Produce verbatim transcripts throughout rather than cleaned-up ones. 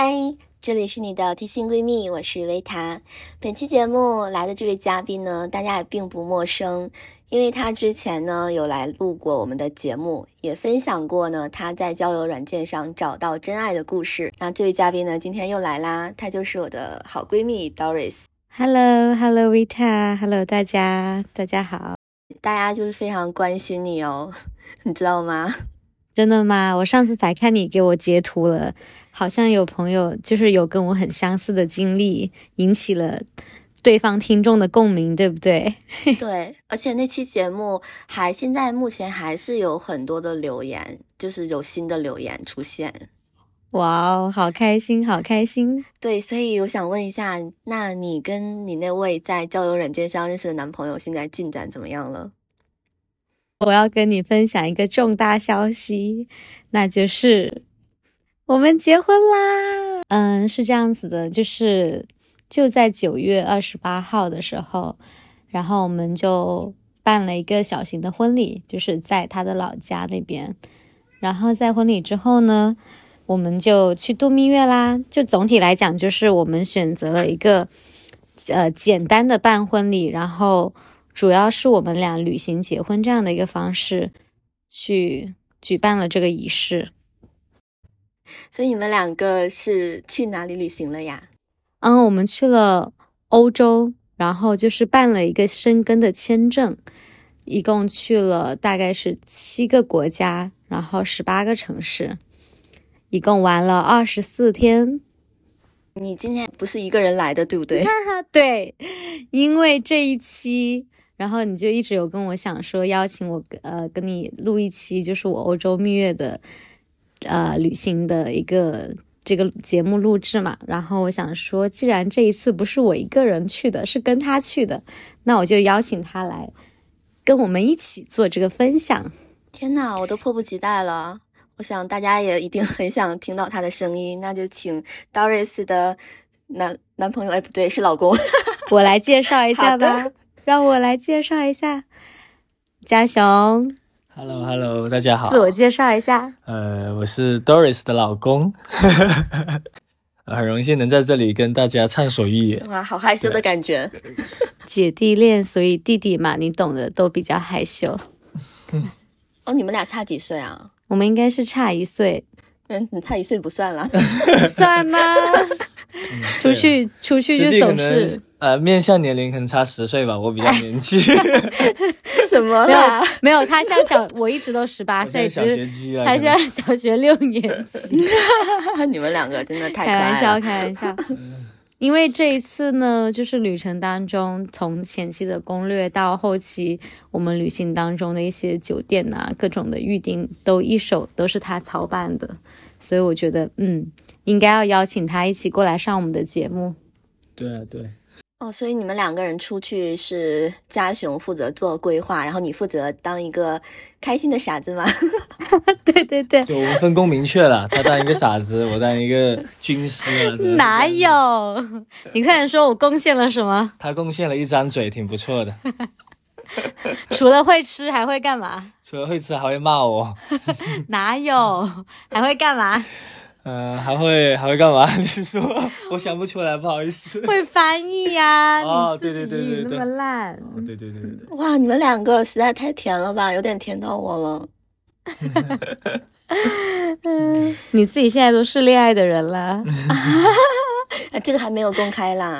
嗨，这里是你的贴心闺蜜，我是维塔。本期节目来的这位嘉宾呢，大家也并不陌生，因为他之前呢有来录过我们的节目，也分享过呢他在交友软件上找到真爱的故事。那这位嘉宾呢今天又来啦，她就是我的好闺蜜 Doris。Hello Hello Vita Hello 大家大家好。 大家就是非常关心你哦，你知道吗？ 真的吗？我上次才看你给我截图了，好像有朋友就是有跟我很相似的经历，引起了对方听众的共鸣，对不对？ 对，而且那期节目还现在目前还是有很多的留言，就是有新的留言出现。 哇哦，好开心好开心。 对，所以我想问一下，那你跟你那位在交友软件上认识的男朋友现在进展怎么样了？ 我要跟你分享一个重大消息，那就是我们结婚啦。嗯，是这样子的，就是就在九月二十八号的时候，然后我们就办了一个小型的婚礼，就是在他的老家那边。然后在婚礼之后呢，我们就去度蜜月啦。就总体来讲，就是我们选择了一个呃简单的办婚礼，然后主要是我们俩旅行结婚这样的一个方式去举办了这个仪式。 所以你们两个是去哪里旅行了呀？ 嗯，我们去了欧洲，然后就是办了一个申根的签证，一共去了大概是七个国家，然后十八个城市，一共玩了二十四天。 你今天不是一个人来的，对不对？ 对，因为这一期然后你就一直有跟我想说邀请我呃跟你录一期就是我欧洲蜜月的呃旅行的一个这个节目录制嘛，然后我想说既然这一次不是我一个人去的，是跟他去的，那我就邀请他来跟我们一起做这个分享。 天哪，我都迫不及待了，我想大家也一定很想听到他的声音，那就请 Doris 的男男朋友，哎不对，是老公我来介绍一下吧，让我来介绍一下嘉雄。 Hello Hello 大家好， 自我介绍一下。 呃，我是 Doris 的老公很荣幸能在这里跟大家畅所欲言。 哇，好害羞的感觉姐弟恋，所以弟弟嘛，你懂的，都比较害羞哦，你们俩差几岁啊？ 我们应该是差一岁。 嗯，你差一岁不算了算吗？嗯、出去出去就总是呃，面向年龄可能差十岁吧，我比较年轻什么啦？ 没有没有，他像小我一直都十八岁， 小学鸡啊， 他现在小学六年级你们两个真的太可爱了， 开玩笑开玩笑因为这一次呢，就是旅程当中，从前期的攻略到后期我们旅行当中的一些酒店啊，各种的预订都一手都是他操办的，所以我觉得嗯，应该要邀请他一起过来上我们的节目。 对啊对哦，所以你们两个人出去是嘉雄负责做规划，然后你负责当一个开心的傻子吗？ 对对对， 就我们分工明确了，他当一个傻子，我当一个军师啊。 哪有？你快点说我贡献了什么？ 他贡献了一张嘴，挺不错的除了会吃还会干嘛？ 除了会吃还会骂我哪有？还会干嘛？ 呃，还会还会干嘛？你是说我想不出来，不好意思。 会翻译呀、啊！ 哦，对对对对对， 那么烂。 哦，对对对对对。 哇，你们两个实在太甜了吧，有点甜到我了。 嗯，你自己现在都是恋爱的人了啊，这个还没有公开啦。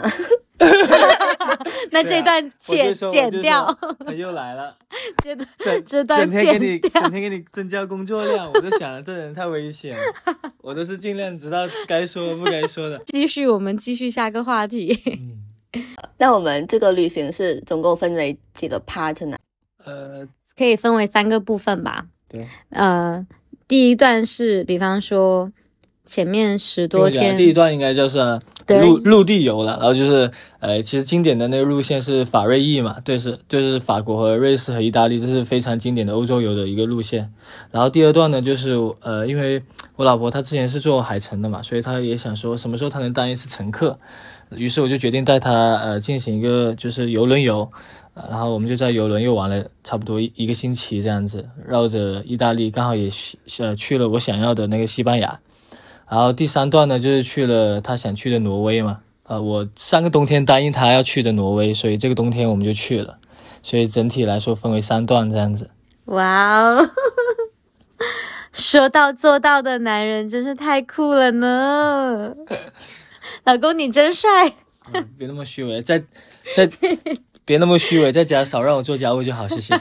那这段剪、啊、剪掉。 他又来了， 这段整这段整天给你整天给你增加工作量，我就想这人太危险了，我都是尽量知道该说不该说的。 继续，我们继续下个话题。 嗯、那我们这个旅行是总共分为几个 part 呢？ 呃， 可以分为三个部分吧。 对， 呃，第一段是，比方说前面十多天， 第一段应该就是陆陆地游了，然后就是呃，其实经典的那个路线是法瑞意嘛，对，是就是法国和瑞士和意大利，这是非常经典的欧洲游的一个路线。然后第二段呢，就是呃，因为我老婆她之前是做海乘的嘛，所以她也想说什么时候她能当一次乘客，于是我就决定带她呃进行一个就是游轮游。然后我们就在游轮又玩了差不多一一个星期这样子，绕着意大利，刚好也呃去了我想要的那个西班牙。 然后第三段呢就是去了他想去的挪威嘛，呃，我上个冬天答应他要去的挪威，所以这个冬天我们就去了，所以整体来说分为三段这样子。 哇哦，说到做到的男人真是太酷了呢！老公你真帅。 嗯、别那么虚伪，再再别那么虚伪，在家少让我做家务就好，谢谢。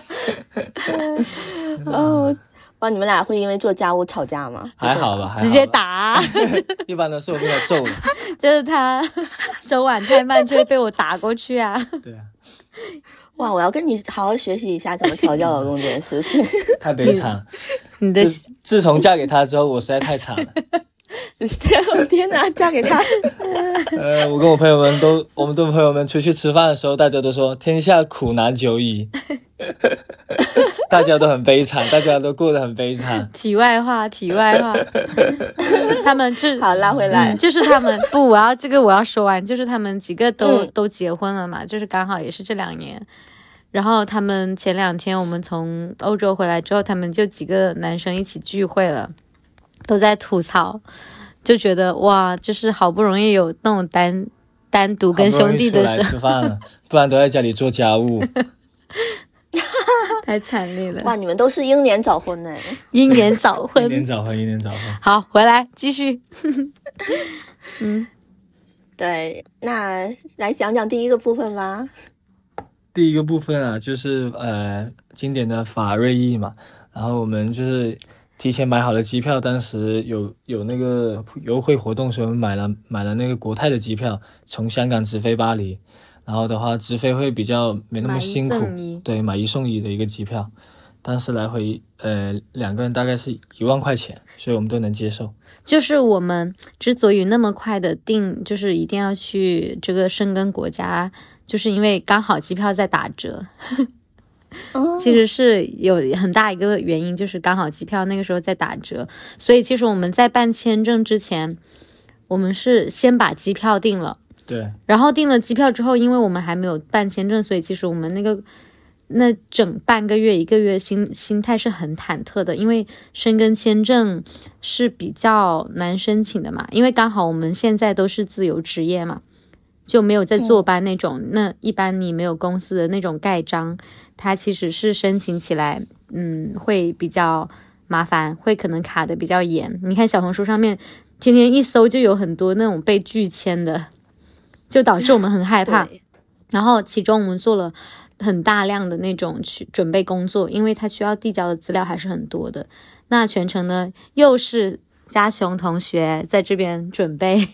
哦，哇，你们俩会因为做家务吵架吗？ 还好吧，还好吧， 直接打。 一般都是我被他揍了。 就是他手腕太慢就会被我打过去啊。 对啊。 哇，我要跟你好好学习一下怎么调教老公这件事情。 太悲惨了。 你的自自从嫁给他之后，我实在太惨了。 天哪，嫁给他。 呃，我跟我朋友们都，我们的朋友们出去吃饭的时候，大家都说天下苦难久矣。大家都很悲惨，大家都过得很悲惨。 题外话，题外话，他们就好拉回来、 嗯，就是他们不，我要这个我要说完，就是他们几个都、 嗯、 都结婚了嘛，就是刚好也是这两年。然后他们前两天我们从欧洲回来之后，他们就几个男生一起聚会了，都在吐槽，就觉得哇，就是好不容易有那种单单独跟兄弟的时候， 好不容易出来吃饭了，不然都在家里做家务。 太惨烈了！ 哇，你们都是英年早婚呢。 英年早婚， 英年早婚，英年早婚。 好，回来继续。嗯， 对，那来讲讲第一个部分吧。 第一个部分啊，就是呃经典的法瑞意嘛，然后我们就是提前买好了机票，当时有有那个优惠活动，所以我们买了买了那个国泰的机票，从香港直飞巴黎。然后的话，直飞会比较没那么辛苦，对，买一送一的一个机票，当时来回呃两个人大概是一万块钱，所以我们都能接受。 就是我们之所以那么快的订，就是一定要去这个申根国家，就是因为刚好机票在打折。其实是有很大一个原因，就是刚好机票那个时候在打折，所以其实我们在办签证之前，我们是先把机票订了。 对， 然后订了机票之后，因为我们还没有办签证，所以其实我们那个那整半个月一个月心心态是很忐忑的，因为申根签证是比较难申请的嘛，因为刚好我们现在都是自由职业嘛，就没有在坐班那种、嗯、那一般你没有公司的那种盖章，它其实是申请起来嗯会比较麻烦，会可能卡的比较严。你看小红书上面天天一搜就有很多那种被拒签的，就导致我们很害怕。然后其中我们做了很大量的那种去准备工作，因为它需要递交的资料还是很多的。那全程呢又是嘉雄同学在这边准备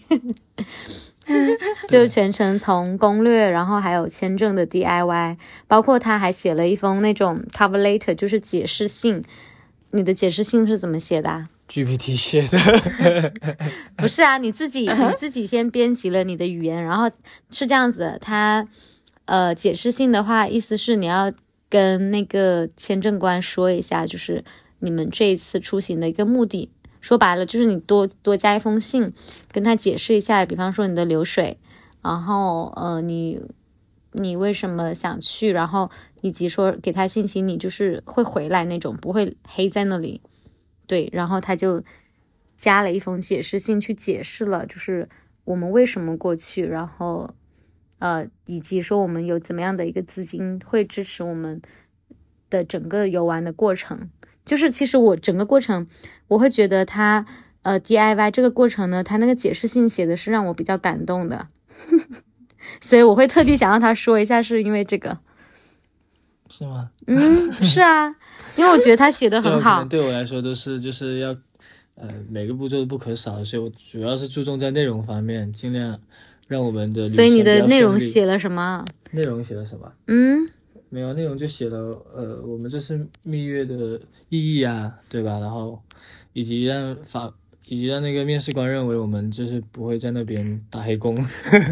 就全程从攻略，然后还有签证的 D I Y， 包括他还写了一封那种 cover letter， 就是解释信。你的解释信是怎么写的啊 ？G P T 写的。 不是啊，你自己你自己先编辑了你的语言，然后是这样子的，他呃解释信的话，意思是你要跟那个签证官说一下，就是你们这一次出行的一个目的。说白了就是你多多加一封信，跟他解释一下，比方说你的流水，然后呃你你为什么想去，然后以及说给他信息你就是会回来那种，不会黑在那里。对，然后他就加了一封解释信去解释了，就是我们为什么过去，然后呃以及说我们有怎么样的一个资金会支持我们的整个游玩的过程。就是其实我整个过程我会觉得他呃 D I Y 这个过程呢，他那个解释信写的是让我比较感动的所以我会特地想让他说一下，是因为这个。 是吗？ 嗯，是啊，因为我觉得他写的很好。 对我来说都是就是要呃每个步骤都不可少，所以我主要是注重在内容方面，尽量让我们的旅行比较顺利。 所以你的内容写了什么？ 内容写了什么？ 嗯， 没有，内容就写了呃我们这次蜜月的意义啊，对吧？然后以及让法以及让那个面试官认为我们就是不会在那边打黑工。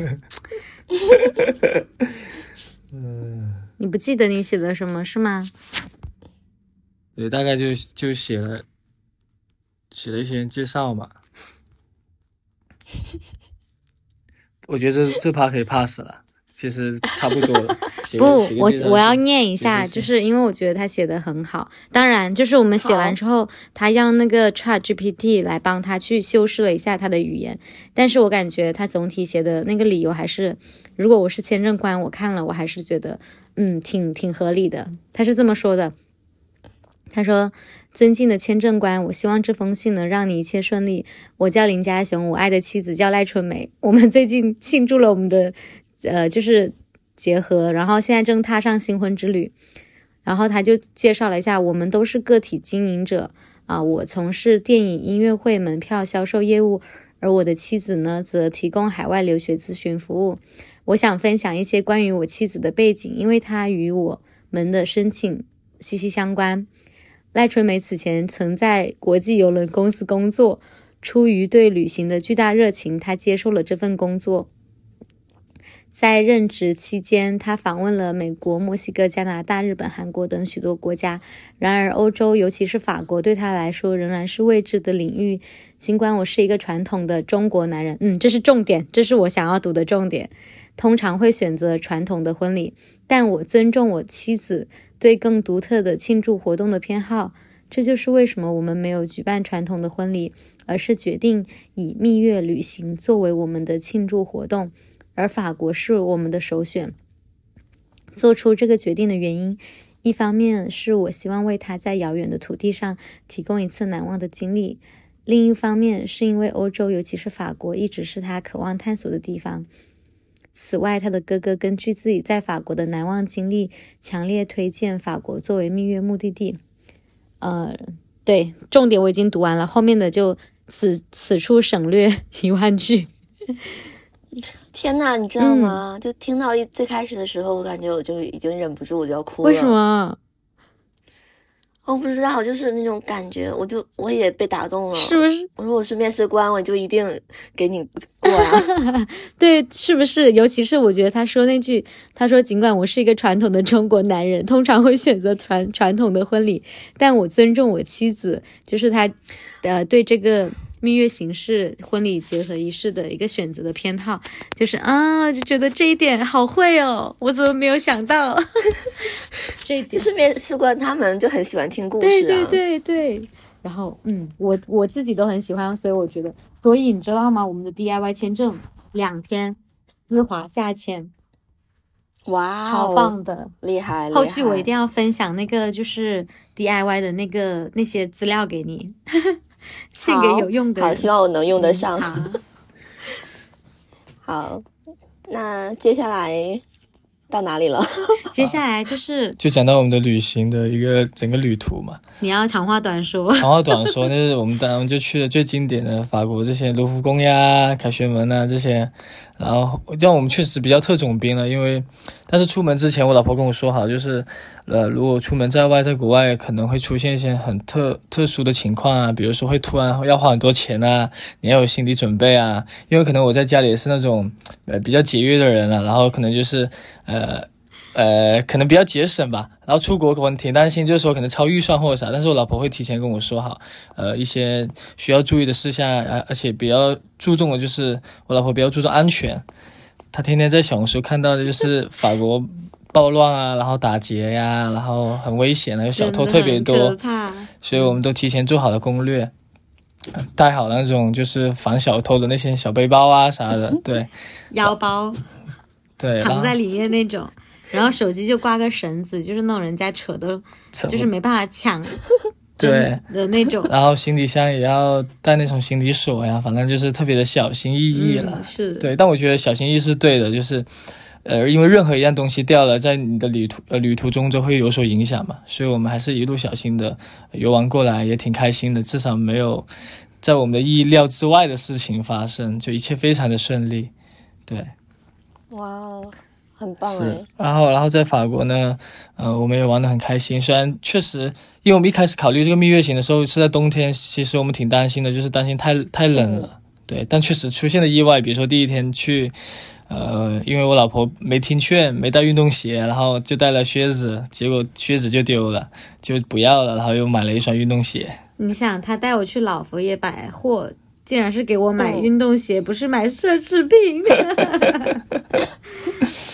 嗯， 你不记得你写的什么是吗？ 对，大概就就写了写了一些介绍嘛。我觉得这这趴可以 pass 了， 其实差不多了。 不，我我要念一下，就是因为我觉得他写的很好。当然，就是我们写完之后，他让那个 Chat G P T 来帮他去修饰了一下他的语言，但是我感觉他总体写的那个理由还是，如果我是签证官，我看了我还是觉得，嗯，挺挺合理的。他是这么说的，他说：“尊敬的签证官，我希望这封信能让你一切顺利。我叫林家雄，我爱的妻子叫赖春梅，我们最近庆祝了我们的。”呃，就是结合，然后现在正踏上新婚之旅。然后他就介绍了一下，我们都是个体经营者啊，我从事电影音乐会门票销售业务，而我的妻子呢，则提供海外留学咨询服务。我想分享一些关于我妻子的背景，因为她与我们的申请息息相关。赖春梅此前曾在国际邮轮公司工作，出于对旅行的巨大热情，她接受了这份工作。在任职期间，他访问了美国、墨西哥、加拿大、日本、韩国等许多国家。然而，欧洲，尤其是法国，对他来说仍然是未知的领域。尽管我是一个传统的中国男人，嗯，这是重点，这是我想要读的重点。通常会选择传统的婚礼，但我尊重我妻子对更独特的庆祝活动的偏好。这就是为什么我们没有举办传统的婚礼，而是决定以蜜月旅行作为我们的庆祝活动。而法国是我们的首选。做出这个决定的原因，一方面是我希望为他在遥远的土地上提供一次难忘的经历，另一方面是因为欧洲，尤其是法国，一直是他渴望探索的地方。此外，他的哥哥根据自己在法国的难忘经历，强烈推荐法国作为蜜月目的地。呃，对，重点我已经读完了，后面的就此此处省略一万句。 天哪，你知道吗？嗯、就听到一最开始的时候，我感觉我就已经忍不住，我就要哭了。 为什么？ 我不知道，就是那种感觉，我就我也被打动了， 是不是？ 我说我是面试官，我就一定给你过啊。 对，是不是？尤其是我觉得他说那句，他说尽管我是一个传统的中国男人，通常会选择传传统的婚礼，但我尊重我妻子，就是他，呃，对这个。蜜月形式婚礼结合仪式的一个选择的偏好，就是啊，就觉得这一点好会哦，我怎么没有想到这一点。 就是面试官他们就很喜欢听故事、啊、 对对对对。然后嗯，我我自己都很喜欢，所以我觉得，所以你知道吗？我们的 D I Y 签证两天丝滑下签， 哇、哦， 超棒的， 厉害！ 后续我一定要分享那个就是 D I Y 的那个那些资料给你。献给有用的人， 好，希望我能用得上。 嗯、 好, 好，那接下来到哪里了？ 接下来就是就讲到我们的旅行的一个整个旅途嘛。 你要长话短说。 长话短说，就是我们当然就去了最经典的法国这些卢浮宫呀、凯旋门啊这些。然后这样我们确实比较特种兵了，因为但是出门之前我老婆跟我说好，就是呃如果出门在外，在国外可能会出现一些很特特殊的情况啊，比如说会突然要花很多钱啊，你要有心理准备啊，因为可能我在家里也是那种呃比较节约的人了，然后可能就是呃呃可能比较节省吧，然后出国可能挺担心，就是说可能超预算或者啥，但是我老婆会提前跟我说好呃一些需要注意的事项，而且比较注重的就是我老婆比较注重安全，她天天在小红书看到的就是法国暴乱啊，然后打劫呀，然后很危险啊，有小偷特别多，所以我们都提前做好了攻略，带好那种就是防小偷的那些小背包啊啥的，对， 腰包， 对， 藏在里面那种，然后手机就挂个绳子，就是那种人家扯的，就是没办法抢。 对的那种， 然后行李箱也要带那种行李锁呀，反正就是特别的小心翼翼了。 嗯、是的， 对，但我觉得小心翼翼是对的，就是呃，因为任何一样东西掉了，在你的旅途呃旅途中都会有所影响嘛，所以我们还是一路小心的游玩过来，也挺开心的，至少没有在我们的意料之外的事情发生，就一切非常的顺利。对， 哇哦。很棒是，然后然后在法国呢，呃，我们也玩得很开心。虽然确实，因为我们一开始考虑这个蜜月行的时候是在冬天，其实我们挺担心的，就是担心太太冷了。嗯、对，但确实出现了意外，比如说第一天去，呃，因为我老婆没听劝，没带运动鞋，然后就带了靴子，结果靴子就丢了，就不要了，然后又买了一双运动鞋。 你想，他带我去老佛爷百货，竟然是给我买运动鞋，嗯、不是买奢侈品。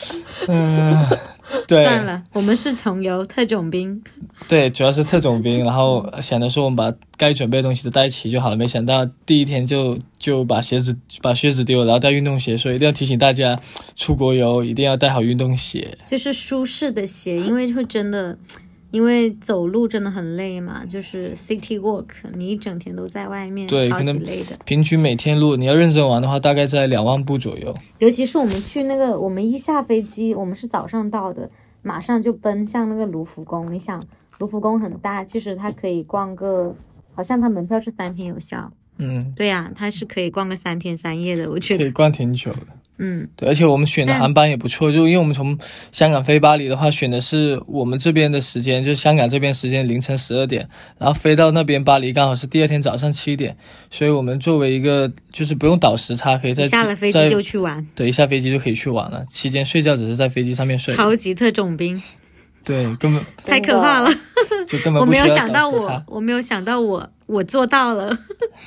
嗯、呃，对， 算了，我们是穷游特种兵。 对，主要是特种兵，然后想着说我们把该准备的东西都带齐就好了，没想到第一天就就把鞋子把靴子丢了，然后带运动鞋，所以一定要提醒大家，出国游一定要带好运动鞋， 就是舒适的鞋，因为会真的。因为走路真的很累嘛，就是 city walk， 你一整天都在外面， 对， 超级累的。 平均每天路你要认真玩的话，大概在两万步左右。 尤其是我们去那个，我们一下飞机，我们是早上到的，马上就奔向那个卢浮宫。你想，卢浮宫很大，其实它可以逛个，好像它门票是三天有效。 嗯， 对呀、啊，它是可以逛个三天三夜的，我觉得可以逛挺久的。 嗯， 对，而且我们选的航班也不错，就因为我们从香港飞巴黎的话，选的是我们这边的时间，就是香港这边时间凌晨十二点，然后飞到那边巴黎刚好是第二天早上七点，所以我们作为一个就是不用倒时差，可以在下了飞机就去玩， 对，一下飞机就可以去玩了，期间睡觉只是在飞机上面睡。 超级特种兵， 对，根本太可怕了， 就根本不需要倒时差。 我没有想到我，我没有想到我，我做到了。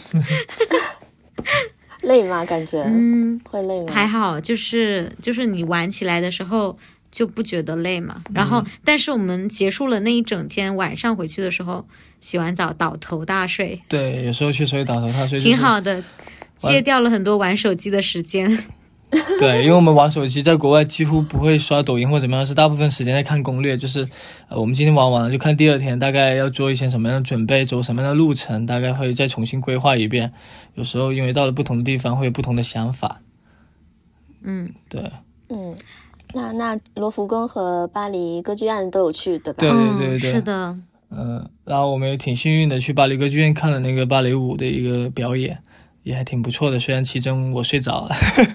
累吗？感觉嗯，会累吗？ 还好，就是就是你玩起来的时候就不觉得累嘛。然后，嗯、但是我们结束了那一整天，晚上回去的时候，洗完澡倒头大睡。 对，有时候确实会倒头大睡， 挺好的，戒掉了很多玩手机的时间。 对，因为我们玩手机在国外几乎不会刷抖音或怎么样，是大部分时间在看攻略，就是呃，我们今天玩完了就看第二天大概要做一些什么样的准备，走什么样的路程，大概会再重新规划一遍。有时候因为到了不同的地方会有不同的想法。 嗯， 对， 嗯，那那罗浮宫和巴黎歌剧院都有去，对吧？ 对对对对， 是的。 嗯、呃，然后我们也挺幸运的，去巴黎歌剧院看了那个芭蕾舞的一个表演。也还挺不错的，虽然其中我睡着了。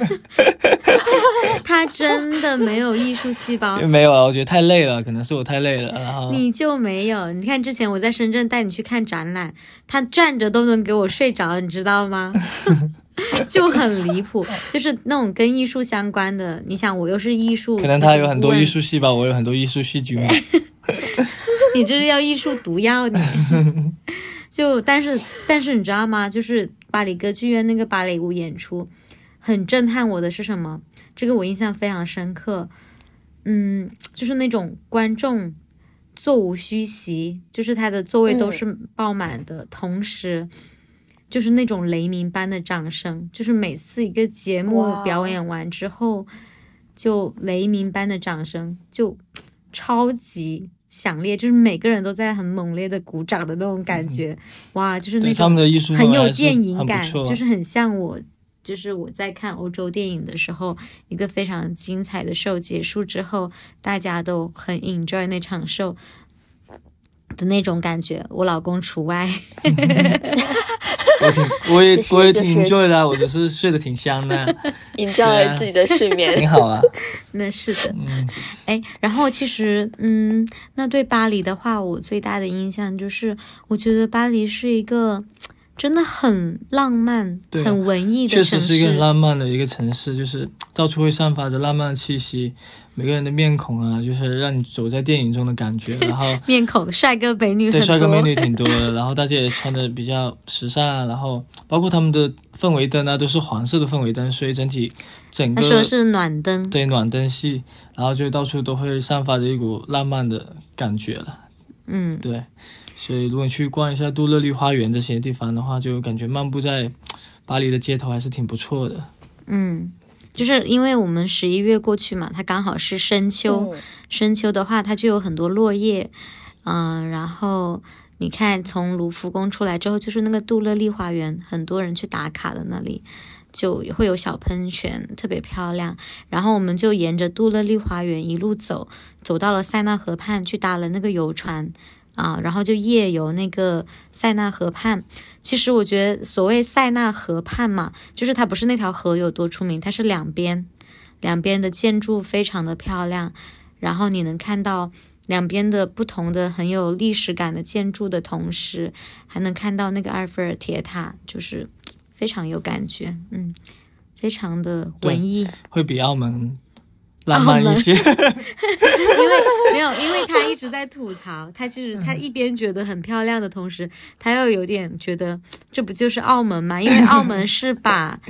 他真的没有艺术细胞？ 没有了，我觉得太累了，可能是我太累了。然后你就没有？你看之前我在深圳带你去看展览，他站着都能给我睡着，你知道吗？就很离谱，就是那种跟艺术相关的。你想，我又是艺术， 可能他有很多艺术细胞，我有很多艺术细菌。 你这是要艺术毒药你？就但是但是你知道吗？就是巴黎歌剧院那个芭蕾舞演出，很震撼我的是什么？这个我印象非常深刻。嗯，就是那种观众座无虚席，就是他的座位都是爆满的，嗯、同时就是那种雷鸣般的掌声，就是每次一个节目表演完之后，就雷鸣般的掌声，就超级响烈，就是每个人都在很猛烈的鼓掌的那种感觉。嗯、哇，就是那种很有电影感，就是很像我就是我在看欧洲电影的时候，一个非常精彩的 show 结束之后，大家都很 enjoy 那场 show 的那种感觉，我老公除外。 我挺我也我也挺 enjoy 的，我只是睡得挺香的 ，enjoy 自己的睡眠， 挺好啊。 那是的， 嗯， 哎，然后其实，嗯，那对巴黎的话，我最大的印象就是，我觉得巴黎是一个真的很浪漫、很文艺的城市， 确实是一个很浪漫的一个城市，就是到处会散发着浪漫的气息。每个人的面孔啊，就是让你走在电影中的感觉。然后面孔帅哥美女很多， 对，帅哥美女挺多的。然后大家也穿的比较时尚，然后包括他们的氛围灯啊，都是黄色的氛围灯，所以整体整个他说是暖灯， 对，暖灯系，然后就到处都会散发着一股浪漫的感觉了。 嗯， 对，所以如果你去逛一下杜乐丽花园这些地方的话，就感觉漫步在巴黎的街头还是挺不错的。 嗯。就是因为我们十一月过去嘛，它刚好是深秋，嗯、深秋的话它就有很多落叶，嗯，然后你看从卢浮宫出来之后，就是那个杜乐丽花园，很多人去打卡的那里，就会有小喷泉，特别漂亮。然后我们就沿着杜乐丽花园一路走，走到了塞纳河畔，去搭了那个游船。啊，然后就夜游那个塞纳河畔。其实我觉得所谓塞纳河畔嘛，就是它不是那条河有多出名，它是两边两边的建筑非常的漂亮，然后你能看到两边的不同的很有历史感的建筑的同时，还能看到那个埃菲尔铁塔，就是非常有感觉，嗯，非常的文艺， 会比澳门浪漫一些。 因为没有，因为他一直在吐槽，他其实他一边觉得很漂亮的同时，他又有点觉得这不就是澳门吗？因为澳门是把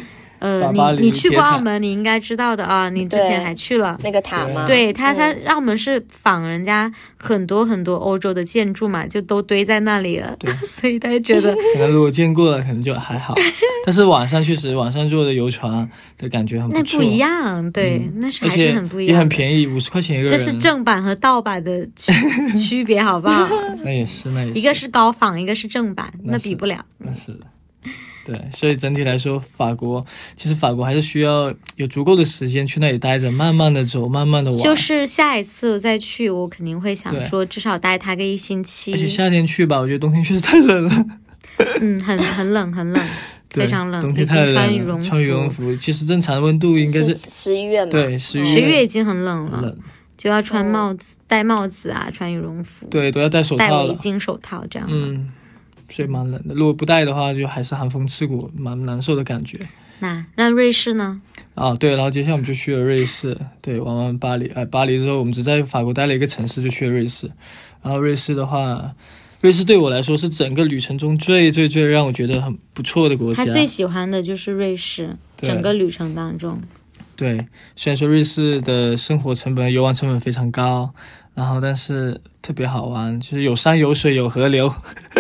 呃， 巴黎你你去过铁塔澳门，你应该知道的啊，你之前还去了那个塔吗？ 对，它它嗯澳门是仿人家很多很多欧洲的建筑嘛，就都堆在那里了，所以他就觉得可能如果见过了，可能就还好。但是网上确实，网上坐的游船的感觉很不错， 那不一样，对， 嗯那是而且还是很不一样的， 也很便宜，五十块钱一个人。 这是正版和盗版的区区别，好不好？ 那也是，那也是。 一个是高仿，一个是正版，那那是比不了。 那是的。对，所以整体来说，法国其实法国还是需要有足够的时间去那里待着，慢慢的走，慢慢的玩。 就是下一次我再去，我肯定会想对说，至少待它个一星期。 而且夏天去吧，我觉得冬天确实太冷了。 嗯，很很冷，很冷， 对非常冷， 冬天太冷了， 已经穿羽绒服。 穿羽绒服，其实正常的温度应该是十一月嘛， 对十一十月已经很冷了， 冷， 就要穿帽子、戴帽子啊，穿羽绒服， 对，都要戴手戴套了。 围巾、手套这样。 嗯，所以蛮冷的。如果不戴的话，就还是寒风刺骨，蛮难受的感觉。 那那瑞士呢？ 啊，对，然后接下来我们就去了瑞士，对，玩完巴黎，哎，巴黎之后，我们只在法国待了一个城市，就去了瑞士。然后瑞士的话，瑞士对我来说是整个旅程中最最最让我觉得很不错的国家。 他最喜欢的就是瑞士，整个旅程当中。 对，虽然说瑞士的生活成本、游玩成本非常高，然后但是特别好玩，就是有山有水有河流。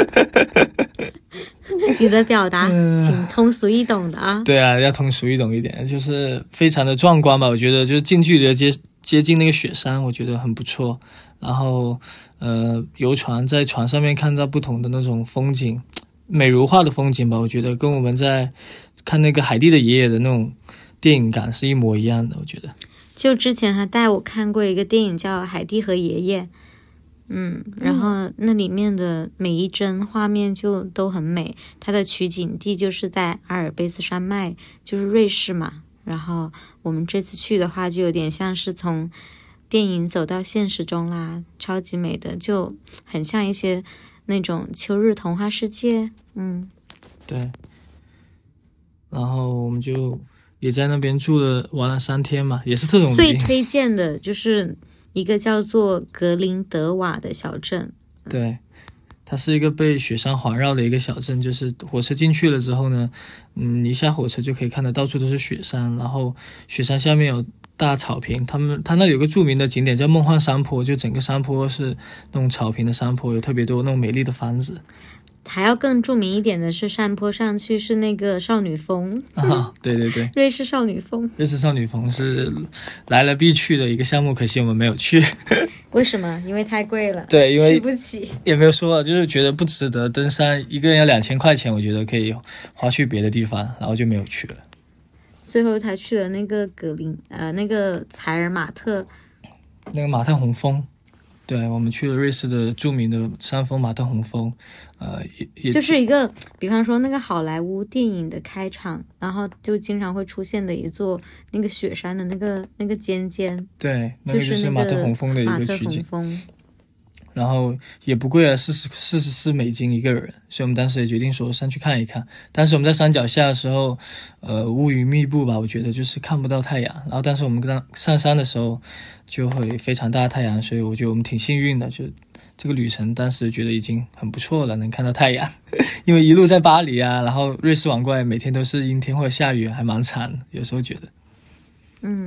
你的表达请通俗易懂的啊。 对啊，要通俗易懂一点，就是非常的壮观吧。我觉得就是近距离的接接近那个雪山，我觉得很不错。然后呃，游船在船上面看到不同的那种风景，美如画的风景吧。我觉得跟我们在看那个海蒂的爷爷的那种电影感是一模一样的。我觉得就之前还带我看过一个电影叫《海蒂和爷爷》。嗯，然后那里面的每一帧画面就都很美，它的取景地就是在阿尔卑斯山脉，就是瑞士嘛。然后我们这次去的话，就有点像是从电影走到现实中啦，超级美的，就很像一些那种秋日童话世界。嗯， 对。然后我们就也在那边住了玩了三天嘛，也是特种最兵。 推荐的就是一个叫做格林德瓦的小镇。 对，它是一个被雪山环绕的一个小镇，就是火车进去了之后呢，嗯，一下火车就可以看到到处都是雪山，然后雪山下面有大草坪，他们他那里有个著名的景点叫梦幻山坡，就整个山坡是那种草坪的山坡，有特别多那种美丽的房子。 还要更著名一点的是山坡上去是那个少女峰啊，对对对， 瑞士少女峰。 瑞士少女峰是来了必去的一个项目，可惜我们没有去。 为什么？因为太贵了。 对，因为去不起。 也没有说了，就是觉得不值得登山，一个人要两千块钱，我觉得可以花去别的地方，然后就没有去了。 最后才去了那个格林呃那个采尔马特， 那个马特洪峰。对，我们去了瑞士的著名的山峰马特洪峰，呃，也也就是一个，比方说那个好莱坞电影的开场，然后就经常会出现的一座那个雪山的那个那个尖尖， 对，那个就是马特洪峰的一个取景。然后也不贵啊，四十四十四美金一个人，所以我们当时也决定说上去看一看。但是我们在山脚下的时候，呃，乌云密布吧，我觉得就是看不到太阳。然后但是我们刚上山的时候就会非常大的太阳，所以我觉得我们挺幸运的，就这个旅程当时觉得已经很不错了，能看到太阳。因为一路在巴黎啊，然后瑞士玩过来，每天都是阴天或者下雨，还蛮惨的，有时候觉得。 嗯。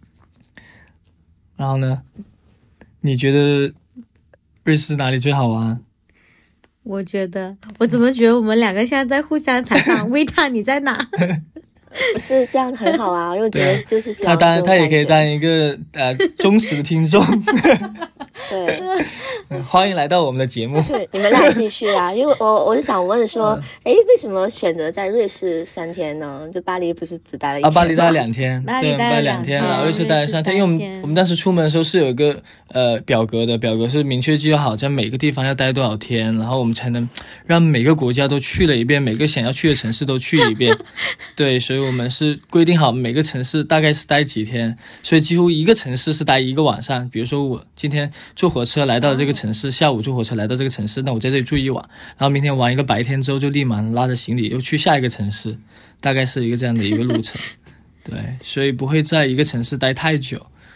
然后呢，你觉得瑞士哪里最好玩？ 我觉得，我怎么觉得我们两个现在在互相采访？维塔，你在哪？ 不是这样很好啊，因为我觉得就是他当他也可以当一个呃忠实的听众。 对、 嗯，欢迎来到我们的节目。 对，你们俩继续啊，因为我我是想问说，哎、嗯，为什么选择在瑞士三天呢？就巴黎不是只待了一天吗？ 啊，巴黎待了两天，对，待了两天啊， 瑞士待了三天。因为我们我们当时出门的时候是有一个呃表格的，表格是明确记好在每个地方要待多少天，然后我们才能让每个国家都去了一遍，每个想要去的城市都去一遍。对，所以我们是规定好每个城市大概是待几天，所以几乎一个城市是待一个晚上。比如说我今天坐火车来到这个城市，下午坐火车来到这个城市，那我在这里住一晚，然后明天玩一个白天之后就立马拉着行李又去下一个城市，大概是一个这样的一个路程。对，所以不会在一个城市待太久。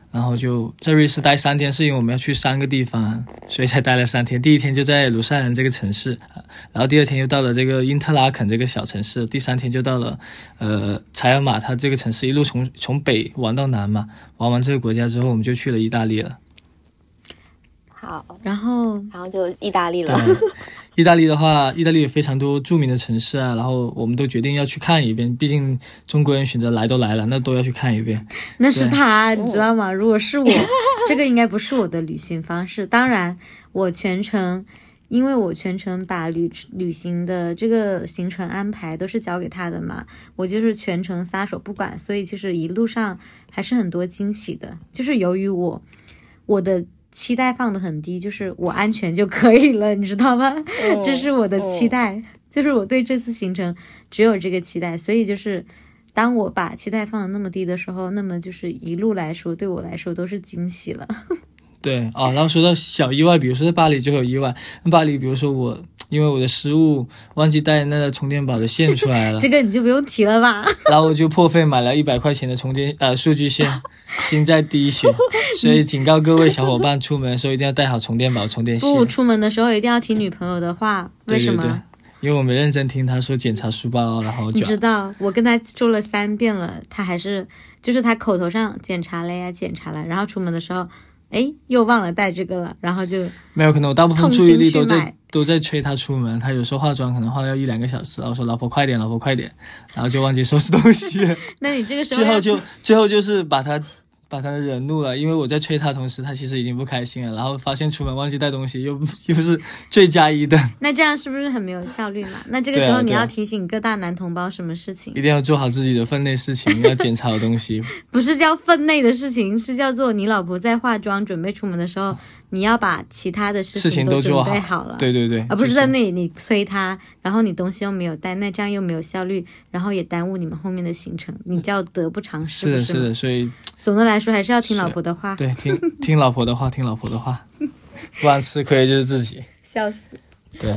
然后就在瑞士待三天，是因为我们要去三个地方，所以才待了三天。第一天就在鲁塞恩这个城市，然后第二天又到了这个因特拉肯这个小城市，第三天就到了呃采尔马它这个城市，一路从从北玩到南嘛。玩完这个国家之后，我们就去了意大利了。 好， 然后然后就意大利了。 意大利的话，意大利有非常多著名的城市啊，然后我们都决定要去看一遍，毕竟中国人选择来都来了，那都要去看一遍。 那是他，你知道吗？如果是我，这个应该不是我的旅行方式。当然，我全程，因为我全程把旅旅行的这个行程安排都是交给他的嘛，我就是全程撒手不管，所以其实一路上还是很多惊喜的。就是由于我我的期待放得很低，就是我安全就可以了，你知道吗？嗯、这是我的期待、嗯，就是我对这次行程只有这个期待，所以就是当我把期待放得那么低的时候，那么就是一路来说对我来说都是惊喜了。 对啊、哦，然后说到小意外，比如说在巴黎就有意外，巴黎比如说我因为我的失误忘记带那个充电宝的线出来了， 这个你就不用提了吧。 然后我就破费买了一百块钱的充电呃数据线，心在滴血，所以警告各位小伙伴，出门的时候一定要带好充电宝、充电线。 不，出门的时候一定要听女朋友的话，为什么？ 对对对，因为我没认真听他说检查书包，然后就你知道我跟他说了三遍了，他还是就是他口头上检查了呀检查了，然后出门的时候哎又忘了带这个了，然后就没有，可能我大部分注意力都在都在催他出门，他有时候化妆可能化了要一两个小时，然后说老婆快点老婆快点，然后就忘记收拾东西。 那你这个时候最后就最后就是把他把他惹怒了，因为我在催他同时他其实已经不开心了，然后发现出门忘记带东西又又是罪加一等。 那这样是不是很没有效率嘛？那这个时候你要提醒各大男同胞什么事情？ 一定要做好自己的分内事情，要检查好东西。 不是叫分内的事情，是叫做你老婆在化妆准备出门的时候，你要把其他的事情都准备好了。 对对对， 而不是在那里你催他，然后你东西又没有带，那这样又没有效率，然后也耽误你们后面的行程，你叫得不偿失。 是的是的，所以总的来说还是要听老婆的话。 对，听听老婆的话，听老婆的话，不然吃亏就是自己。 笑死。 对。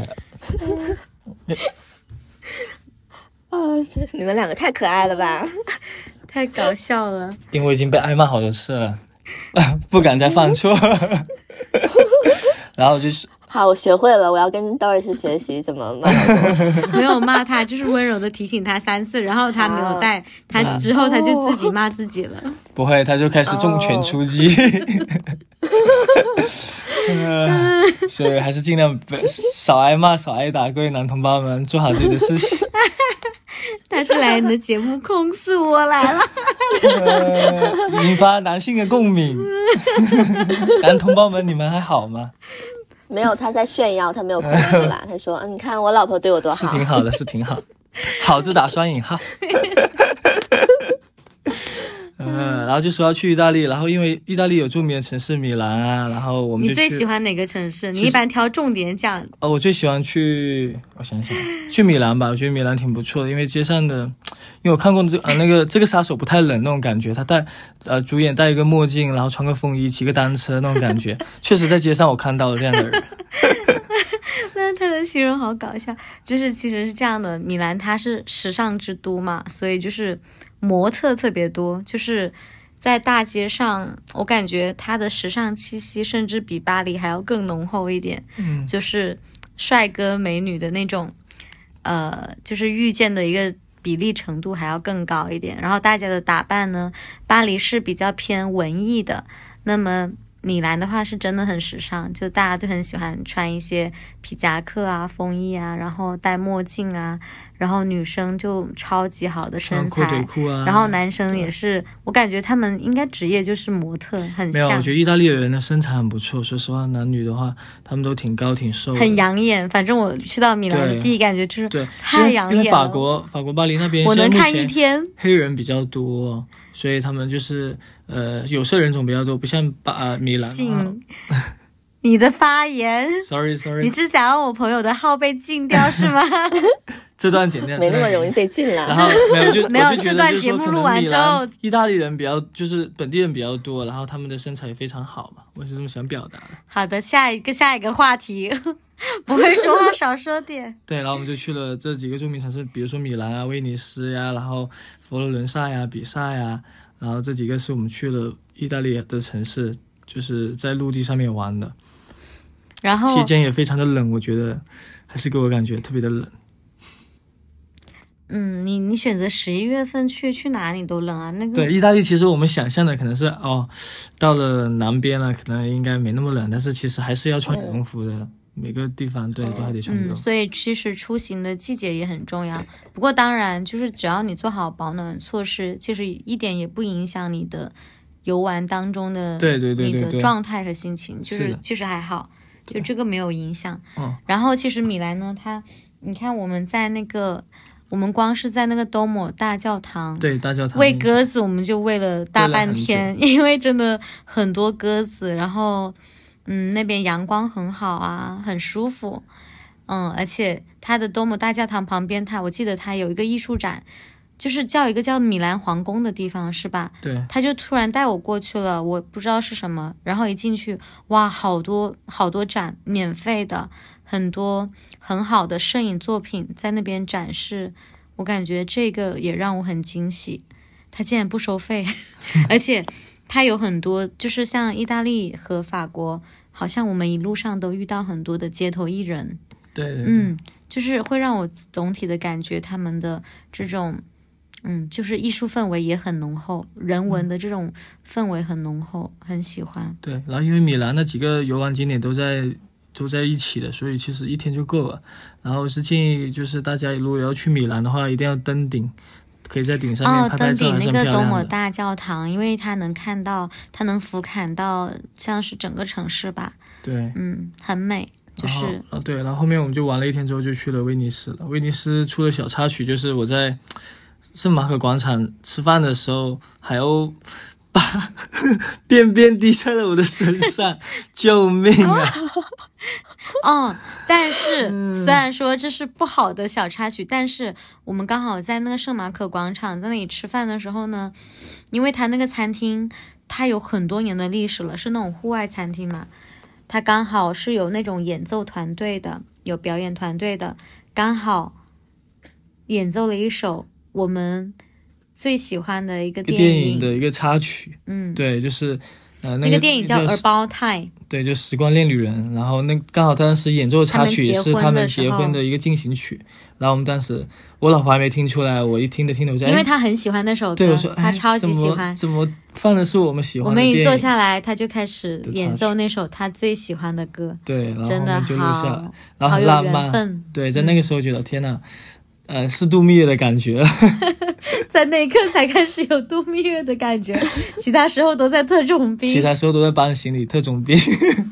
啊，你们两个太可爱了吧， 太搞笑了。 因为我已经被挨骂好多次了，不敢再犯错。然后就是好，我学会了，我要跟 Doris 学习怎么骂。 没有骂他，就是温柔的提醒他三次，然后他没有带，他之后他就自己骂自己了。 不会，他就开始重拳出击。呃、所以还是尽量少挨骂少挨打，各位男同胞们做好自己的事情。 他是来你的节目控诉我来了。 呃、引发男性的共鸣。男同胞们你们还好吗？ 没有，他在炫耀，他没有控诉啦。他说、嗯、你看我老婆对我多好。 是挺好的是挺好，好字打双引号。嗯，然后就说要去意大利，然后因为意大利有著名的城市米兰啊，然后我们就你最喜欢哪个城市？你一般挑重点讲。 哦，我最喜欢去，我想想，去米兰吧。我觉得米兰挺不错的，因为街上的，因为我看过这呃那个这个杀手不太冷那种感觉，他戴呃主演戴一个墨镜，然后穿个风衣，骑个单车那种感觉，确实在街上我看到了这样的人。 那他的形容好搞笑，就是其实是这样的，米兰它是时尚之都嘛，所以就是模特特别多，就是在大街上，我感觉它的时尚气息甚至比巴黎还要更浓厚一点， 嗯， 就是帅哥美女的那种，呃，就是遇见的一个比例程度还要更高一点。然后大家的打扮呢，巴黎是比较偏文艺的，那么米兰的话是真的很时尚，就大家都很喜欢穿一些皮夹克啊、风衣啊，然后戴墨镜啊，然后女生就超级好的身材， 裤腿裤啊， 然后男生也是，我感觉他们应该职业就是模特，很像。 没有，我觉得意大利人的身材很不错，说实话，男女的话，他们都挺高挺瘦的， 很养眼。反正我去到米兰的第一感觉就是对， 太养眼了。 因为法国法国巴黎那边我能看一天， 黑人比较多，所以他们就是呃有色人种比较多，不像巴、呃、米兰。 请你的发言 ，sorry sorry， 你是想要我朋友的号被禁掉是吗？ 这段剪掉， 没那么容易被禁啦。 然后没有就没有这段节目录完之后， 意大利人比较就是本地人比较多，然后他们的身材也非常好嘛，我是这么想表达的。 好的，下一个下一个话题，不会说话少说点。 对，然后我们就去了这几个著名城市，比如说米兰啊、威尼斯呀，然后佛罗伦萨呀、比萨呀， 然后这几个是我们去了意大利的城市，就是在陆地上面玩的。 然后期间也非常的冷，我觉得还是给我感觉特别的冷。 嗯，你你选择十一月份去，去哪里都冷啊。那个对，意大利其实我们想象的可能是哦，到了南边了，可能应该没那么冷，但是其实还是要穿羽绒服的，嗯、每个地方对都还得穿羽绒服。 嗯，所以其实出行的季节也很重要。不过当然，就是只要你做好保暖措施，其实一点也不影响你的游玩当中的对对对对你的状态和心情，就是其实还好，就这个没有影响。 嗯， 然后其实米兰呢，它你看我们在那个。我们光是在那个多摩大教堂， 对大教堂喂鸽子，我们就喂了大半天，因为真的很多鸽子。然后，嗯，那边阳光很好啊，很舒服。嗯，而且它的多摩大教堂旁边，它我记得它有一个艺术展，就是叫一个叫米兰皇宫的地方，是吧？ 对。 他就突然带我过去了，我不知道是什么。然后一进去，哇，好多好多展，免费的。很多很好的摄影作品在那边展示，我感觉这个也让我很惊喜，它竟然不收费而且它有很多就是像意大利和法国，好像我们一路上都遇到很多的街头艺人。 对对对， 嗯，就是会让我总体的感觉他们的这种嗯，就是艺术氛围也很浓厚，人文的这种氛围很浓厚，很喜欢。 对，然后因为米兰那几个游玩景点都在都在一起的，所以其实一天就够了。然后是建议就是大家如果要去米兰的话，一定要登顶，可以在顶上面拍拍照，还是很漂亮的。哦，登顶那个多摩大教堂，因为它能看到，它能俯瞰到像是整个城市吧。 对， 嗯，很美。就是啊，对，然后后面我们就玩了一天之后就去了威尼斯了。威尼斯出了小插曲，就是我在圣马可广场吃饭的时候，还要把便便滴在了我的身上，救命啊！ 哦，但是、嗯、虽然说这是不好的小插曲，但是我们刚好在那个圣马可广场在那里吃饭的时候呢，因为它那个餐厅它有很多年的历史了，是那种户外餐厅嘛，它刚好是有那种演奏团队的，有表演团队的，刚好演奏了一首我们最喜欢的一个电影, 电影的一个插曲。 嗯， 对，就是呃，那个、 那个电影叫《About Time》， 对，就《时光恋旅人》。然后那刚好当时演奏的插曲也是他们结婚的一个进行曲。然后我们当时我老婆还没听出来，我一听着听着我就因为她很喜欢那首歌， 对我说她超级喜欢。 怎么, 怎么放的是我们喜欢的电影？ 我们一坐下来，她就开始演奏那首她最喜欢的歌。 对，然后真的就录下来， 好， 然后很浪漫。对，在那个时候觉得、嗯、天哪，呃，是度蜜月的感觉。 在那一刻才开始有度蜜月的感觉，其他时候都在特种兵， 其他时候都在搬行李，特种兵。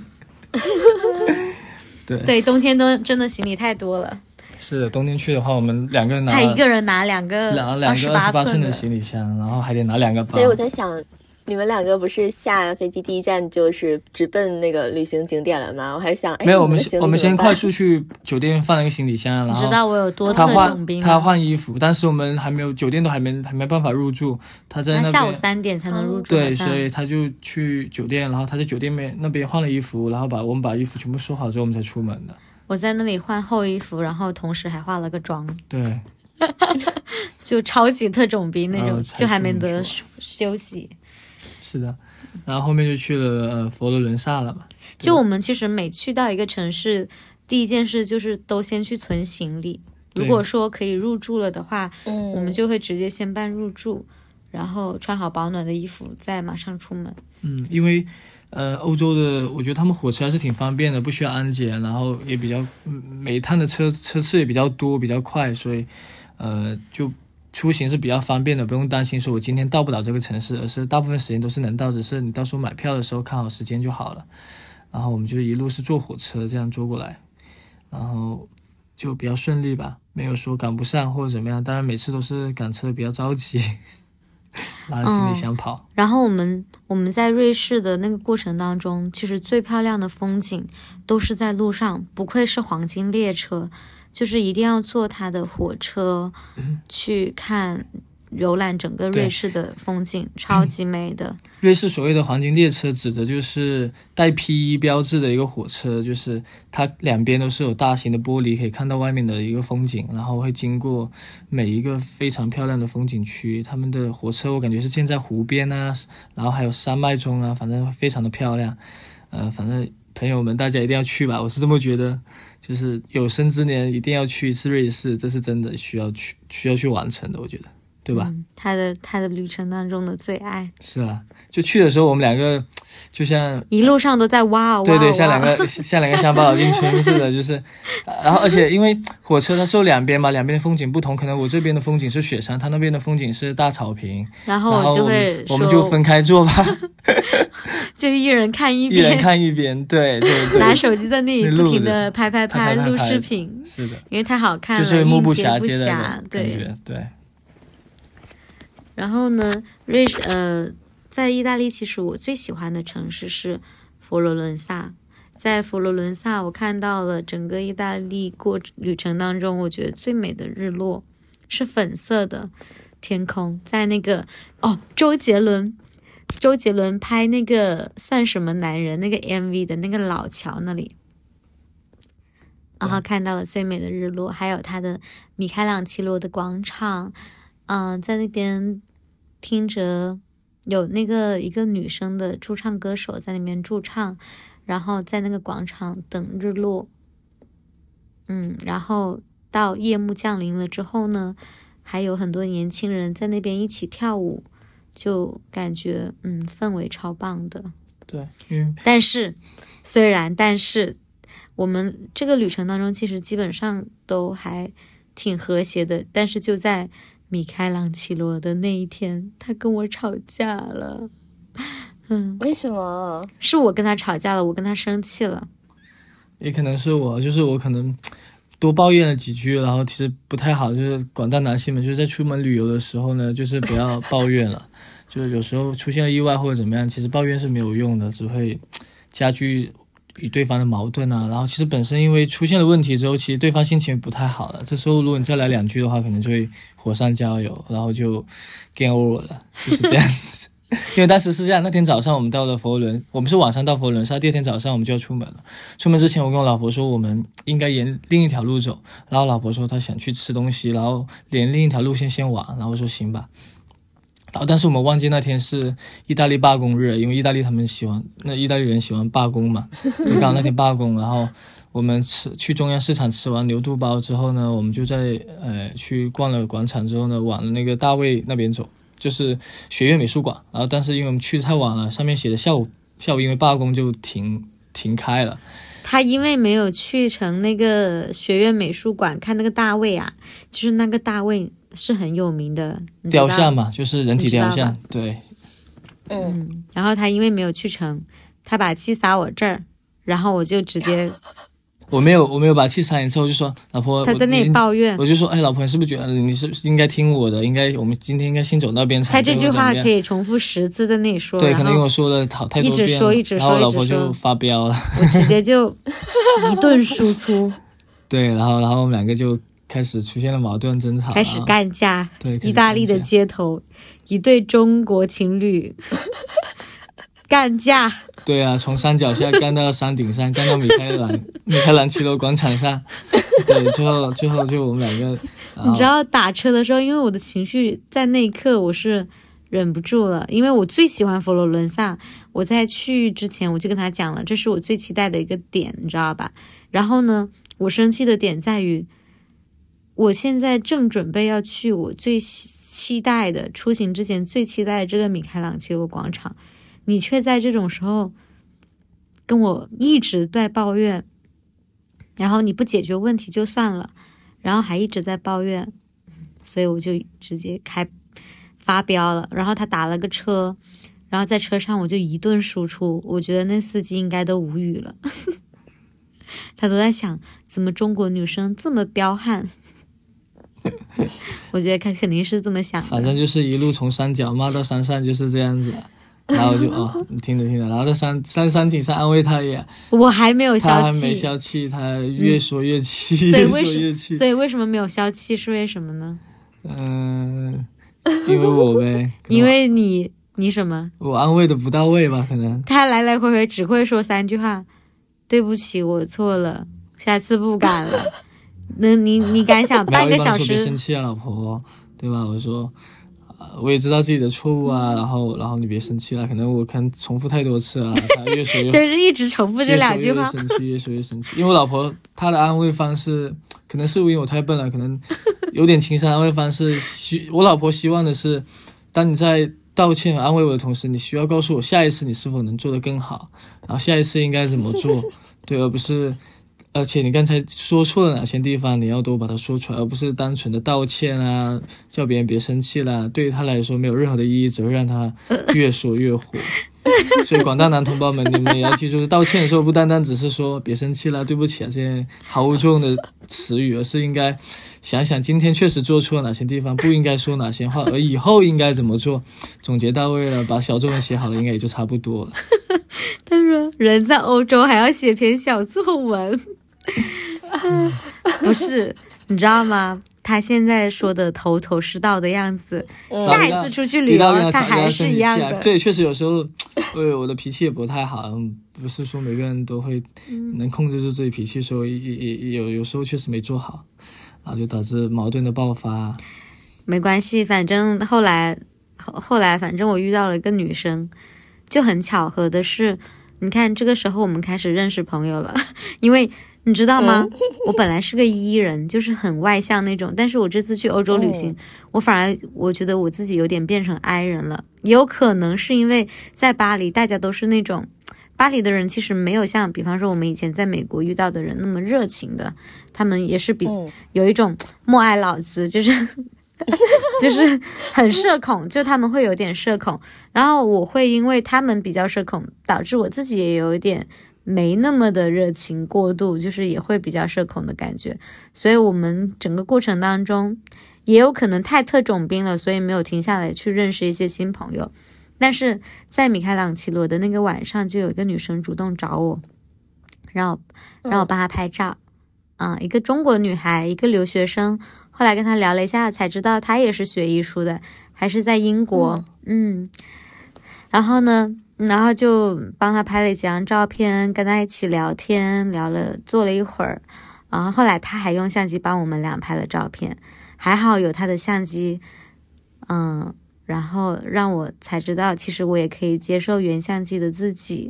对对，冬天都真的行李太多了。 是的，冬天去的话，我们两个人拿， 他一个人拿两个两两个二十八寸的行李箱，然后还得拿两个包。 所以我在想，你们两个不是下飞机第一站就是直奔那个旅行景点了吗？我还想，哎， 没有，我们我们先快速去酒店放了一个行李箱，然后你知道我有多特种兵吗？ 他换衣服，但是我们还没有酒店都还没还没办法入住，他在那边下午三点才能入住。 对，所以他就去酒店，然后他在酒店那边换了衣服，然后把我们把衣服全部收好之后，我们才出门的。 我在那里换厚衣服，然后同时还化了个妆。 对。 就超级特种兵那种，就还没得休息。 是的，然后后面就去了呃佛罗伦萨了嘛。 就我们其实每去到一个城市，第一件事就是都先去存行李。如果说可以入住了的话，我们就会直接先办入住，然后穿好保暖的衣服，再马上出门。 嗯，因为呃欧洲的，我觉得他们火车还是挺方便的，不需要安检，然后也比较每一趟的车车次也比较多，比较快，所以呃就。出行是比较方便的，不用担心说我今天到不了这个城市，而是大部分时间都是能到，只是你到时候买票的时候看好时间就好了。然后我们就一路是坐火车这样坐过来，然后就比较顺利吧，没有说赶不上或者怎么样。当然每次都是赶车比较着急，拿着行李箱跑、 嗯、然后我们我们在瑞士的那个过程当中，其实最漂亮的风景都是在路上，不愧是黄金列车，就是一定要坐它的火车去看游览整个瑞士的风景，超级美的。 瑞士所谓的黄金列车指的就是带 P 一 标志的一个火车，就是它两边都是有大型的玻璃可以看到外面的一个风景，然后会经过每一个非常漂亮的风景区。他们的火车我感觉是建在湖边啊，然后还有山脉中啊，反正非常的漂亮。呃，反正朋友们大家一定要去吧，我是这么觉得，就是有生之年一定要去一次瑞士，这是真的需要去需要去完成的，我觉得。对吧、 嗯、他的他的旅程当中的最爱。 是啊，就去的时候我们两个就像一路上都在哇哇， 对对，像两个像两个乡巴佬进村似的，就是然后而且因为火车它是有两边嘛，两边的风景不同，可能我这边的风景是雪山，他那边的风景是大草坪， 然后我就会说我们就分开坐吧就一人看一边， 一人看一边，对，就对， 拿手机在那里不停的拍拍拍录视频， 是的， 因为太好看了， 就是目不暇接的感觉，对。 然后呢，瑞士呃，在意大利，其实我最喜欢的城市是佛罗伦萨。在佛罗伦萨，我看到了整个意大利过旅程当中，我觉得最美的日落是粉色的天空，在那个哦，周杰伦，周杰伦拍那个算什么男人那个 M V 的那个老桥那里，然后看到了最美的日落，还有他的米开朗基罗的广场。嗯、呃，在那边听着有那个一个女生的驻唱歌手在那边驻唱，然后在那个广场等日落。嗯，然后到夜幕降临了之后呢，还有很多年轻人在那边一起跳舞，就感觉嗯氛围超棒的。 对，嗯， 但是虽然但是我们这个旅程当中其实基本上都还挺和谐的，但是就在米开朗基罗的那一天，他跟我吵架了。嗯， 为什么？ 是我跟他吵架了，我跟他生气了。 也可能是我，就是我可能多抱怨了几句，然后其实不太好。就是广大男性们，就是在出门旅游的时候呢，就是不要抱怨了。就是有时候出现了意外或者怎么样，其实抱怨是没有用的，只会加剧与对方的矛盾啊。然后其实本身因为出现了问题之后，其实对方心情不太好了。这时候如果你再来两句的话，可能就会火上浇油，然后就 game over 了，就是这样子。因为当时是这样，那天早上我们到了佛罗伦，我们是晚上到佛罗伦萨，第二天早上我们就要出门了。出门之前，我跟我老婆说，我们应该沿另一条路走。然后老婆说她想去吃东西，然后连另一条路线先玩。然后我说行吧。然后但是我们忘记那天是意大利罢工日，因为意大利他们喜欢，那意大利人喜欢罢工嘛，就刚好那天罢工。然后我们吃去中央市场吃完牛肚包之后呢，我们就在呃去逛了广场之后呢，往那个大卫那边走。就是学院美术馆，然后但是因为我们去的太晚了，上面写的下午下午因为罢工就停停开了。 他因为没有去成那个学院美术馆看那个大卫啊，就是那个大卫是很有名的雕像嘛，就是人体雕像，对。 嗯，然后他因为没有去成，他把气撒我这儿，然后我就直接。 我没有，我没有把气撒你之后就说老婆， 他在那里抱怨， 我就说，哎，老婆，你是不是觉得你是应该听我的？应该我们今天应该先走那边才。 他这句话可以重复十次在那里说， 对，可能因为我说了太多遍， 一直说一直说， 然后老婆就发飙了， 我直接就一顿输出。 对，然后然后我们两个就开始出现了矛盾争吵， 开始干架。 对， 意大利的街头，一对中国情侣干架。 对啊，从山脚下干到山顶上，干到米开朗米开朗基罗广场上。对，最后最后就我们两个。 你知道打车的时候，因为我的情绪在那一刻我是忍不住了，因为我最喜欢佛罗伦萨。我在去之前我就跟他讲了，这是我最期待的一个点，你知道吧？然后呢，我生气的点在于，我现在正准备要去我最期待的出行之前最期待的这个米开朗基罗广场。你却在这种时候跟我一直在抱怨，然后你不解决问题就算了，然后还一直在抱怨，所以我就直接开发飙了。然后他打了个车，然后在车上我就一顿输出，我觉得那司机应该都无语了。他都在想，怎么中国女生这么彪悍？我觉得他肯定是这么想的。 反正就是一路从山脚骂到山上，就是这样子。然后就哦，你听着听着，然后在山山山顶上安慰他也， 我还没有消气， 他还没消气，他越说越气， 嗯、 越说越气。 所以为什么没有消气？是为什么呢？ 嗯、呃， 因为我呗， 因为你你什么？ 我安慰的不到位吧，可能。 他来来回回只会说三句话：对不起，我错了，下次不敢了。那你你敢想半个小时？ 别生气啊，老婆，对吧？我说。我也知道自己的错误啊，然后然后你别生气了，可能我看重复太多次了，他越说越就是一直重复这两句话， 越说越生气，越说越生气。因为我老婆她的安慰方式，可能是因为我太笨了，可能有点情商安慰方式。我老婆希望的是，当你在道歉安慰我的同时，你需要告诉我下一次你是否能做得更好，然后下一次应该怎么做，对，而不是。而且你刚才说错了哪些地方，你要多把它说出来，而不是单纯的道歉啊，叫别人别生气啦。对于他来说没有任何的意义，只会让他越说越火。所以广大男同胞们，你们也要记住，道歉的时候不单单只是说别生气啦、对不起啊这些毫无作用的词语，而是应该想想今天确实做错了哪些地方，不应该说哪些话，而以后应该怎么做。总结到位了，把小作文写好了，应该也就差不多了。 他说人在欧洲还要写篇小作文。不是，你知道吗？他现在说的头头是道的样子，嗯、下一次出去旅游他还是一样的。 对，确实有时候，呃，我的脾气也不太好，不是说每个人都会能控制住自己脾气，所以也也有有时候确实没做好，然后就导致矛盾的爆发。 没关系，反正后来后后来，反正我遇到了一个女生，就很巧合的是，你看这个时候我们开始认识朋友了，因为。你知道吗？我本来是个 E 人，就是很外向那种，但是我这次去欧洲旅行，嗯、我反而我觉得我自己有点变成 I 人了，也有可能是因为在巴黎大家都是那种，巴黎的人其实没有像比方说我们以前在美国遇到的人那么热情的，他们也是比、嗯、有一种默哀老子，就是就是很社恐，就他们会有点社恐，然后我会因为他们比较社恐，导致我自己也有一点没那么的热情过度，就是也会比较社恐的感觉，所以我们整个过程当中也有可能太特种兵了，所以没有停下来去认识一些新朋友。但是在米开朗基罗的那个晚上，就有一个女生主动找我，让我让我帮她拍照啊、嗯，一个中国女孩，一个留学生，后来跟她聊了一下才知道她也是学艺术的，还是在英国。 嗯, 嗯然后呢然后就帮他拍了几张照片，跟他一起聊天，聊了坐了一会儿，然后后来他还用相机帮我们俩拍了照片，还好有他的相机，嗯，然后让我才知道，其实我也可以接受原相机的自己。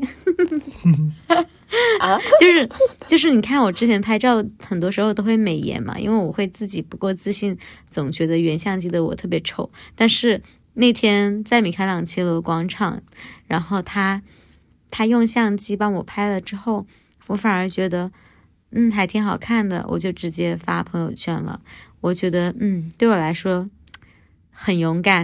啊，就是就是你看我之前拍照很多时候都会美颜嘛，因为我会自己不够自信，总觉得原相机的我特别丑，但是那天在米开朗基罗广场，然后他他用相机帮我拍了之后，我反而觉得嗯还挺好看的，我就直接发朋友圈了。我觉得嗯对我来说很勇敢。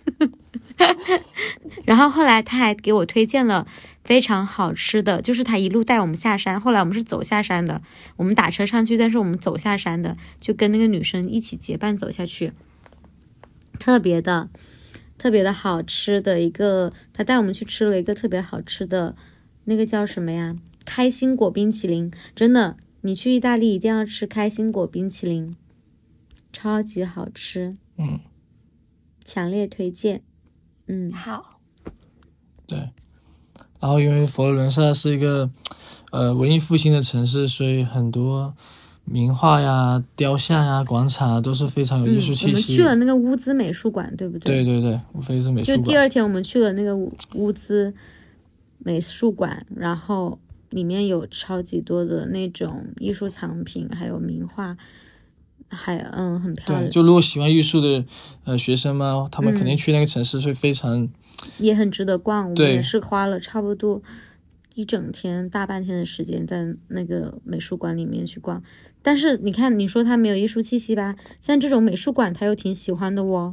然后后来他还给我推荐了非常好吃的，就是他一路带我们下山，后来我们是走下山的，我们打车上去，但是我们走下山的，就跟那个女生一起结伴走下去，特别的特别的好吃的一个，他带我们去吃了一个特别好吃的那个叫什么呀，开心果冰淇淋，真的你去意大利一定要吃开心果冰淇淋，超级好吃， 嗯， 强烈推荐。嗯， 好。 对，然后因为佛罗伦萨是一个呃文艺复兴的城市，所以很多名画呀、雕像呀、广场啊都是非常有艺术气息、嗯、我们去了那个乌兹美术馆，对不对？ 对对对，乌菲兹美术馆。 就第二天我们去了那个乌兹美术馆，然后里面有超级多的那种艺术藏品，还有名画，还嗯很漂亮。 对，就如果喜欢艺术的呃学生嘛，他们肯定去那个城市会非常、嗯、 也很值得逛。我们也是花了差不多一整天大半天的时间在那个美术馆里面去逛。但是你看，你说它没有艺术气息吧，像这种美术馆他又挺喜欢的哦。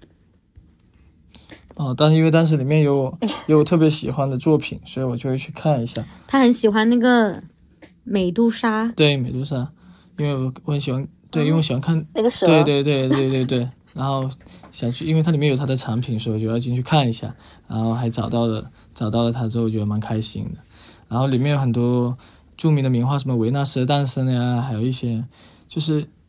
哦，但是因为当时里面有有特别喜欢的作品，所以我就会去看一下。 他很喜欢那个美杜莎。 对，美杜莎，因为我我很喜欢，对，因为我喜欢看、 嗯、那个蛇。 对对对对对对。然后想去，因为它里面有它的产品，所以我就要进去看一下。然后还找到了找到了它之后，我觉得蛮开心的。然后里面有很多著名的名画，什么维纳斯的诞生呀，还有一些就是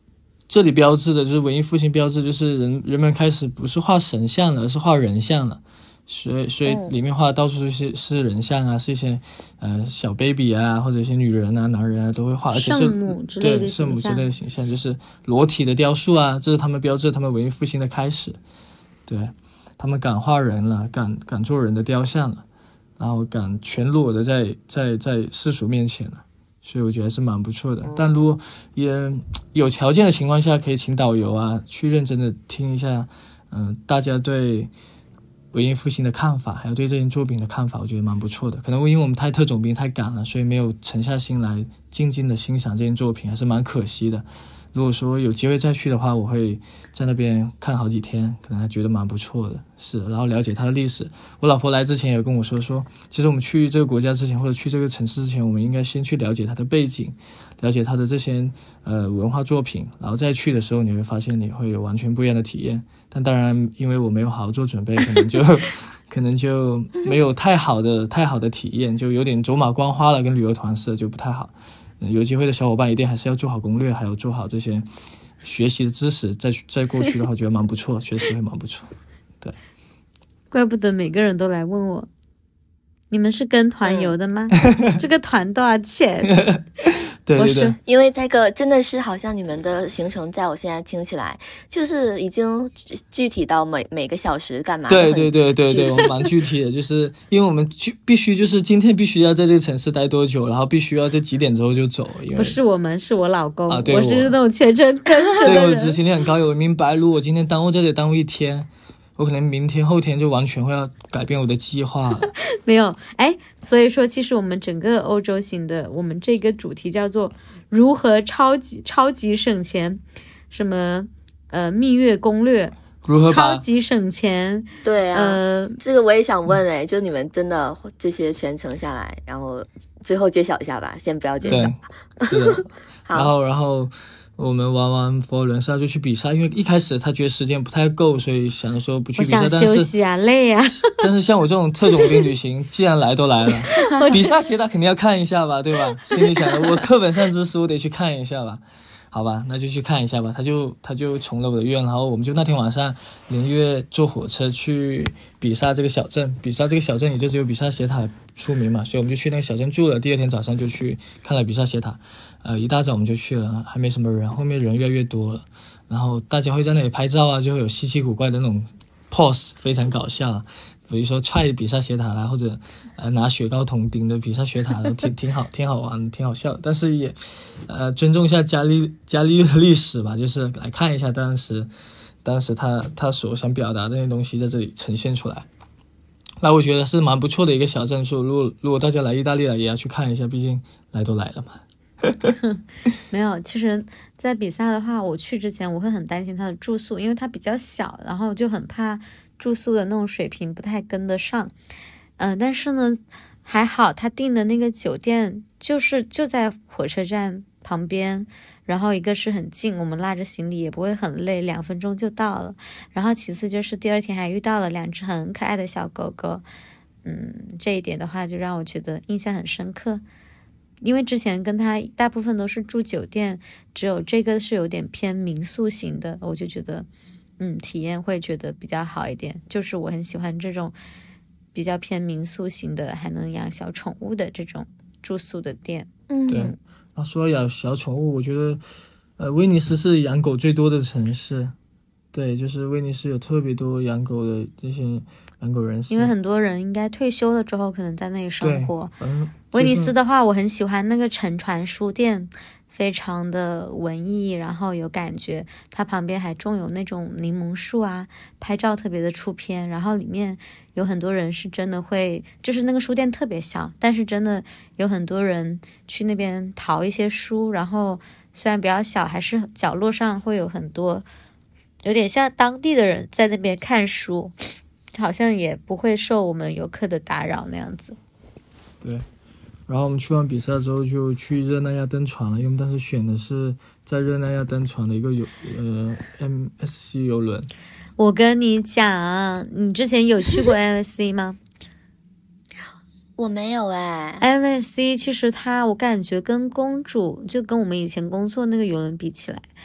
这里标志的就是文艺复兴标志，就是人人们开始不是画神像了，而是画人像了。所以所以里面画的到处是是人像啊，是一些呃小 baby 啊，或者一些女人啊、男人啊都会画，而且是圣母之类的对圣母之类的形象，就是裸体的雕塑啊，这是他们标志他们文艺复兴的开始。对，他们敢画人了，敢敢做人的雕像了，然后敢全裸的在在在世俗面前了。所以我觉得是蛮不错的，但如果也有条件的情况下，可以请导游啊去认真的听一下，嗯、呃，大家对文艺复兴的看法，还有对这件作品的看法，我觉得蛮不错的。可能因为我们太特种兵太赶了，所以没有沉下心来静静的欣赏这件作品，还是蛮可惜的。如果说有机会再去的话，我会在那边看好几天，可能还觉得蛮不错的。是，然后了解它的历史。我老婆来之前也跟我说说，其实我们去这个国家之前，或者去这个城市之前，我们应该先去了解它的背景，了解它的这些呃文化作品，然后再去的时候，你会发现你会有完全不一样的体验。但当然，因为我没有好好做准备，可能就可能就没有太好的太好的体验，就有点走马观花了，跟旅游团似的，就不太好。有机会的小伙伴一定还是要做好攻略，还有做好这些学习的知识，再再过去的话，觉得蛮不错，确实会蛮不错。对， 怪不得每个人都来问我，你们是跟团游的吗？这个团多少钱？ 对对对， 因为那个真的是好像你们的行程，在我现在听起来，就是已经具体到每每个小时干嘛。 对对对对对，我们蛮具体的，就是因为我们去必须就是今天必须要在这个城市待多久，然后必须要在几点之后就走。因为不是我们，是我老公， 啊、对我是那种全程跟着的人。 对，我执行力很高，我明白，如果今天耽误在这里耽误一天，我可能明天后天就完全会要改变我的计划了。 没有，哎，所以说其实我们整个欧洲行的，我们这个主题叫做如何超级超级省钱，什么呃蜜月攻略， 如何把超级省钱。 对啊， 呃， 这个我也想问哎，就你们真的这些全程下来，然后最后揭晓一下吧，先不要揭晓。 是的，然后然后。我们玩完佛罗伦萨就去比萨，因为一开始他觉得时间不太够，所以想说不去比萨。 我想休息啊，累啊。 但是像我这种特种兵旅行，既然来都来了，比萨斜塔肯定要看一下吧，对吧？心里想的，我课本上知识我得去看一下吧。好吧，那就去看一下吧。他就他就从了我的愿，然后我们就那天晚上连夜坐火车去比萨这个小镇。比萨这个小镇也就只有比萨斜塔出名嘛，所以我们就去那个小镇住了。第二天早上就去看了比萨斜塔，呃，一大早我们就去了，还没什么人，后面人越来越多了，然后大家会在那里拍照啊，就会有稀奇古怪的那种 pose， 非常搞笑。比如说踹比萨斜塔啦，或者呃拿雪糕筒顶着比萨斜塔，挺挺好，挺好玩，挺好笑的。但是也呃尊重一下伽利伽利略的历史吧，就是来看一下当时当时他他所想表达的那些东西在这里呈现出来。那我觉得是蛮不错的一个小镇，说如果如果大家来意大利了，也要去看一下，毕竟来都来了嘛。 没有，其实在比萨的话，我去之前我会很担心它的住宿，因为它比较小，然后就很怕住宿的那种水平不太跟得上。嗯、呃，但是呢还好，他订的那个酒店就是就在火车站旁边，然后一个是很近，我们拉着行李也不会很累，两分钟就到了。然后其次就是第二天还遇到了两只很可爱的小狗狗，嗯，这一点的话就让我觉得印象很深刻。因为之前跟他大部分都是住酒店，只有这个是有点偏民宿型的，我就觉得嗯，体验会觉得比较好一点。就是我很喜欢这种比较偏民宿型的，还能养小宠物的这种住宿的店。 嗯， 对。啊，说到养小宠物，我觉得呃，威尼斯是养狗最多的城市。对，就是威尼斯有特别多养狗的这些养狗人士， 因为很多人应该退休了之后可能在那里生活。 嗯， 威尼斯的话，我很喜欢那个沉船书店，非常的文艺，然后有感觉。它旁边还种有那种柠檬树啊，拍照特别的出片。然后里面有很多人是真的会，就是那个书店特别小，但是真的有很多人去那边淘一些书，然后虽然比较小，还是角落上会有很多有点像当地的人在那边看书，好像也不会受我们游客的打扰那样子。 对，然后我们去完比萨之后就去热那亚登船了，因为我们当时选的是在热那亚登船的一个游呃 M S C 游轮。 我跟你讲，你之前有去过 M S C 吗？ 我没有哎。 M S C 其实它我感觉跟公主就跟我们以前工作那个游轮比起来，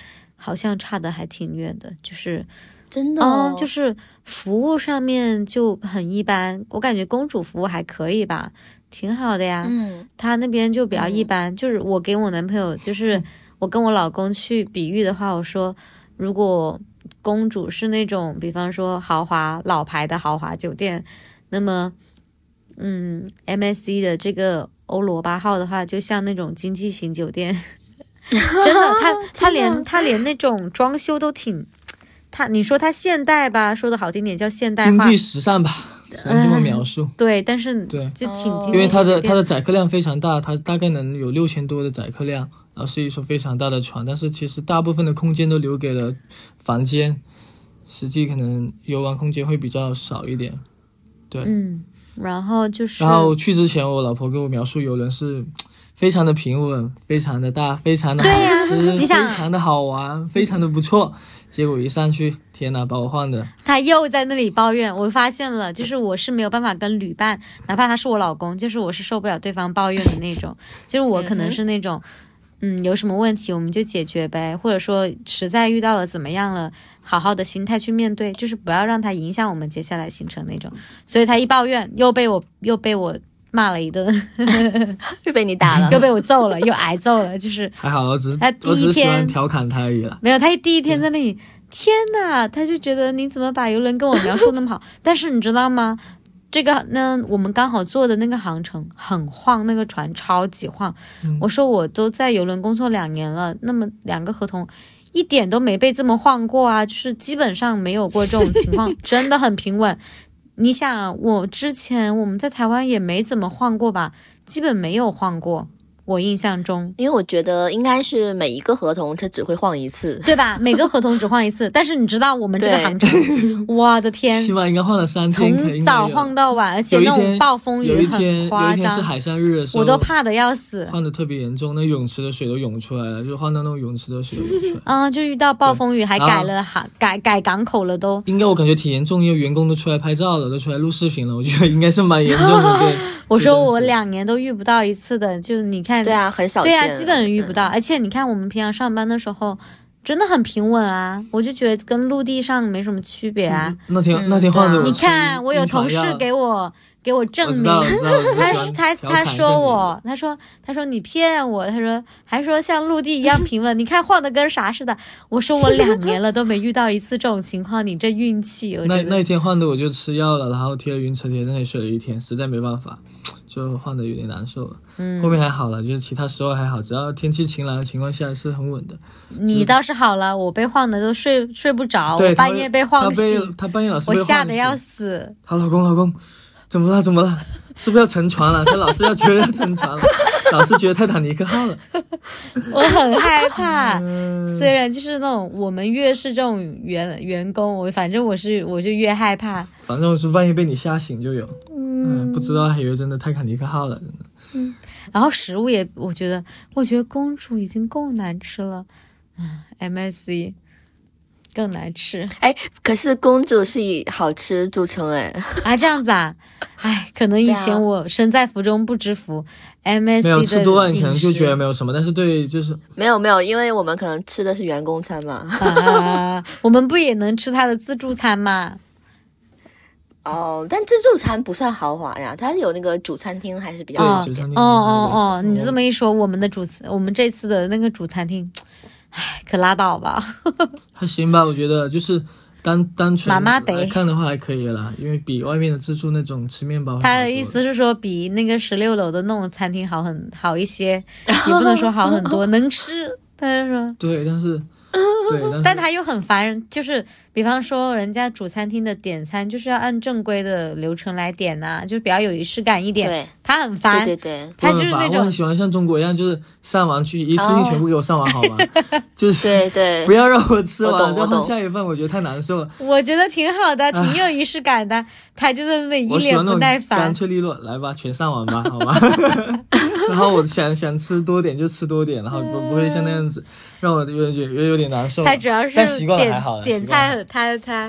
好像差的还挺远的，就是真的哦、 嗯，就是服务上面就很一般，我感觉公主服务还可以吧，挺好的呀。 嗯， 他那边就比较一般，嗯、就是我给我男朋友，就是我跟我老公去比喻的话，我说如果公主是那种，比方说豪华老牌的豪华酒店，那么嗯 M S C 的这个欧罗巴号的话，就像那种经济型酒店。真的，他他连他连那种装修都挺，他你说他现代吧，说的好听点叫现代化， 经济时尚吧，只能这么描述。 嗯、对，但是对， 就挺经济， 因为它的它的载客量非常大，它大概能有六千多的载客量，然后是一艘非常大的船，但是其实大部分的空间都留给了房间，实际可能游玩空间会比较少一点。对， 嗯，然后就是， 然后去之前，我老婆跟我描述游轮是非常的平稳，非常的大，非常的好吃， 啊、 非常的好玩，非常的不错。结果一上去，天哪，把我晃的。 他又在那里抱怨，我发现了，就是我是没有办法跟旅伴，哪怕他是我老公，就是我是受不了对方抱怨的那种。就是我可能是那种，嗯，有什么问题我们就解决呗，或者说实在遇到了怎么样了，好好的心态去面对，就是不要让他影响我们接下来行程那种。所以他一抱怨，又被我又被我。骂了一顿又被你打了又被我揍了又挨揍了，就是还好我只是他第一天我只是喜欢调侃他而已啦。 没有，他第一天在那里天哪，他就觉得你怎么把游轮跟我描述那么好但是你知道吗，这个呢我们刚好坐的那个航程很晃，那个船超级晃、嗯、我说我都在游轮工作两年了，那么两个合同一点都没被这么晃过啊，就是基本上没有过这种情况真的很平稳。你想我之前我们在台湾也没怎么晃过吧，基本没有晃过，我印象中。 因为我觉得应该是每一个合同它只会晃一次， 对吧？每个合同只晃一次但是你知道我们这个航程我的天， 起码应该晃了三天， 从早晃到晚，而且那种暴风雨很夸张。 有一天有一天是海上日的时候， 我都怕的要死， 晃得特别严重，那泳池的水都涌出来了，就晃到那种泳池的水都涌出来啊、嗯，就遇到暴风雨还改了航改改港口了都。 应该我感觉挺严重，因为员工都出来拍照了，都出来录视频了，我觉得应该是蛮严重的。对我说我两年都遇不到一次的，就你看， 对啊，很少见， 对啊，基本遇不到、嗯、而且你看我们平常上班的时候真的很平稳啊，我就觉得跟陆地上没什么区别啊、 嗯、那天、嗯、那天晃的我， 你看我有同事给我给我证明，他他他说我，他说他说你骗我，他说还说像陆地一样平稳，你看晃的跟啥似的。我说我两年了都没遇到一次这种情况，你这运气。 那那一天晃的我就吃药了，然后贴了晕车贴，在那里睡了一天，实在没办法，就晃的有点难受了。嗯，后面还好了，就是其他时候还好，只要天气晴朗的情况下是很稳的。 你倒是好了，我被晃的都睡睡不着，我半夜被晃醒， 他半夜老是被晃醒， 我吓得要死。 他老公老公。怎么了？怎么了？是不是要沉船了？他老是要觉得要沉船了，老是觉得泰坦尼克号了。 我很害怕，虽然就是那种我们越是这种员员工，我反正我是我就越害怕。 反正我是万一被你吓醒就有，嗯，不知道还以为真的泰坦尼克号了，真的。 嗯，然后食物也，我觉得，我觉得公主已经够难吃了，嗯 ，M S C。更难吃哎，可是公主是以好吃著称哎啊，这样子啊，哎，可能以前我身在福中不知福、啊、M S C 的没有吃多了，你可能就觉得没有什么，但是对，就是没有没有，因为我们可能吃的是员工餐嘛， 啊，我们不也能吃他的自助餐吗？ 哦，但自助餐不算豪华呀，它有那个主餐厅还是比较好。哦哦哦哦，你这么一说，我们的主我们这次的那个主餐厅。唉，可拉倒吧。 还行吧，我觉得就是单单纯妈妈得来看的话还可以啦，因为比外面的自助那种吃面包。 他的意思是说比那个十六楼的那种餐厅好很好一些，也不能说好很多，能吃。他就说对，但是对，但, 但他又很烦人，就是比方说人家主餐厅的点餐就是要按正规的流程来点呐、啊，就比较有仪式感一点。 对， 他很烦， 对对对， 他就是那种我很喜欢像中国一样，就是上完去一次性全部给我上完好吗？哦、就是对对， 不要让我吃完再换下一份，我觉得太难受了。 我觉得挺好的，挺有仪式感的。他就在那里一脸不耐烦， 干脆利落，来吧，全上完吧，好吗？然后我想想吃多点就吃多点，然后不不会像那样子让我有点有有点难受。 他主要是但习惯了还好， 点点菜，他他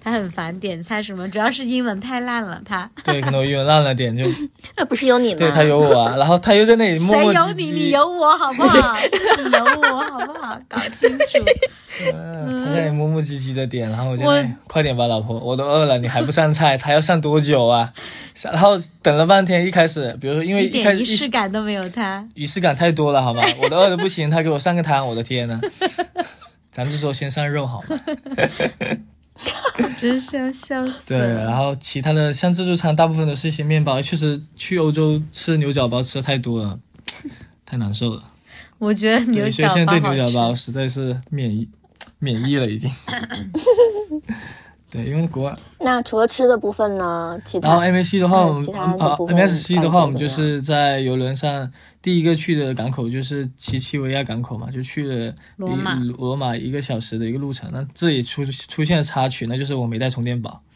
他很烦点菜什么，主要是英文太烂了。他对，可能我英文烂了点，就那不是有你吗？ 对他有我啊，然后他又在那里磨磨唧唧。 谁有你？你有我好不好？是你有我好不好？搞清楚。 呃、他在那里磨磨唧唧的点，然后我就我快点吧，老婆，我都饿了，你还不上菜，他要上多久啊？然后等了半天，一开始，比如说因为一开始仪式感都没有他， 仪式感太多了，好吗？我都饿得不行，他给我上个汤，我的天呐！咱就说先上肉好吗？ 真是要笑死了。对，然后其他的像自助餐，大部分都是一些面包，确实去欧洲吃牛角包吃的太多了，太难受了。 我觉得牛角包好吃， 所以现在对牛角包实在是免疫免疫了已经。对，因为国外。 那除了吃的部分呢？其他。 然后 M A C 的话，我们其他啊 M S C 的话，我们就是在邮轮上第一个去的港口就是奇奇维亚港口嘛，就去了罗马罗马一个小时的一个路程。那这也出出现了插曲，那就是我没带充电宝。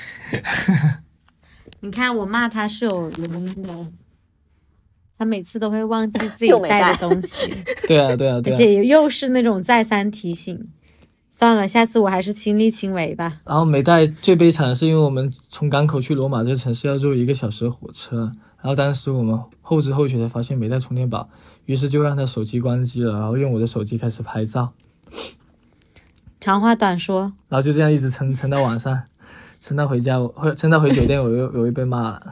你看我骂他是有原因的，他每次都会忘记自己带的东西。 对啊，对啊，对啊， 而且又是那种再三提醒。算了，下次我还是亲力亲为吧。 然后没带最悲惨的是，因为我们从港口去罗马这个城市要坐一个小时的火车，然后当时我们后知后觉的发现没带充电宝，于是就让他手机关机了，然后用我的手机开始拍照。 长话短说， 然后就这样一直撑撑到晚上，撑到回家，我撑到回酒店，我又我又被骂了。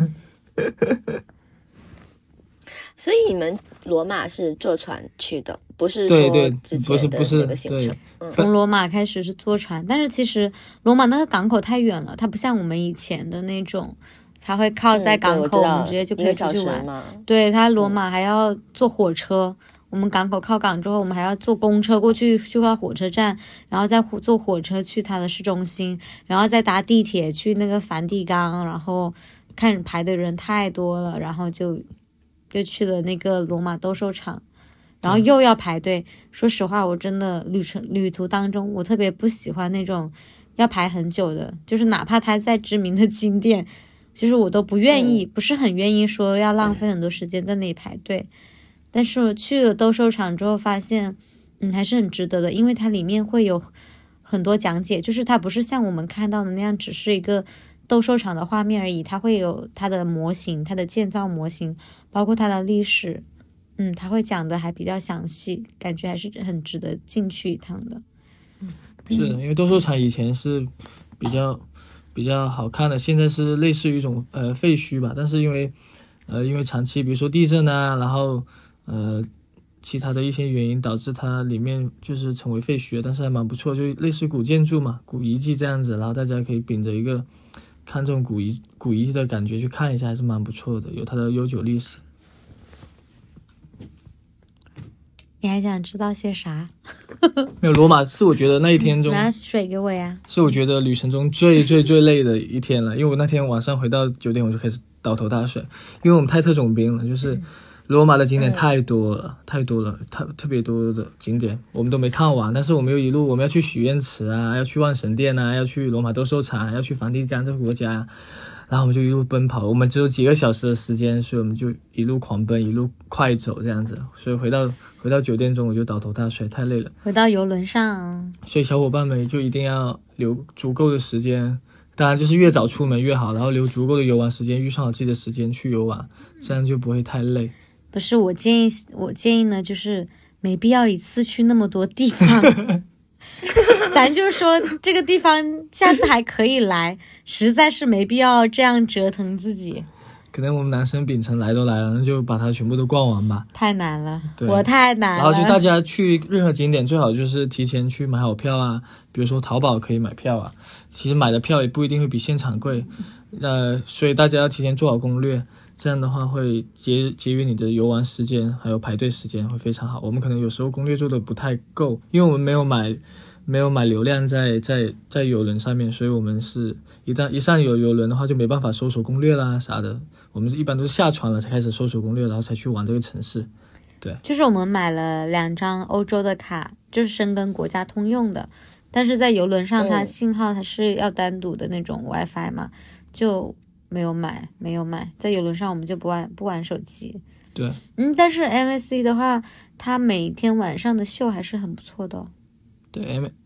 所以你们罗马是坐船去的，不是说之前的那个行程。 嗯、从罗马开始是坐船，但是其实罗马那个港口太远了，它不像我们以前的那种，它会靠在港口， 嗯、 我们直接就可以出去玩。 对， 它罗马还要坐火车，嗯、我们港口靠港之后，我们还要坐公车过去去到火车站，然后再坐火车去它的市中心，然后再搭地铁去那个梵蒂冈，然后看排的人太多了，然后就。就去了那个罗马斗兽场，然后又要排队。说实话，我真的旅程旅途当中，我特别不喜欢那种要排很久的，就是哪怕它再知名的景点，其实我都不愿意，嗯、不是很愿意说要浪费很多时间在那里排队。但是我去了斗兽场之后，发现嗯还是很值得的，因为它里面会有很多讲解，就是它不是像我们看到的那样，只是一个。斗兽场的画面而已，它会有它的模型，它的建造模型，包括它的历史，嗯，它会讲的还比较详细，感觉还是很值得进去一趟的。 是的，因为斗兽场以前是比较比较好看的，现在是类似于一种呃废墟吧，但是因为呃因为长期比如说地震啊，然后呃其他的一些原因导致它里面就是成为废墟，但是还蛮不错，就类似于古建筑嘛，古遗迹这样子，然后大家可以秉着一个。看这种古遗古遗迹的感觉去看一下，还是蛮不错的，有它的悠久历史。 你还想知道些啥？ 没有，罗马是我觉得那一天中拿水给我呀。 是我觉得旅程中最最最累的一天了，因为我那天晚上回到酒店我就开始倒头大睡，因为我们太特种兵了，就是罗马的景点太多了，嗯、太多了，太特别多的景点我们都没看完，但是我们又一路我们要去许愿池啊，要去万神殿啊，要去罗马斗兽场，要去梵蒂冈这个国家，然后我们就一路奔跑，我们只有几个小时的时间，所以我们就一路狂奔，一路快走这样子，所以回到回到酒店中我就倒头大睡，太累了。 回到游轮上， 所以小伙伴们就一定要留足够的时间。当然就是越早出门越好，然后留足够的游玩时间，预算好自己的时间去游玩，这样就不会太累。 不是，我建议我建议呢，就是没必要一次去那么多地方。咱就说这个地方下次还可以来，实在是没必要这样折腾自己。 可能我们男生秉承来都来了，那就把它全部都逛完吧。 太难了，我太难了。 然后就大家去任何景点最好就是提前去买好票啊，比如说淘宝可以买票啊，其实买的票也不一定会比现场贵，呃，所以大家要提前做好攻略，这样的话会节节约你的游玩时间，还有排队时间会非常好。我们可能有时候攻略做的不太够，因为我们没有买没有买流量在在在邮轮上面，所以我们是一旦一上有邮轮的话就没办法搜索攻略啦啥的，我们一般都是下船了才开始搜索攻略，然后才去玩这个城市。对， 就是我们买了两张欧洲的卡，就是申根国家通用的，但是在邮轮上它信号它是要单独的那种 WiFi 嘛，就没有买没有买在邮轮上我们就不玩不玩手机。 对， 嗯，但是 M S C 的话它每天晚上的秀还是很不错的哦。 对 M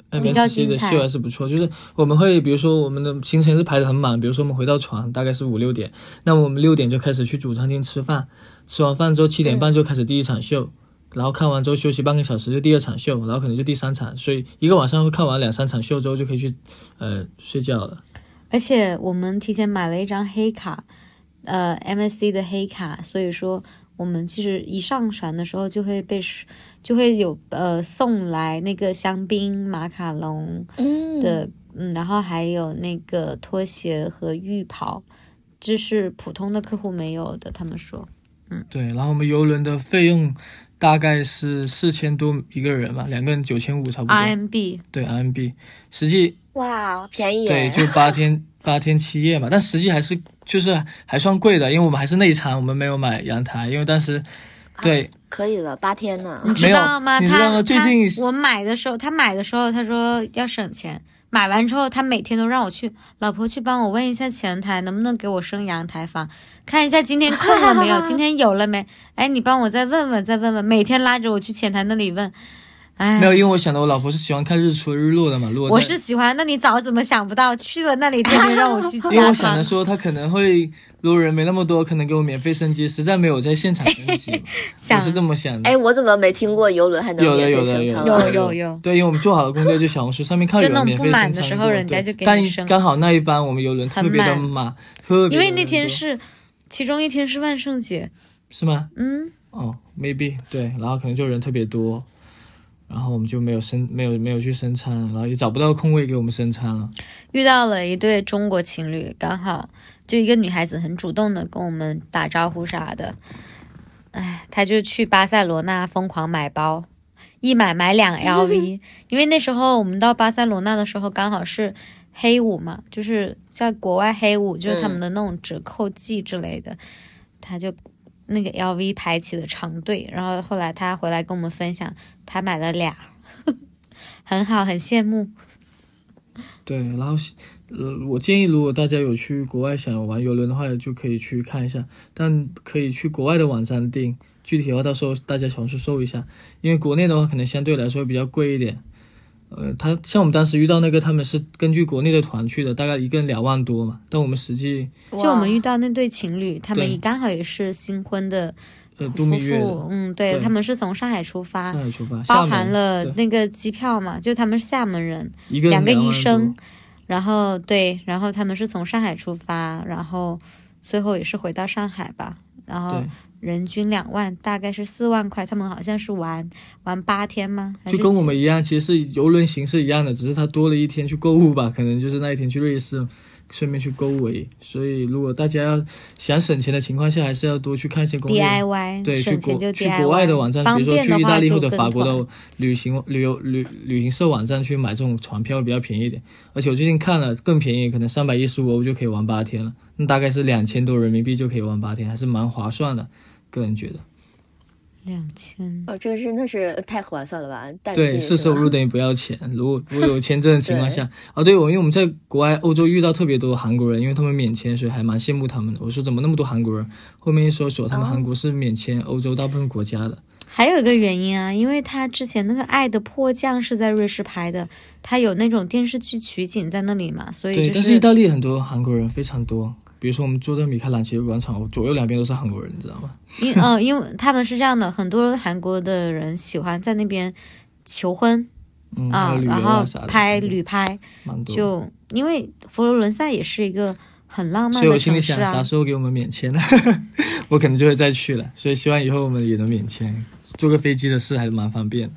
M S C 的秀还是不错，就是我们会比如说我们的行程是排得很满，比如说我们回到床大概是五六点，那么我们六点就开始去主餐厅吃饭，吃完饭之后七点半就开始第一场秀、嗯、然后看完之后休息半个小时就第二场秀，然后可能就第三场，所以一个晚上会看完两三场秀之后就可以去呃睡觉了。 而且我们提前买了一张黑卡，呃 M S C 的黑卡，所以说我们其实一上船的时候就会被就会有呃送来那个香槟马卡龙的 嗯, 嗯，然后还有那个拖鞋和浴袍，这是普通的客户没有的，他们说。嗯， 对，然后我们邮轮的费用大概是四千多一个人吧，两个人九千五差不多 R M B。 对 R M B 实际哇便宜耶， 对，就八天八天七夜嘛，但实际还是就是还算贵的，因为我们还是内舱，我们没有买阳台，因为当时对、啊、 可以了八天呢。 你知道吗？ 你知道吗？最近我买的时候，他买的时候他说要省钱，买完之后他每天都让我去，老婆去帮我问一下前台能不能给我升阳台房，看一下今天空了没有今天有了没，哎，你帮我再问问再问问，每天拉着我去前台那里问。哎， 没有，因为我想的我老婆是喜欢看日出日落的嘛，落我是喜欢，那你早怎么想不到去了那里天天让我去加班。 因为我想的说他可能会如果人没那么多可能给我免费升级，实在没有在现场升级我是这么想的。 哎，我怎么没听过邮轮还能免费升舱？ 有有有有， 对，因为我们做好了攻略，就小红书上面看有人免费升舱， 就那种不满的时候人家就给你升， 但刚好那一班我们邮轮特别的满，特别的， 因为那天是其中一天是万圣节。 是吗？ 嗯， 哦 maybe 对，然后可能就人特别多，然后我们就没有升没有没有去升舱，然后也找不到空位给我们升舱了。 遇到了一对中国情侣，刚好就一个女孩子很主动的跟我们打招呼啥的，哎，她就去巴塞罗那疯狂买包，一买买两 L V 因为那时候我们到巴塞罗那的时候刚好是黑五嘛，就是在国外黑五就是他们的那种折扣季之类的，她就那个 L V 排起了长队，然后后来他回来跟我们分享他买了俩很好，很羡慕。 对，然后呃，我建议如果大家有去国外想玩邮轮的话就可以去看一下，但可以去国外的网站订，具体的话到时候大家小红书搜一下，因为国内的话可能相对来说比较贵一点。呃，他像我们当时遇到那个他们是根据国内的团去的，大概一个人两万多嘛，但我们实际就我们遇到那对情侣，他们刚好也是新婚的呃度蜜月的， 嗯对，对，他们是从上海出发， 上海出发， 包含了那个机票嘛，就他们是厦门人，一个人两个医生，然后对，然后他们是从上海出发，然后最后也是回到上海吧，然后人均两万，大概是四万块，他们好像是玩玩八天吗？ 就跟我们一样，其实是邮轮形式一样的，只是他多了一天去购物吧，可能就是那一天去瑞士顺便去购物而已。所以如果大家要想省钱的情况下，还是要多去看一些攻略 D I Y， 对， 省钱就 D I Y， 去国外的网站，比如说去意大利或者法国的旅行旅游旅旅行社网站去买这种船票比较便宜一点。而且我最近看了更便宜，可能三百一十五欧就可以玩八天了，那大概是两千多人民币就可以玩八天，还是蛮划算的，个人觉得。 两千哦，这个真的是太划算了吧？ 对，是收入等于不要钱。如果如果有签证的情况下，哦，对，我因为我们在国外欧洲遇到特别多韩国人，因为他们免签，所以还蛮羡慕他们的。我说怎么那么多韩国人？后面一搜索，他们韩国是免签欧洲大部分国家的。 还有一个原因啊，因为他之前那个《爱的迫降》是在瑞士拍的，他有那种电视剧取景在那里嘛，所以、就是、 对，但是意大利很多韩国人非常多。比如说我们坐在米开朗基罗广场，左右两边都是韩国人，你知道吗？ 因呃，因为他们是这样的，很多韩国的人喜欢在那边求婚， 嗯啊， 啊然后拍旅拍， 就就因为佛罗伦萨也是一个很浪漫的城市啊。 所以我心里想，啥时候给我们免签呢？我可能就会再去了。所以希望以后我们也能免签，坐个飞机的事还是蛮方便的。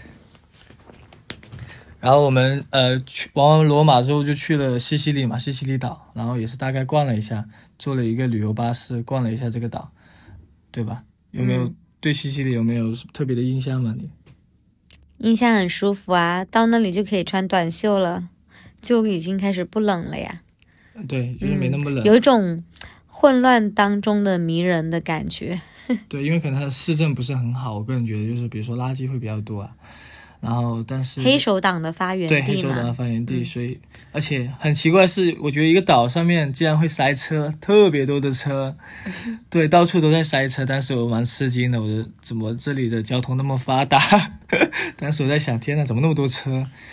然后我们呃去玩完罗马之后就去了西西里嘛，西西里岛，然后也是大概逛了一下，坐了一个旅游巴士逛了一下这个岛，对吧？有没有、嗯、对西西里有没有特别的印象吗？你印象很舒服啊，到那里就可以穿短袖了，就已经开始不冷了呀。 对，就是没那么冷、 嗯、有一种混乱当中的迷人的感觉。 对，因为可能它的市政不是很好，我个人觉得就是比如说垃圾会比较多啊。然后但是黑手党的发源地嘛， 对，黑手党的发源地、嗯、所以而且很奇怪是我觉得一个岛上面竟然会塞车，特别多的车对，到处都在塞车，但是我蛮吃惊的，我的怎么这里的交通那么发达当时我在想天哪，怎么那么多车，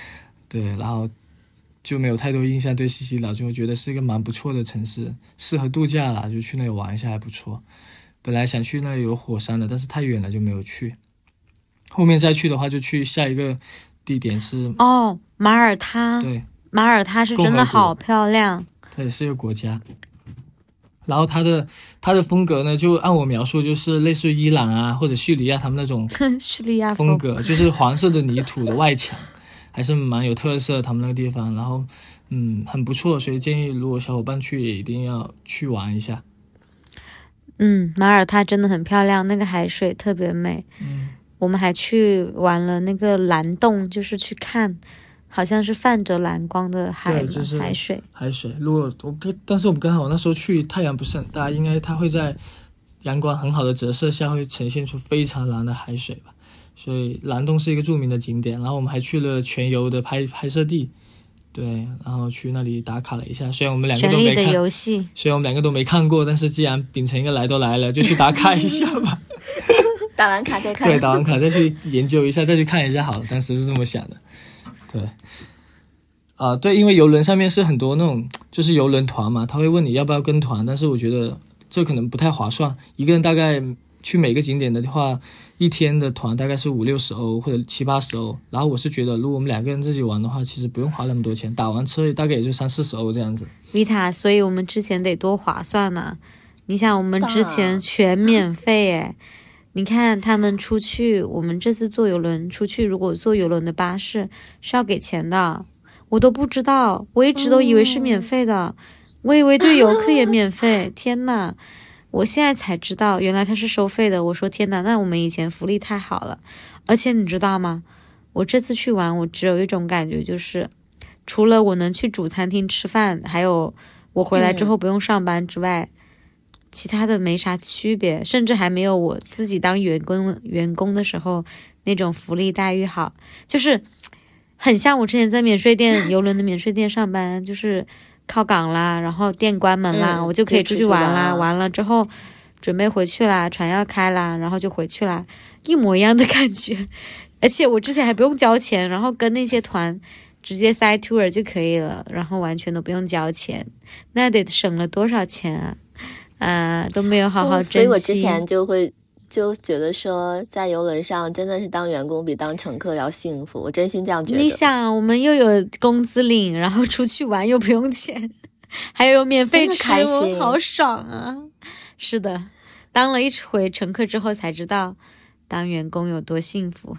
对，然后就没有太多印象对西西岛，就觉得是一个蛮不错的城市，适合度假啦，就去那里玩一下还不错。本来想去那里有火山的，但是太远了就没有去。后面再去的话就去下一个地点是哦马耳他。 对， 马耳他是真的好漂亮， 它也是一个国家。然后它的它的风格呢，就按我描述，就是类似于伊朗啊或者叙利亚他们那种叙利亚风格，就是黄色的泥土的外墙，还是蛮有特色的他们那个地方。然后嗯很不错，所以建议如果小伙伴去也一定要去玩一下。 嗯，马耳他真的很漂亮，那个海水特别美。 嗯， 我们还去玩了那个蓝洞，就是去看好像是泛着蓝光的海， 对，就是海水海水。如果我但是我们刚好那时候去太阳不是很大，应该它会在阳光很好的折射下会呈现出非常蓝的海水吧，所以蓝洞是一个著名的景点。然后我们还去了全游的拍拍摄地，对，然后去那里打卡了一下。虽然我们两个都没看， 权力的游戏， 虽然我们两个都没看过，但是既然秉承一个来都来了，就去打卡一下吧。 打完卡再看。 对，打完卡再去研究一下，再去看一下好了。当时是这么想的。对，啊、呃，对，因为邮轮上面是很多那种就是邮轮团嘛，他会问你要不要跟团，但是我觉得这可能不太划算。一个人大概去每个景点的话，一天的团大概是五六十欧或者七八十欧。然后我是觉得，如果我们两个人自己玩的话，其实不用花那么多钱，打完车大概也就三四十欧这样子。 维塔，所以我们之前得多划算呢。你想，我们之前全免费诶。你看他们出去，我们这次坐邮轮出去，如果坐邮轮的巴士是要给钱的，我都不知道，我一直都以为是免费的，嗯、我以为对游客也免费。天哪，我现在才知道原来它是收费的。我说天哪，那我们以前福利太好了。而且你知道吗，我这次去玩，我只有一种感觉，就是除了我能去主餐厅吃饭，还有我回来之后不用上班之外、嗯其他的没啥区别，甚至还没有我自己当员工员工的时候那种福利待遇好，就是很像我之前在免税店邮轮的免税店上班，就是靠港啦，然后店关门啦、嗯、我就可以出去玩啦，完了之后准备回去啦，船要开啦，然后就回去啦，一模一样的感觉。而且我之前还不用交钱，然后跟那些团直接塞 tour 就可以了，然后完全都不用交钱，那得省了多少钱啊！啊，都没有好好珍惜、嗯、 所以我之前就会就觉得说在邮轮上真的是当员工比当乘客要幸福，我真心这样觉得。 你想，我们又有工资领，然后出去玩又不用钱，还有免费吃，我好爽啊！是的，当了一回乘客之后才知道当员工有多幸福。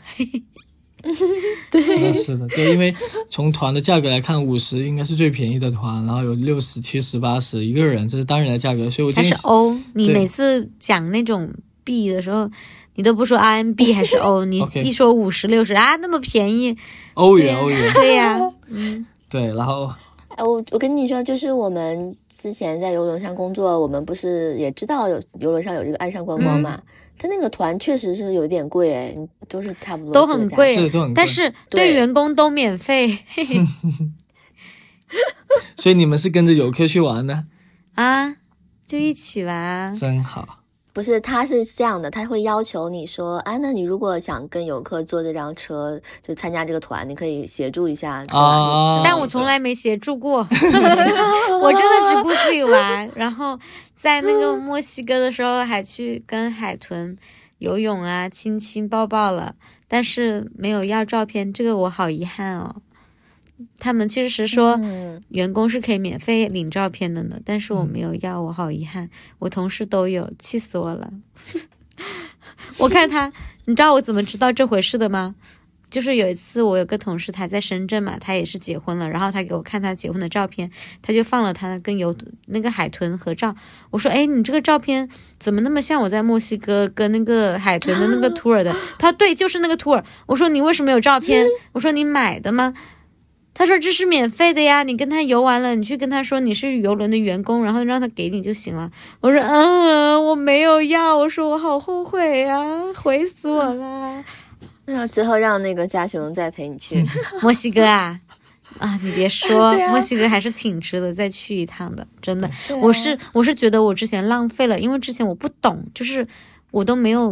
对，是的，对，因为从团的价格来看，五十应该是最便宜的团，然后有六十、七十、八十一个人，这是单人的价格，所以我建议它是欧。你每次讲那种币的时候，你都不说 R M B 还是欧，你一说五十、六十啊，那么便宜， 欧元，欧元， 对呀、啊，嗯， 对，然后， 我我跟你说，就是我们之前在邮轮上工作，我们不是也知道有邮轮上有这个岸上观光嘛。嗯，他那个团确实是有点贵诶，都是差不多都很贵， 是都很贵， 但是对员工都免费。 所以你们是跟着游客去玩的啊？就一起玩， 真好。 不是，他是这样的，他会要求你说，啊，那你如果想跟游客坐这辆车，就参加这个团，你可以协助一下。 啊！但我从来没协助过，我真的只顾自己玩。然后在那个墨西哥的时候，还去跟海豚游泳啊，亲亲抱抱了，但是没有要照片，这个我好遗憾哦。他们其实是说员工是可以免费领照片的呢，但是我没有要，我好遗憾。我同事都有，气死我了。我看他，你知道我怎么知道这回事的吗？就是有一次我有个同事，他在深圳嘛，他也是结婚了，然后他给我看他结婚的照片，他就放了他跟游那个海豚合照。我说，哎，你这个照片怎么那么像我在墨西哥跟那个海豚的那个 tour 的？他说对，就是那个 tour。我说你为什么有照片？我说你买的吗？他说这是免费的呀，你跟他游完了，你去跟他说你是邮轮的员工，然后让他给你就行了。我说嗯，我没有要，我说我好后悔呀、啊，悔死我了。 那之后让那个家熊再陪你去墨西哥啊啊！你别说、啊，墨西哥还是挺值得再去一趟的，真的。啊、我是我是觉得我之前浪费了，因为之前我不懂，就是我都没有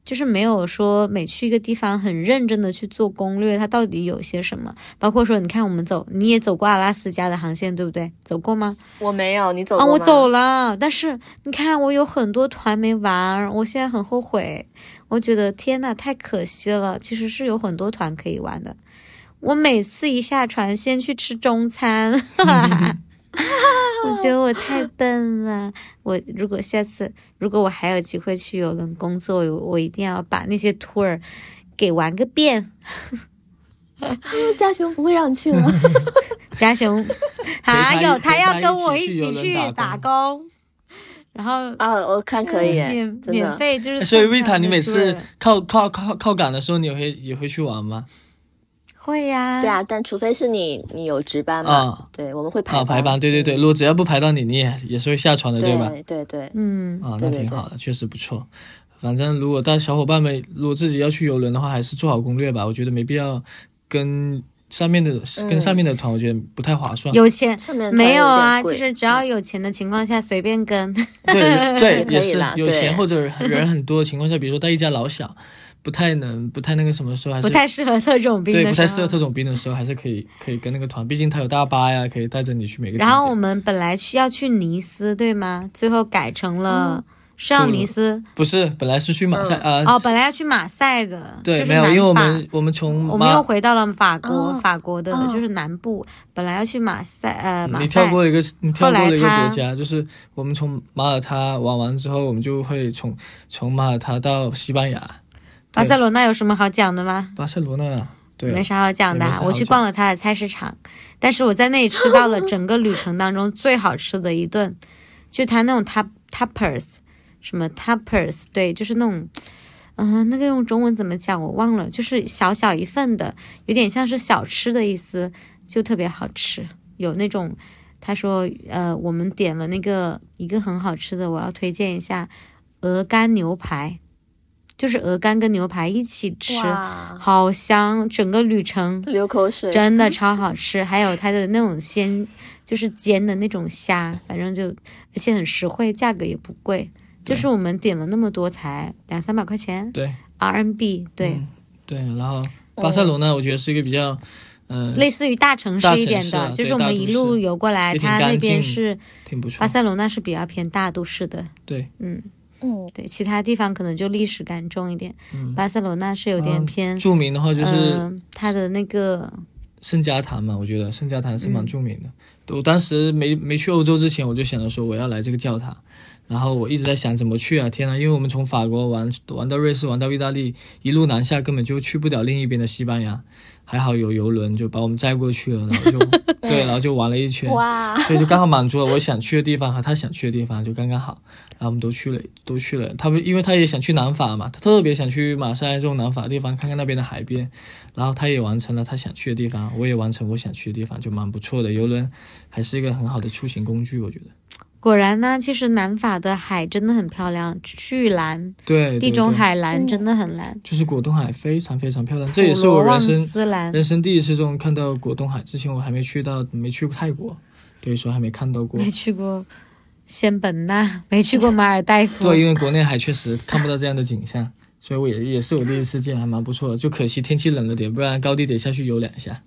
就是没有说每去一个地方很认真的去做攻略，它到底有些什么。包括说，你看我们走，你也走过阿拉斯加的航线，对不对？走过吗？ 我没有，你走过吗？ 啊，我走了，但是你看我有很多团没玩，我现在很后悔。我觉得天哪，太可惜了。其实是有很多团可以玩的。我每次一下船，先去吃中餐。我觉得我太笨了。我如果下次，如果我还有机会去邮轮工作，我我一定要把那些 tour 给玩个遍。 家雄不会让你去吗？ 家雄还有他要跟我一起去打工，然后啊，我看可以免免费就是。 所以维塔，你每次靠靠靠靠港的时候，你也会也会去玩吗？ 会呀、啊， 对啊，但除非是你你有值班嘛，啊、对，我们会排班、 啊、排班，对对对，如果只要不排到你，你也也是会下船的， 对吧？ 对对对， 嗯， 啊，那挺好的，对对对，确实不错。反正如果大家小伙伴们如果自己要去游轮的话，还是做好攻略吧，我觉得没必要跟上面的、嗯、跟上面的团，我觉得不太划算。 有钱没有啊？其实只要有钱的情况下，随便跟。 对对，也是有钱或者人很多的情况下，比如说带一家老小。不太能不太那个什么时候还是不太适合特种兵的时候， 对，不太适合特种兵的时候还是可以可以跟那个团，毕竟他有大巴呀，可以带着你去每个。 然后我们本来需要去尼斯对吗？最后改成了是要尼斯， 不是本来是去马赛、嗯、 呃哦，本来要去马赛的， 对， 就是、 没有，因为我们我们从我们又回到了法国， 哦、 法国的、哦、就是南部，本来要去马赛呃马赛， 你跳过一个你跳过了一个国家，就是我们从马耳他玩完之后，我们就会从从马耳他到西班牙。 巴塞罗那有什么好讲的吗？ 巴塞罗那对， 没啥好讲的、啊。 讲我去逛了他的菜市场，但是我在那里吃到了整个旅程当中最好吃的一顿，就他那种 tap tappers 什么 tappers， 对，就是那种，嗯、呃，那个用中文怎么讲我忘了，就是小小一份的，有点像是小吃的意思，就特别好吃。有那种他说，呃，我们点了那个一个很好吃的，我要推荐一下鹅肝牛排。就是鹅肝跟牛排一起吃，好香，整个旅程流口水， 真的超好吃。还有它的那种鲜，就是煎的那种虾，反正就而且很实惠，价格也不贵。就是我们点了那么多才两三百块钱， 对 R M B， 对、 嗯、对。然后巴塞罗那我觉得是一个比较，嗯、呃， 类似于大城市一点的， 啊、 就是我们一路游过来，它那边是挺不错。 巴塞罗那是比较偏大都市的， 对， 嗯。 嗯， 对，其他地方可能就历史感重一点。 嗯， 巴塞罗那是有点偏、 嗯、著名的话就是、 呃、它的那个圣家坛嘛，我觉得圣家坛是蛮著名的。嗯、我当时没没去欧洲之前，我就想着说我要来这个教堂，然后我一直在想怎么去啊！天啊，因为我们从法国玩玩到瑞士，玩到意大利，一路南下根本就去不了另一边的西班牙。还好有邮轮就把我们载过去了，然后就对，然后就玩了一圈， 哇， 所以就刚好满足了我想去的地方和他想去的地方，就刚刚好，然后我们都去了，都去了。他们因为他也想去南法嘛，他特别想去马赛这种南法的地方看看那边的海边，然后他也完成了他想去的地方，我也完成我想去的地方，就蛮不错的。邮轮还是一个很好的出行工具，我觉得。 果然呢，其实南法的海真的很漂亮，巨蓝， 对，对对， 地中海蓝真的很蓝， 就是果冻海非常非常漂亮，这也是我人生蓝人生第一次中看到果冻海。之前我还没去到，没去过泰国，所以说还没看到过。 没去过仙本那，没去过马尔代夫。 对，因为国内海确实看不到这样的景象，所以我也也是我第一次见，还蛮不错的。就可惜天气冷了点，不然高低得下去游两下。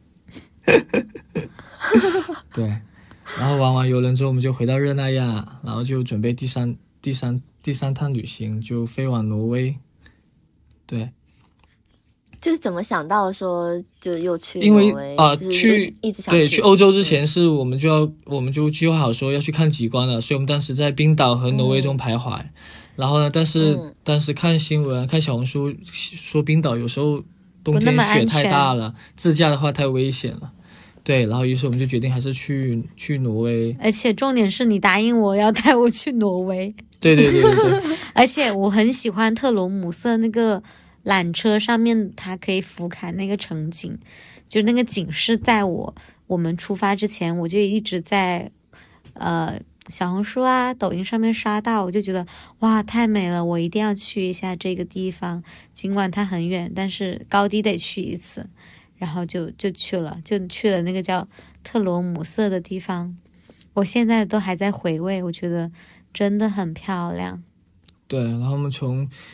对。然后玩完游轮之后，我们就回到热那亚，然后就准备第三、第三、第三趟旅行，就飞往挪威。对， 就是怎么想到说就又去因为啊、 呃、 去一直想去对去欧洲之前是我们就要我们就计划好说要去看极光了，所以我们当时在冰岛和挪威中徘徊。嗯、然后呢，但是、嗯、当时看新闻、看小红书说冰岛有时候冬天雪太大了，自驾的话太危险了。对，然后于是我们就决定还是去去挪威， 而且重点是你答应我要带我去挪威。 对对对对对， 而且我很喜欢特罗姆瑟那个缆车上面，它可以俯瞰那个城景，就那个景是在我我们出发之前，我就一直在呃小红书啊、抖音上面刷到，我就觉得哇太美了，我一定要去一下这个地方，尽管它很远，但是高低得去一次。然后就就去了，就去了那个叫特罗姆瑟的地方，我现在都还在回味，我觉得真的很漂亮。 对，然后我们从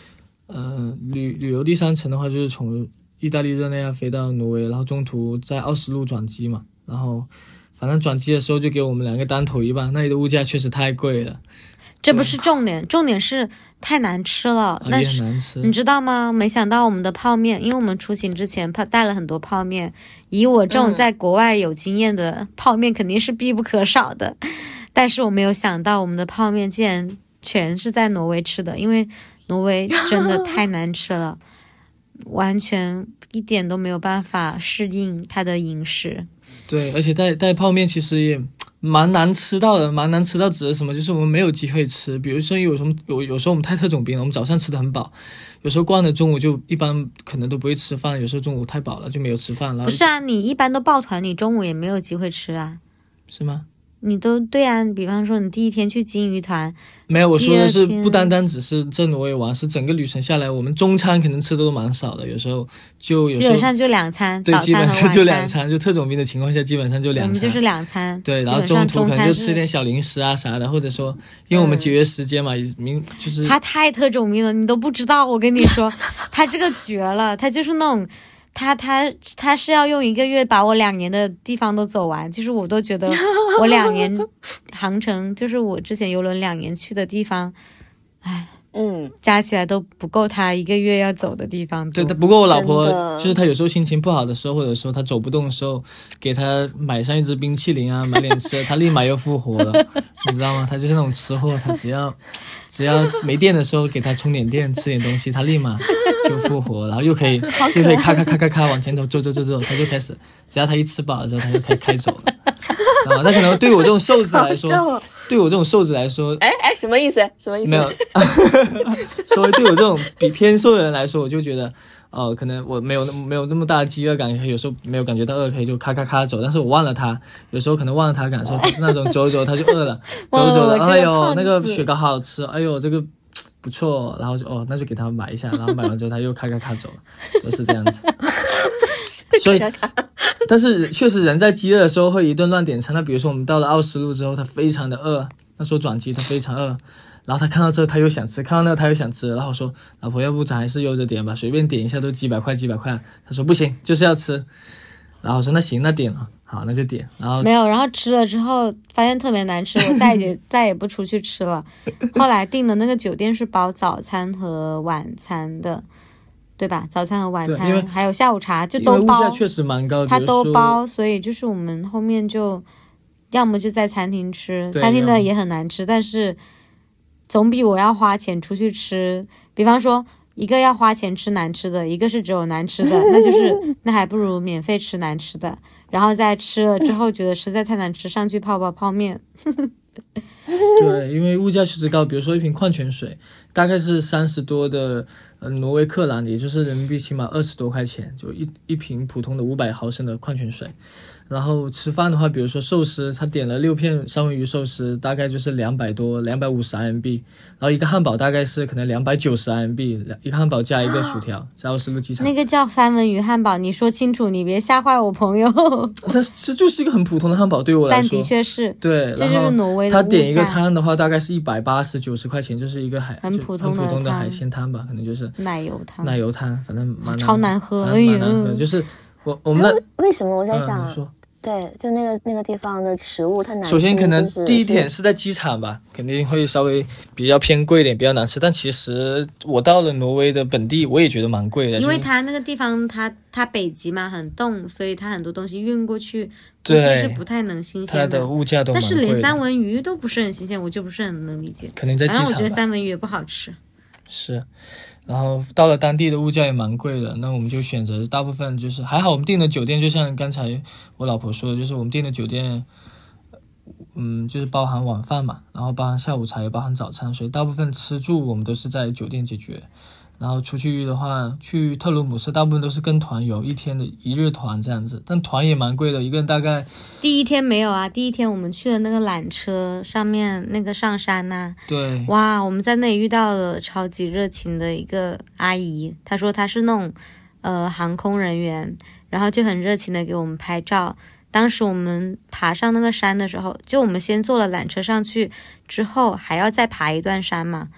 呃，旅旅游第三程的话，就是从意大利热内亚飞到挪威，然后中途在奥斯陆转机嘛，然后反正转机的时候就给我们两个单头一半，那里的物价确实太贵了。 这不是重点，重点是太难吃了。 那是、啊、难吃， 你知道吗？没想到我们的泡面，因为我们出行之前带了很多泡面，以我这种在国外有经验的，泡面肯定是必不可少的。但是我没有想到我们的泡面竟然全是在挪威吃的，因为挪威真的太难吃了，完全一点都没有办法适应它的饮食。 对，而且带带泡面其实也蛮难吃到的，蛮难吃到指的什么？就是我们没有机会吃。比如说有什么有有时候我们太特种兵了，我们早上吃的很饱，有时候惯了中午就一般可能都不会吃饭，有时候中午太饱了就没有吃饭了。 不是啊，你一般都抱团，你中午也没有机会吃啊？ 是吗？ 你都对啊，比方说你第一天去金鱼团， 没有，我说的是不单单只是在挪威玩，是整个旅程下来，我们中餐可能吃的都蛮少的，有时候就有时候基本上就两餐， 对， 早餐基本上就两餐， 餐，就特种兵的情况下，基本上就两餐， 我们就是两餐， 对，然后中途可能就吃点小零食啊啥的，或者说因为我们节约时间嘛，明、嗯、就是他太特种兵了，你都不知道，我跟你说，他这个绝了，他就是那种。他他他是要用一个月把我两年的地方都走完，就是我都觉得我两年航程，就是我之前游轮两年去的地方，唉， 嗯， 加起来都不够他一个月要走的地方。 对，不过我老婆就是她有时候心情不好的时候，或者说她走不动的时候，给她买上一支冰淇淋啊，买点吃，她立马又复活了，你知道吗？她就是那种吃货，她只要只要没电的时候给她充点电，吃点东西，她立马就复活，然后又可以又可以咔咔咔咔咔往前走走走走走，她就开始，只要她一吃饱的时候，她就开开走了。知道吗？那可能对我这种瘦子来说，对我这种瘦子来说， 哎哎，什么意思？什么意思？ 没有，所以对我这种比偏瘦的人来说，我就觉得，哦、呃，可能我没有没有那么大的饥饿感，有时候没有感觉到饿，可以就咔咔咔走。但是我忘了他，有时候可能忘了他感受，就是那种走走他就饿了，走走了，哎呦，那个雪糕好好吃，哎呦，这个不错，然后就哦，那就给他买一下，然后买完之后他又咔咔咔走了，都是这样子。所以，但是确实人在饥饿的时候会一顿乱点餐。那比如说我们到了奥斯陆之后，他非常的饿，那时候转机他非常饿，然后他看到这个他又想吃，看到那个他又想吃，然后说老婆要不咱还是悠着点吧，随便点一下都几百块几百块。他说不行，就是要吃。然后我说那行，那点了，好那就点。然后没有，然后吃了之后发现特别难吃，我再也再也不出去吃了。后来订的那个酒店是包早餐和晚餐的。对吧？早餐和晚餐还有下午茶就都包， 因为物价确实蛮高， 它都包，所以就是我们后面就要么就在餐厅吃，餐厅的也很难吃，但是总比我要花钱出去吃，比方说一个要花钱吃难吃的，一个是只有难吃的，那就是那还不如免费吃难吃的，然后再吃了之后觉得实在太难吃，上去泡泡泡面。 对，因为物价确实高，比如说一瓶矿泉水大概是三十多的呃挪威克朗，也就是人民币起码二十多块钱，就一一瓶普通的五百毫升的矿泉水。然后吃饭的话，比如说寿司，他点了六片三文鱼寿司，大概就是两百多两百五十 R M B， 然后一个汉堡大概是可能两百九十 R M B， 一个汉堡加一个薯条，在奥斯陆机场。 那个叫三文鱼汉堡，你说清楚，你别吓坏我朋友。 但是这就是一个很普通的汉堡，对我来说。 但的确是， 对， 这就是挪威的物价。 他点一个汤的话，大概是一百八十九十块钱，就是一个海很普通的很普通的海鲜汤吧，可能就是奶油汤。 奶油汤，反正蛮超难喝， 哎呀，难喝。就是我我们那为什么我在想？ 嗯、说对，就那个那个地方的食物它难吃。 首先可能第一点是在机场吧，肯定会稍微比较偏贵一点，比较难吃。但其实我到了挪威的本地，我也觉得蛮贵的， 因为它那个地方它它北极嘛很冻，所以它很多东西运过去， 对， 是不太能新鲜的。 它的物价都蛮贵的。 但是连三文鱼都不是很新鲜，我就不是很能理解。 可能在机场吧。 反正我觉得三文鱼也不好吃。 是。然后到了当地的物价也蛮贵的，那我们就选择大部分就是还好我们订的酒店，就像刚才我老婆说的，就是我们订的酒店嗯就是包含晚饭嘛，然后包含下午茶也包含早餐，所以大部分吃住我们都是在酒店解决。然后出去的话，去特鲁姆瑟大部分都是跟团游，一天的一日团这样子，但团也蛮贵的，一个人大概。 第一天没有啊，第一天我们去的那个缆车上面那个上山呐、啊， 对， 哇，我们在那里遇到了超级热情的一个阿姨，她说她是那种呃航空人员，然后就很热情的给我们拍照。当时我们爬上那个山的时候，就我们先坐了缆车上去，之后还要再爬一段山嘛。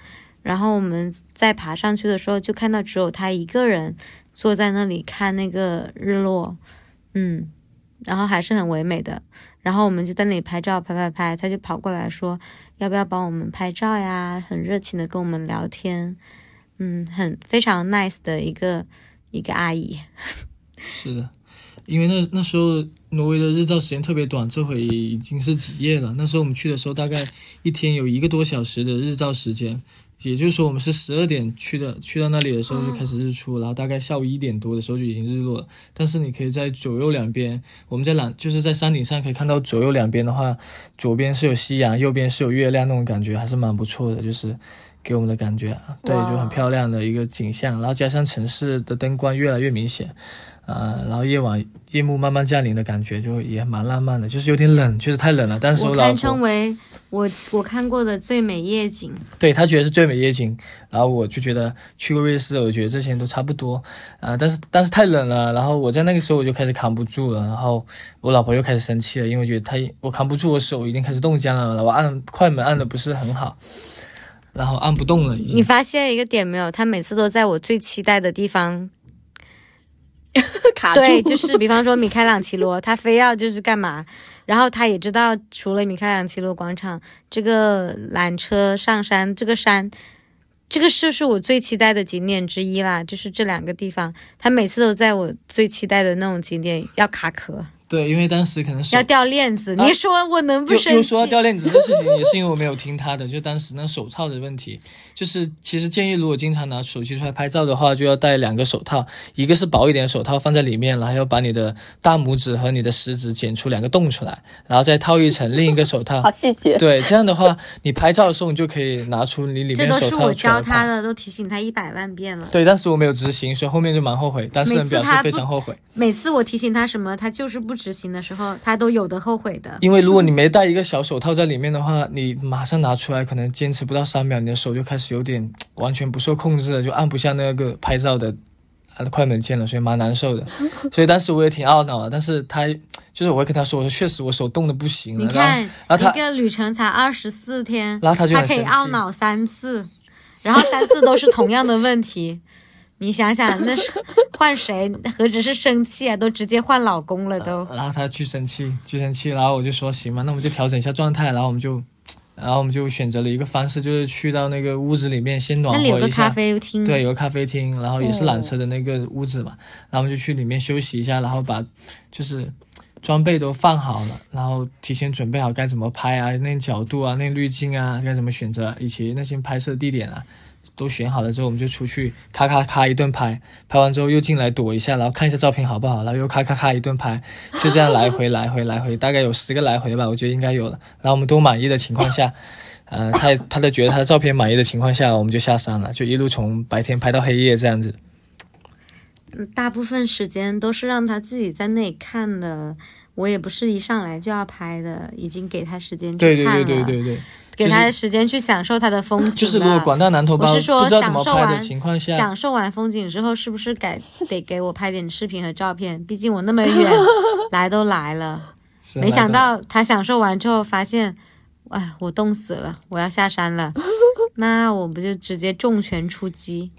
然后我们在爬上去的时候就看到只有他一个人坐在那里看那个日落，嗯，然后还是很唯美的。然后我们就在那里拍照拍拍拍，他就跑过来说要不要帮我们拍照呀，很热情的跟我们聊天，嗯，很非常 nice 的一个一个阿姨。 是的，因为那那时候挪威的日照时间特别短，这会已经是几夜了。那时候我们去的时候大概一天有一个多小时的日照时间，也就是说我们是十二点去的，去到那里的时候就开始日出，然后大概下午一点多的时候就已经日落了。但是你可以在左右两边，我们在缆就是在山顶上可以看到左右两边的话，左边是有夕阳，右边是有月亮，那种感觉还是蛮不错的，就是给我们的感觉啊，对，就很漂亮的一个景象。然后加上城市的灯光越来越明显，呃，然后夜晚夜幕慢慢降临的感觉就也蛮浪漫的，就是有点冷，确实太冷了。但是我老婆我堪称为我我看过的最美夜景， 对，他觉得是最美夜景，然后我就觉得去过瑞士，我觉得这些都差不多啊、呃，但是但是太冷了，然后我在那个时候我就开始扛不住了，然后我老婆又开始生气了，因为我觉得她我扛不住，我手已经开始冻僵了，我按快门按的不是很好。然后按不动了已经。 你发现一个点没有？他每次都在我最期待的地方卡住。 对，就是比方说米开朗基罗，他非要就是干嘛？然后他也知道，除了米开朗基罗广场，这个缆车上山，这个山，这个就是我最期待的景点之一啦。就是这两个地方，他每次都在我最期待的那种景点要卡壳。 对，因为当时可能要掉链子，啊、你说我能不生气？ 又又说要掉链子这事情，也是因为我没有听他的，就当时那手套的问题，就是其实建议如果经常拿手机出来拍照的话，就要戴两个手套，一个是薄一点的手套放在里面，然后要把你的大拇指和你的食指剪出两个洞出来，然后再套一层另一个手套。 好细节。 对，这样的话你拍照的时候你就可以拿出你里面手套出来。 这都是我教他的，都提醒他一百万遍了。 对，但是我没有执行，所以后面就蛮后悔，当事人表示非常后悔。 每次我提醒他什么，他就是不执行的时候，他都有的后悔的。 因为如果你没带一个小手套在里面的话，你马上拿出来，可能坚持不到三秒，你的手就开始有点完全不受控制了，就按不下那个拍照的快门键了，所以蛮难受的。所以当时我也挺懊恼的，但是他就是我会跟他说，我说确实我手冻得不行了。 你看， 然后他一个旅程才二十四天， 然后他就他可以懊恼三次，然后三次都是同样的问题。你想想，那是换谁？何止是生气啊，都直接换老公了都。 然后他去生气，去生气，然后我就说行吧，那我们就调整一下状态，然后我们就，然后我们就选择了一个方式，就是去到那个屋子里面先暖和一下。 那里有个咖啡厅。 对，有个咖啡厅，然后也是缆车的那个屋子嘛，哦、然后我们就去里面休息一下，然后把就是装备都放好了，然后提前准备好该怎么拍啊，那角度啊，那滤镜啊，该怎么选择，以及那些拍摄地点啊。都选好了之后，我们就出去咔咔咔一顿拍，拍完之后又进来躲一下，然后看一下照片好不好，然后又咔咔咔一顿拍，就这样来回来回来回，大概有十个来回吧，我觉得应该有了。然后我们都满意的情况下，呃，他他都觉得他的照片满意的情况下，我们就下山了，就一路从白天拍到黑夜这样子。 大部分时间都是让他自己在那里看的，我也不是一上来就要拍的，已经给他时间去看了。 对对对对对对。 给他时间去享受他的风景。 就是如果广大男同胞不知道怎么拍的情况下， 享受完风景之后，是不是该得给我拍点视频和照片？毕竟我那么远来都来了，没想到他享受完之后发现，哎，我冻死了，我要下山了，那我不就直接重拳出击？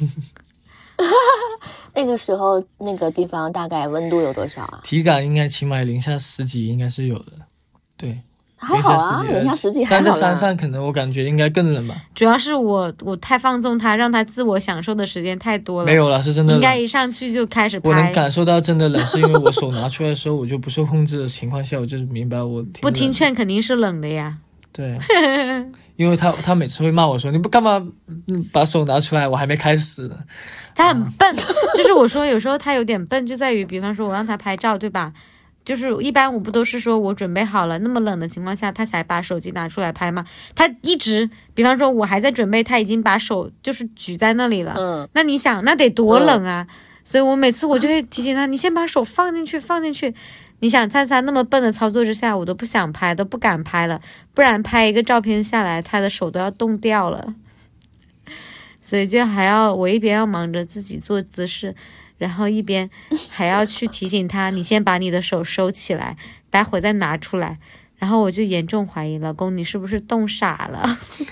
那个时候那个地方大概温度有多少啊？ 体感应该起码零下十几应该是有的，对。 还好啊，零下十几还好。 但在山上可能我感觉应该更冷吧。 主要是我我太放纵他，让他自我享受的时间太多了。 没有了，是真的冷。 应该一上去就开始拍。 我能感受到真的冷，是因为我手拿出来的时候，我就不受控制的情况下，我就明白我不听劝肯定是冷的呀。 对，因为他他每次会骂我说你不干嘛把手拿出来，我还没开始呢。 他很笨，就是我说有时候他有点笨，就在于比方说我让他拍照，对吧？就是一般我不都是说我准备好了，那么冷的情况下他才把手机拿出来拍吗？他一直比方说我还在准备，他已经把手就是举在那里了，嗯，那你想那得多冷啊、嗯、所以我每次我就会提醒他，你先把手放进去放进去。你想在他那么笨的操作之下，我都不想拍，都不敢拍了，不然拍一个照片下来他的手都要冻掉了。所以就还要我一边要忙着自己做姿势，然后一边还要去提醒他，你先把你的手收起来，待会再拿出来。然后我就严重怀疑老公你是不是冻傻了。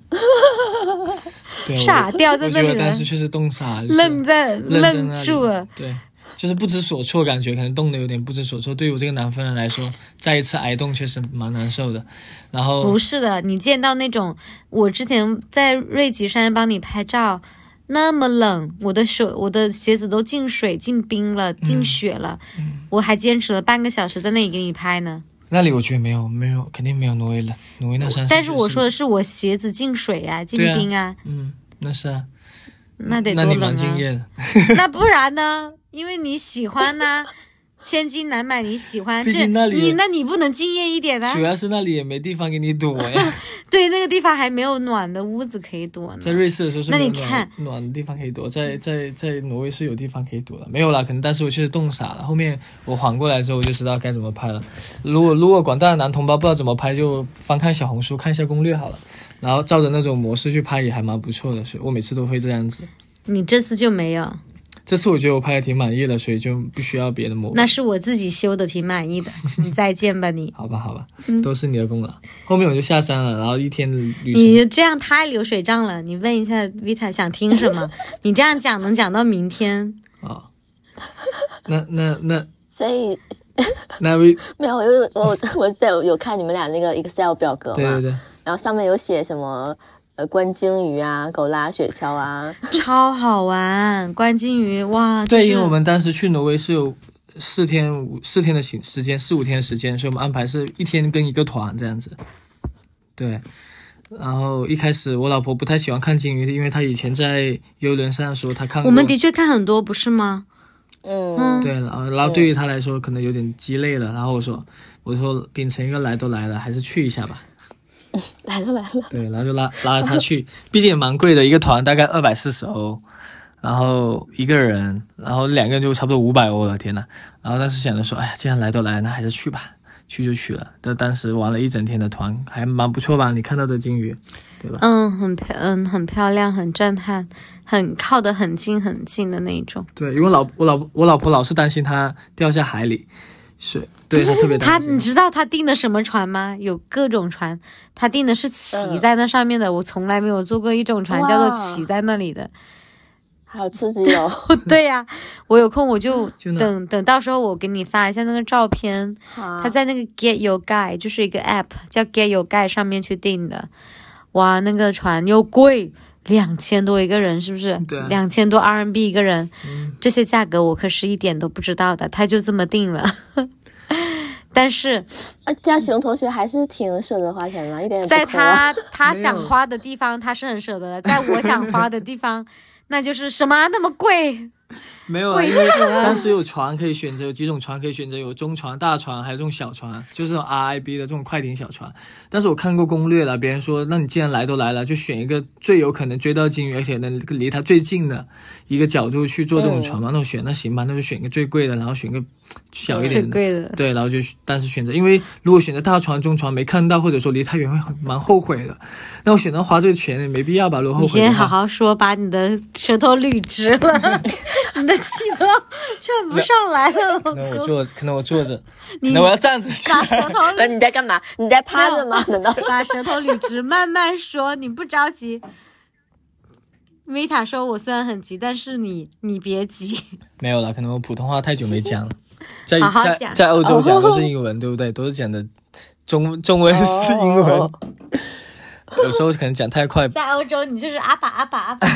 对， 傻掉在那里了， 我觉得当时确实冻傻，就是、 愣在愣愣住了。 对，就是不知所措，感觉可能冻得有点不知所措。对于我这个南方人来说，再一次挨冻确实蛮难受的。然后不是的，你见到那种我之前在瑞吉山帮你拍照，那么冷，我的手我的鞋子都进水进冰了进雪了、嗯、我还坚持了半个小时在那里给你拍呢。 那里我觉得没有没有肯定没有挪威冷，挪威那山、就是、 但是我说的是我鞋子进水啊进冰啊， 啊嗯，那是啊， 那得多冷啊， 那你蛮敬业的那不然呢？因为你喜欢呢、啊千金难买你喜欢， 毕竟那里你那你不能敬业一点啊？ 主要是那里也没地方给你躲呀。 对，那个地方还没有暖的屋子可以躲呢。 在瑞士的时候是没有暖那你看暖的地方可以躲，在在在挪威是有地方可以躲的，没有啦，可能但是我确实冻傻了。后面我缓过来之后，我就知道该怎么拍了。如果如果广大的男同胞不知道怎么拍，就翻看小红书看一下攻略好了，然后照着那种模式去拍也还蛮不错的，所以我每次都会这样子。 你这次就没有？ 这次我觉得我拍的挺满意的，所以就不需要别的模板。 那是我自己修的挺满意的。你再见吧你。 好吧好吧、嗯、都是你的功劳。后面我就下山了，然后一天的旅程。 你这样太流水账了，你问一下 Vita 想听什么。你这样讲能讲到明天。 哦，那那那所以那 V 没有，因为我我在有看你们俩那个 Excel 表格嘛， 对对对， 然后上面有写什么呃观鲸鱼啊，狗拉雪橇啊， 超好玩。观鲸鱼哇， 对，因为我们当时去挪威是有四天五四天的时时间，四五天的时间，所以我们安排是一天跟一个团这样子。对，然后一开始我老婆不太喜欢看鲸鱼，因为她以前在游轮上说她看过。 我们的确看很多，不是吗？ 嗯， 对，然后然后对于她来说可能有点鸡肋了，然后我说我说秉承一个来都来了，还是去一下吧。 来了来了， 对，然后就拉拉着他去，毕竟也蛮贵的，一个团大概二百四十欧，然后一个人，然后两个人就差不多五百欧了，天呐！然后当时想着说，哎呀，既然来都来了，那还是去吧，去就去了。但当时玩了一整天的团，还蛮不错吧？你看到的鲸鱼，对吧？ 嗯，很漂，嗯，很漂亮，很震撼，很靠得很近很近的那种。 对，因为老我老我老婆老是担心它掉下海里。是，对，他特别担心。 他，你知道他订的什么船吗？有各种船，他订的是骑在那上面的。嗯、我从来没有坐过一种船叫做骑在那里的， 好刺激哦！ 对呀、啊，我有空我就等等到时候我给你发一下那个照片。他在那个 Get Your Guide 就是一个 app 叫 Get Your Guide 上面去订的。哇，那个船又贵。两千多一个人是不是？ 对， 两千多 R M B 一个人、 嗯， 这些价格我可是一点都不知道的，他就这么定了。但是， 啊，嘉雄同学还是挺舍得花钱的，一点也不在抠啊他他想花的地方，他是很舍得的；在我想花的地方，那就是什么那么贵。 没有啊，因为当时有船可以选择，有几种船可以选择，有中船、大船，还有这种小船，就是这种 R I B 的这种快艇小船。但是我看过攻略了，别人说，那你既然来都来了，就选一个最有可能追到鲸鱼，而且能离它最近的一个角度去坐这种船嘛。嗯、那我选，那行吧，那就选一个最贵的，然后选个小一点的， 最贵的。 对，然后就当时选择，因为如果选择大船、中船没看到，或者说离太远，会很蛮后悔的。那我选择花这个钱也没必要吧？如果后悔的话， 你先好好说，把你的舌头捋直了。你的气都转不上来了， 可能我坐，可能我坐着，那我要站着去。 把舌头， 那你在干嘛？你在趴着吗？难道把舌头捋直，慢慢说，你不着急。维塔说：“我虽然很急，但是你你别急。” 没有了，可能我普通话太久没讲了，在好好在在欧洲讲都是英文，哦、对不对？都是讲的中中文是英文。哦有时候可能讲太快， 在欧洲你就是阿爸阿爸阿爸。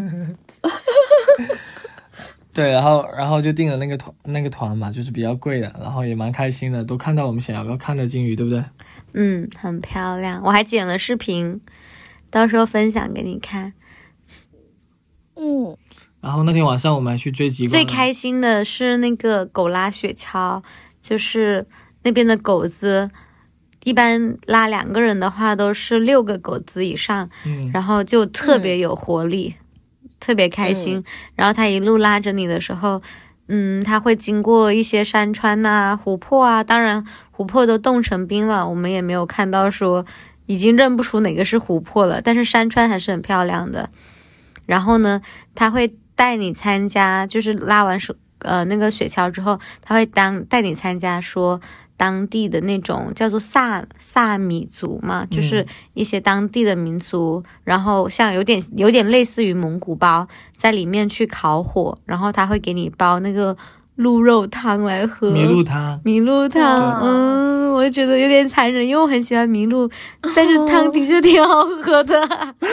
对，然后然后就订了那个团那个团嘛，就是比较贵的，然后也蛮开心的，都看到我们想要看的鲸鱼，对不对？ 嗯，很漂亮，我还剪了视频，到时候分享给你看。 嗯， 然后那天晚上我们还去追极光。 最开心的是那个狗拉雪橇，就是那边的狗子。一般拉两个人的话都是六个狗子以上、 嗯、 然后就特别有活力、嗯、特别开心、嗯、然后他一路拉着你的时候嗯，他会经过一些山川啊湖泊啊，当然湖泊都冻成冰了，我们也没有看到说已经认不出哪个是湖泊了，但是山川还是很漂亮的。然后呢他会带你参加，就是拉完呃那个雪橇之后他会当带你参加说当地的那种叫做萨萨米族嘛，就是一些当地的民族，嗯、然后像有点有点类似于蒙古包，在里面去烤火，然后他会给你煲那个鹿肉汤来喝， 麋鹿汤， 麋鹿汤，嗯，我觉得有点残忍，因为我很喜欢麋鹿，但是汤的确挺好喝的。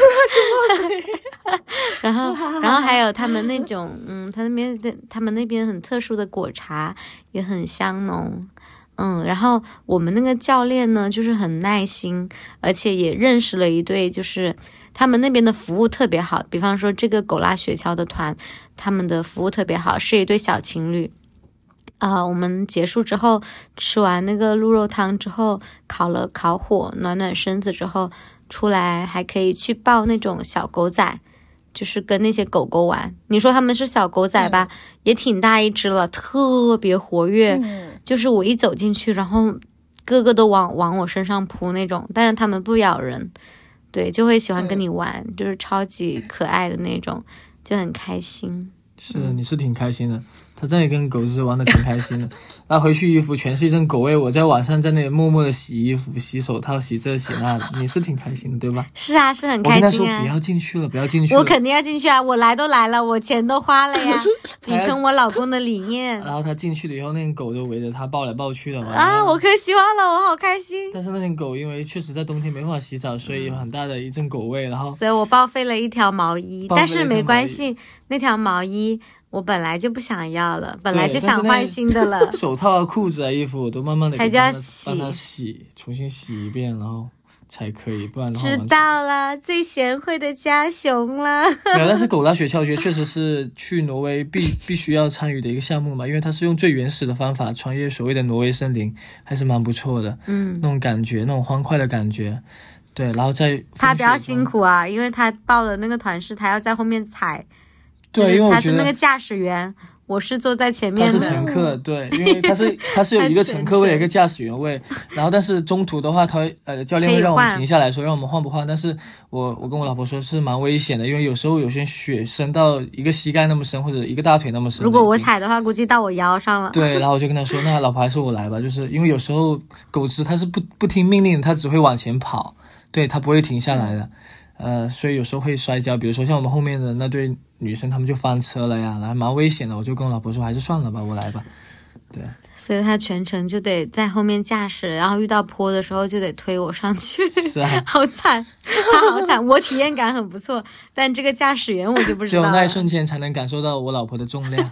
然后，然后还有他们那种，嗯，他那边的他们那边很特殊的果茶也很香浓。嗯，然后我们那个教练呢，就是很耐心，而且也认识了一对，就是他们那边的服务特别好。比方说这个狗拉雪橇的团，他们的服务特别好，是一对小情侣。啊、呃，我们结束之后，吃完那个鹿肉汤之后，烤了烤火，暖暖身子之后，出来还可以去抱那种小狗仔。就是跟那些狗狗玩，你说他们是小狗仔吧、嗯、也挺大一只了，特别活跃、嗯、就是我一走进去然后个个都往往我身上扑那种，但是他们不咬人，对，就会喜欢跟你玩、嗯、就是超级可爱的那种，就很开心。 是的，你是挺开心的，他真的跟狗子玩的挺开心的。那回去衣服全是一阵狗味，我在晚上在那里默默的洗衣服、洗手套、洗这洗那的，你是挺开心的，对吧？ 是啊，是很开心啊。 我跟他说不要进去了，不要进去了。 我肯定要进去啊，我来都来了，我钱都花了呀，秉承我老公的理念。 然后他进去了以后，那天狗就围着他抱来抱去的嘛。 啊，我可喜欢了，我好开心。 但是那天狗因为确实在冬天没办法洗澡，所以有很大的一阵狗味，然后所以我报废了一条毛衣，但是没关系，那条毛衣我本来就不想要了，本来就想换新的了。 手套啊、裤子啊、衣服我都慢慢的帮他帮他洗，重新洗一遍，然后才可以，不然的话。 知道了，最贤惠的家熊了。 没有，但是狗拉雪橇我觉得确实是去挪威必必须要参与的一个项目嘛，因为它是用最原始的方法穿越所谓的挪威森林，还是蛮不错的。嗯，那种感觉，那种欢快的感觉。对，然后在他比较辛苦啊，因为他报的那个团是他要在后面踩。 对，因为他是那个驾驶员，我是坐在前面的。 他是乘客，对，因为他是他是有一个乘客位，一个驾驶员位，然后但是中途的话，他呃教练会让我们停下来说让我们换不换，但是我我跟我老婆说是蛮危险的，因为有时候有些雪深到一个膝盖那么深，或者一个大腿那么深。 如果我踩的话，估计到我腰上了。 对，然后我就跟他说，那老婆还是我来吧，就是因为有时候狗只它是不不听命令，它只会往前跑，对，它不会停下来的。嗯呃，所以有时候会摔跤，比如说像我们后面的那对女生，她们就翻车了呀，然后蛮危险的。我就跟我老婆说，还是算了吧，我来吧。对， 所以他全程就得在后面驾驶，然后遇到坡的时候就得推我上去。 是啊， 好惨，他好惨。我体验感很不错，但这个驾驶员我就不知道了。 只有那一瞬间才能感受到我老婆的重量。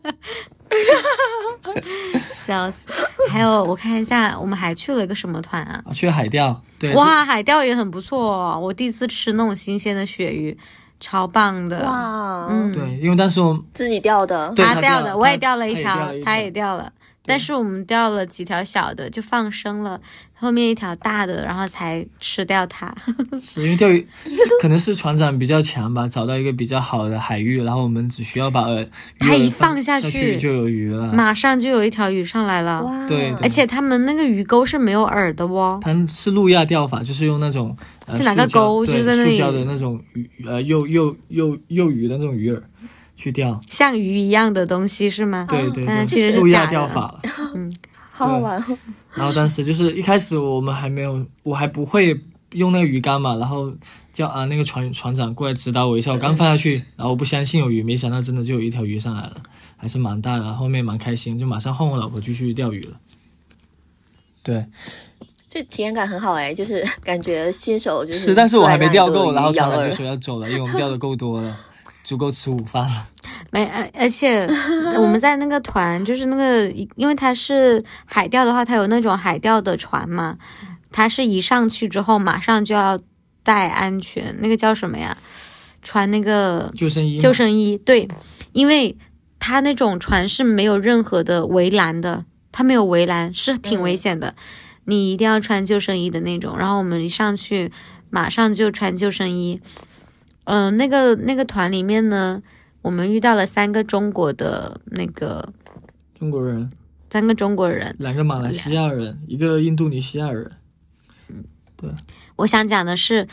笑死！还有我看一下，我们还去了一个什么团啊？ 去了海钓，对， 哇，海钓也很不错哦。我第一次吃那种新鲜的鳕鱼，超棒的。 哇， 嗯， 对，因为当时我自己钓的， 他钓的，我也钓了一条， 他也钓了。但是我们钓了几条小的就放生了，后面一条大的，然后才吃掉它。 是因为钓鱼可能是船长比较强吧，找到一个比较好的海域，然后我们只需要把饵它一放下去就有鱼了， 马上就有一条鱼上来了。 哇， 对， 而且他们那个鱼钩是没有饵的哦， 它是路亚钓法，就是用那种呃就哪个钩就在那里塑胶的那种鱼呃幼幼幼幼鱼的那种鱼饵去钓， 像鱼一样的东西是吗？ 对对对， 嗯，其实是路亚钓法了。 嗯， 好好玩哦。 然后当时就是一开始我们还没有，我还不会用那个鱼竿嘛，然后叫啊那个船船长过来指导我一下，我刚放下去，然后我不相信有鱼，没想到真的就有一条鱼上来了，还是蛮大的，后面蛮开心，就马上换我老婆继续钓鱼了。对， 这体验感很好哎，就是感觉新手就是是，但是我还没钓够，然后船长就说要走了，因为我们钓的够多了，足够吃午饭了。 没，而且我们在那个团，就是那个，因为它是海钓的话，它有那种海钓的船嘛，它是一上去之后马上就要戴安全，那个叫什么呀？穿那个救生衣。 救生衣，对，因为它那种船是没有任何的围栏的，它没有围栏，是挺危险的，嗯、你一定要穿救生衣的那种。然后我们一上去，马上就穿救生衣。嗯、呃，那个那个团里面呢。我们遇到了三个中国的那个中国人， 三个中国人， 两个马来西亚人，一个印度尼西亚人。嗯，对。 我想讲的是，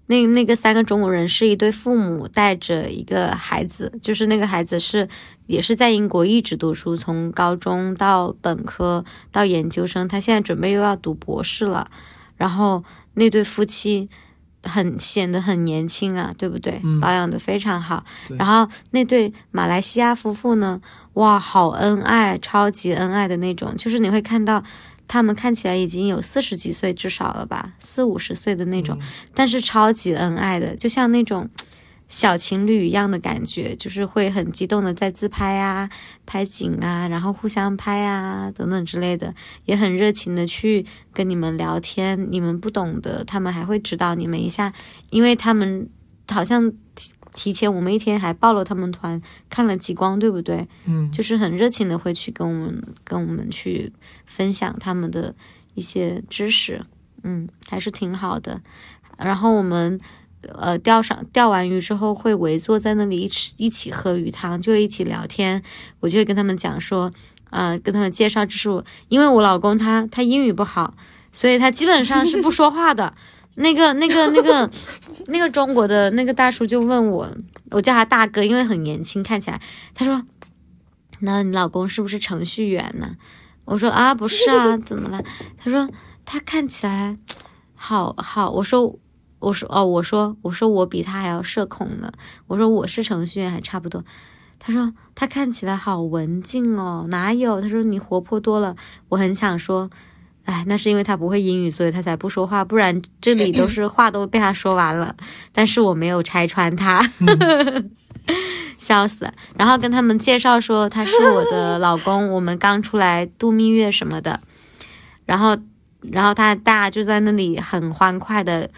那那个三个中国人是一对父母带着一个孩子，就是那个孩子是也是在英国一直读书，从高中到本科到研究生，他现在准备又要读博士了。然后那对夫妻很显得很年轻啊，对不对？ 嗯、 保养得非常好。然后那对马来西亚夫妇呢，哇，好恩爱，超级恩爱的那种，就是你会看到他们看起来已经有四十几岁至少了吧，四五十岁的那种、嗯、但是超级恩爱的，就像那种小情侣一样的感觉，就是会很激动的在自拍啊，拍景啊，然后互相拍啊等等之类的，也很热情的去跟你们聊天，你们不懂的他们还会指导你们一下，因为他们好像提提前我们一天还报了他们团看了极光，对不对？ 嗯， 就是很热情的会去跟我们跟我们去分享他们的一些知识，嗯，还是挺好的。然后我们呃钓上钓完鱼之后会围坐在那里一起一起喝鱼汤，就会一起聊天，我就会跟他们讲说呃跟他们介绍，这是我因为我老公他他英语不好，所以他基本上是不说话的。那个那个那个那个中国的那个大叔就问我，我叫他大哥，因为很年轻看起来，他说那你老公是不是程序员呢？我说啊不是啊，怎么了？他说他看起来好好，我说我说哦我说我说我比他还要社恐呢，我说我是程序员还差不多。他说他看起来好文静哦，哪有？他说你活泼多了。我很想说哎，那是因为他不会英语，所以他才不说话，不然这里都是话都被他说完了。但是我没有拆穿他，嗯、笑死了。然后跟他们介绍说他是我的老公，我们刚出来度蜜月什么的。然后，然后他大家就在那里很欢快的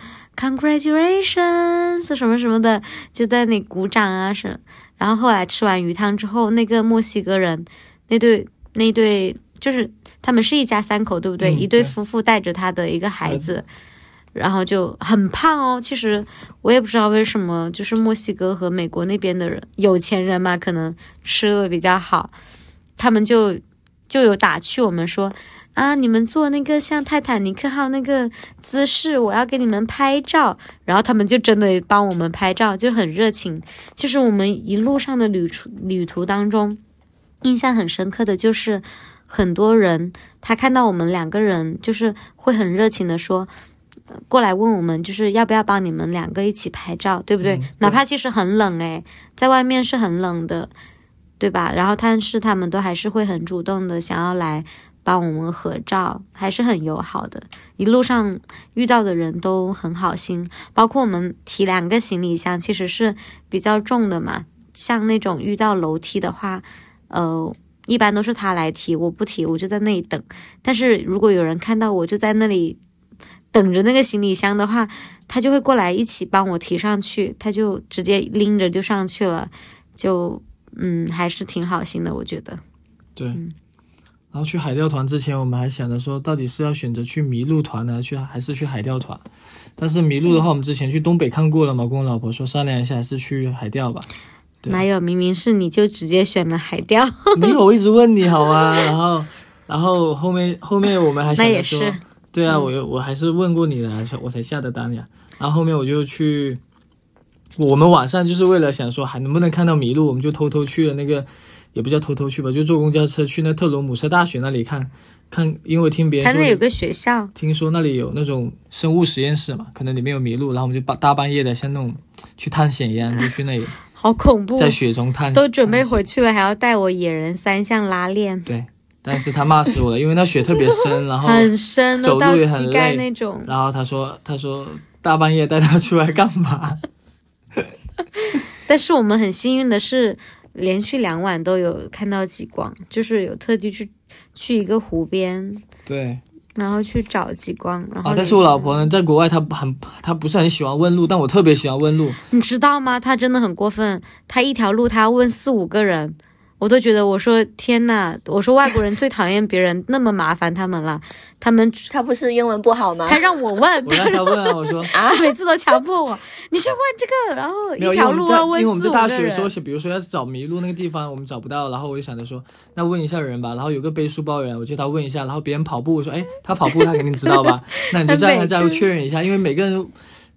，congratulations 什么什么的，就在那里鼓掌啊什么。然后后来吃完鱼汤之后，那个墨西哥人那对那对就是。他们是一家三口，对不对？嗯、一对夫妇带着他的一个孩子，然后就很胖哦。其实我也不知道为什么，就是墨西哥和美国那边的人，有钱人嘛，可能吃的比较好，他们就就有打趣我们说啊，你们做那个像泰坦尼克号那个姿势，我要给你们拍照。然后他们就真的帮我们拍照，就很热情。就是我们一路上的旅途旅途当中，印象很深刻的就是。很多人他看到我们两个人就是会很热情的说过来问我们就是要不要帮你们两个一起拍照，对不对？嗯、对，哪怕其实很冷诶，在外面是很冷的，对吧？然后但是他们都还是会很主动的想要来帮我们合照，还是很友好的。一路上遇到的人都很好心，包括我们提两个行李箱其实是比较重的嘛，像那种遇到楼梯的话呃一般都是他来提，我不提，我就在那里等。但是如果有人看到我就在那里等着那个行李箱的话，他就会过来一起帮我提上去，他就直接拎着就上去了，就嗯还是挺好心的，我觉得。 对、嗯、然后去海钓团之前我们还想着说到底是要选择去麋鹿团呢去还是去海钓团，但是麋鹿的话我们之前去东北看过了嘛，跟我老婆说商量一下还是去海钓吧。 哪有，明明是你就直接选了海钓。没有，我一直问你好啊，然后然后后面后面我们还想着说， 那也是对啊，我我还是问过你的，我才下的单呀。然后后面我就去，我们晚上就是为了想说还能不能看到麋鹿，我们就偷偷去了那个，也不叫偷偷去吧，就坐公交车去那特罗姆瑟大学那里看看，因为听别人说他那有个学校， 听说那里有那种生物实验室嘛，可能里面有麋鹿，然后我们就大半夜的像那种去探险一样，就去那里。 好恐怖， 在雪中探都准备回去了，还要带我野人三项拉练。 对，但是他骂死我了，因为那雪特别深，然后很深， 走路也很累到膝盖那种。 然后他说，他说大半夜带他出来干嘛？ 但是我们很幸运的是，连续两晚都有看到极光，就是有特地去去一个湖边。 对。 然后去找极光，然后、 啊、但是我老婆呢，在国外她很她不是很喜欢问路，但我特别喜欢问路。 你知道吗？她真的很过分，她一条路她要问四五个人，我都觉得我说天哪，我说外国人最讨厌别人那么麻烦他们了，他们他不是英文不好吗？ 他让我问， 我让他问啊，我说啊，每次都强迫我，你去问这个，然后一条路要问四五个人。 因为我们在大学说，比如说要找麋鹿那个地方，我们找不到，然后我就想着说，那问一下人吧。然后有个背书包人，我就他问一下，然后别人跑步，我说，哎，他跑步他肯定知道吧？那你就这样再确认一下，因为每个人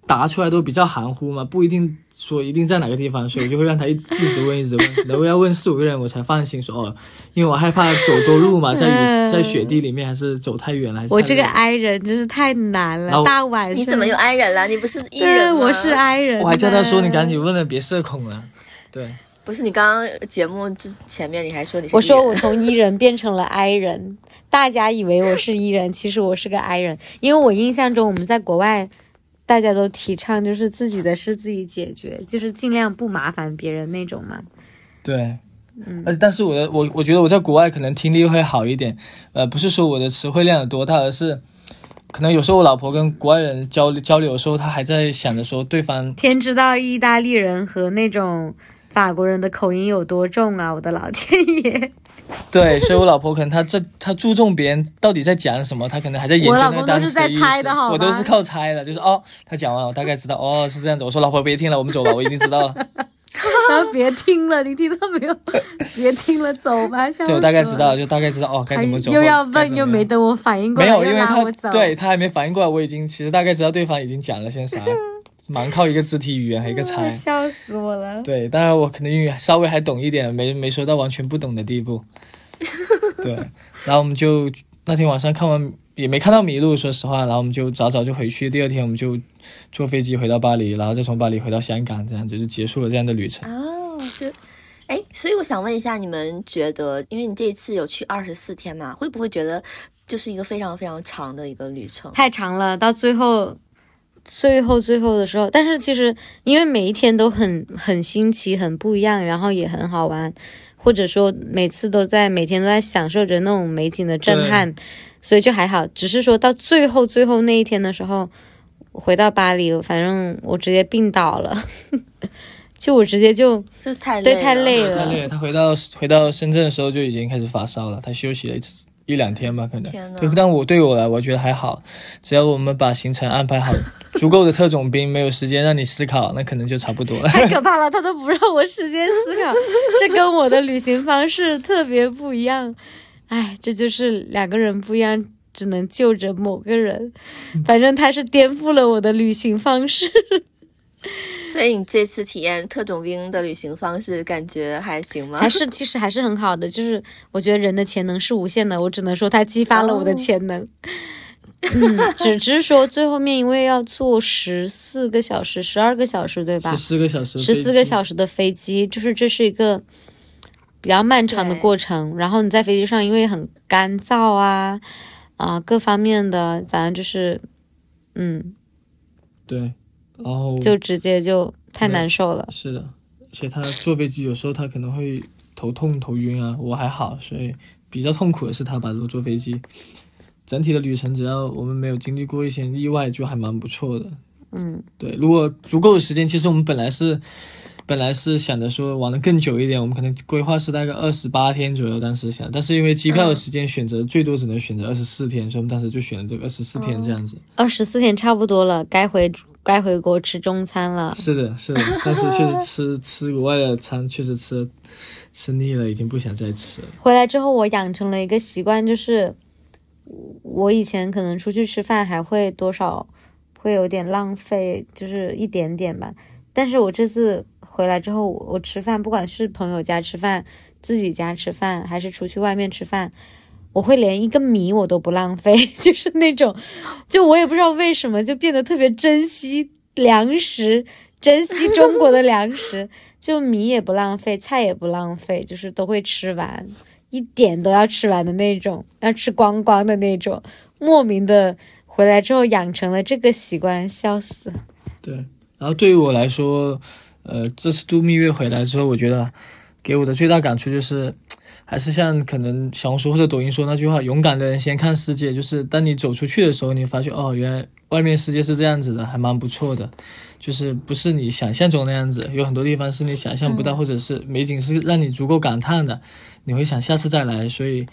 答出来都比较含糊嘛，不一定说一定在哪个地方，所以我就会让他一直一直问一直问，然后要问四五个人我才放心说哦，因为我害怕走多路嘛，在雨在雪地里面还是走太远了，还是太我这个 I 人真是太难了，大晚上你怎么有 I 人了？你不是 E 人吗？ 我是 I 人， 我还叫他说你赶紧问了，别社恐了。对， 不是你刚刚节目之前面你还说你是 E 人， 我说我从 E 人变成了 I 人，大家以为我是 E 人，其实我是个 I 人，因为我印象中我们在国外。大家都提倡就是自己的事自己解决，就是尽量不麻烦别人那种嘛。 对，嗯，但是我的我我觉得我在国外可能听力会好一点，呃，不是说我的词汇量有多大，而是可能有时候我老婆跟国外人交流交流的时候，她还在想着说对方。 天知道意大利人和那种法国人的口音有多重啊！我的老天爷。 对，所以我老婆可能她这她注重别人到底在讲什么，她可能还在研究那个单词的意思。我老公都是在猜的好吗？我都是靠猜的，就是哦，他讲完了，我大概知道哦是这样子。我说老婆别听了，我们走吧，我已经知道了。 然后别听了，你听到没有？别听了，走吧。 对，我大概知道，就大概知道哦该怎么走。 又要问，又没等我反应过来， 没有，因为他走对他还没反应过来，我已经其实大概知道对方已经讲了些啥。蛮靠一个肢体语言和一个猜， 笑死我了。 对，当然我可能英语稍微还懂一点，没没说到完全不懂的地步。对，然后我们就那天晚上看完也没看到麋鹿，说实话，然后我们就早早就回去，第二天我们就坐飞机回到巴黎，然后再从巴黎回到香港，这样就结束了这样的旅程。 哦，就哎，所以我想问一下，你们觉得，因为你这一次有去二十四天嘛，会不会觉得就是一个非常非常长的一个旅程？ 太长了，到最后。最后最后的时候，但是其实因为每一天都很很新奇很不一样，然后也很好玩，或者说每次都在每天都在享受着那种美景的震撼，所以就还好。只是说到最后最后那一天的时候，回到巴黎，反正我直接病倒了。就我直接就这太累了， 对太累了， 太累了。他回到回到深圳的时候就已经开始发烧了，他休息了一次一两天吧，可能。对，但我对我来，我觉得还好，只要我们把行程安排好，足够的特种兵没有时间让你思考，那可能就差不多了。 太可怕了，他都不让我时间思考，这跟我的旅行方式特别不一样。哎，这就是两个人不一样，只能救着某个人。反正他是颠覆了我的旅行方式。 所以你这次体验特种兵的旅行方式感觉还行吗？ 还是其实还是很好的，就是我觉得人的潜能是无限的，我只能说它激发了我的潜能。Oh. 嗯，只只是说最后面因为要坐十四个小时、十二个小时，对吧？ 十四个小时， 十四个小时的飞机，就是这是一个比较漫长的过程。然后你在飞机上因为很干燥啊啊各方面的，反正就是嗯， 对。然后就直接就太难受了。 是的，而且他坐飞机有时候他可能会头痛头晕啊，我还好，所以比较痛苦的是他吧。如果坐飞机，整体的旅程只要我们没有经历过一些意外，就还蛮不错的。 嗯， 对，如果足够的时间，其实我们本来是本来是想着说玩得更久一点，我们可能规划是大概二十八天左右，当时想，但是因为机票的时间选择最多只能选择二十四天，所以我们当时就选了这个二十四天这样子。 二十四天差不多了，该回。该回国吃中餐了。 是的，是的，但是确实吃吃国外的餐确实吃吃腻了，已经不想再吃了。 回来之后，我养成了一个习惯，就是我以前可能出去吃饭还会多少会有点浪费，就是一点点吧。但是我这次回来之后，我吃饭，不管是朋友家吃饭、自己家吃饭，还是出去外面吃饭。我会连一个米我都不浪费，就是那种，就我也不知道为什么就变得特别珍惜粮食，珍惜中国的粮食，就米也不浪费，菜也不浪费，就是都会吃完，一点都要吃完的那种，要吃光光的那种，莫名的回来之后养成了这个习惯，笑死。 对，然后对于我来说，呃，这次度蜜月回来之后，我觉得给我的最大感触就是。还是像可能小红书或者抖音说那句话，勇敢的人先看世界，就是当你走出去的时候，你发现哦，原来外面世界是这样子的，还蛮不错的，就是不是你想象中那样子，有很多地方是你想象不到、嗯、或者是美景是让你足够感叹的，你会想下次再来，所以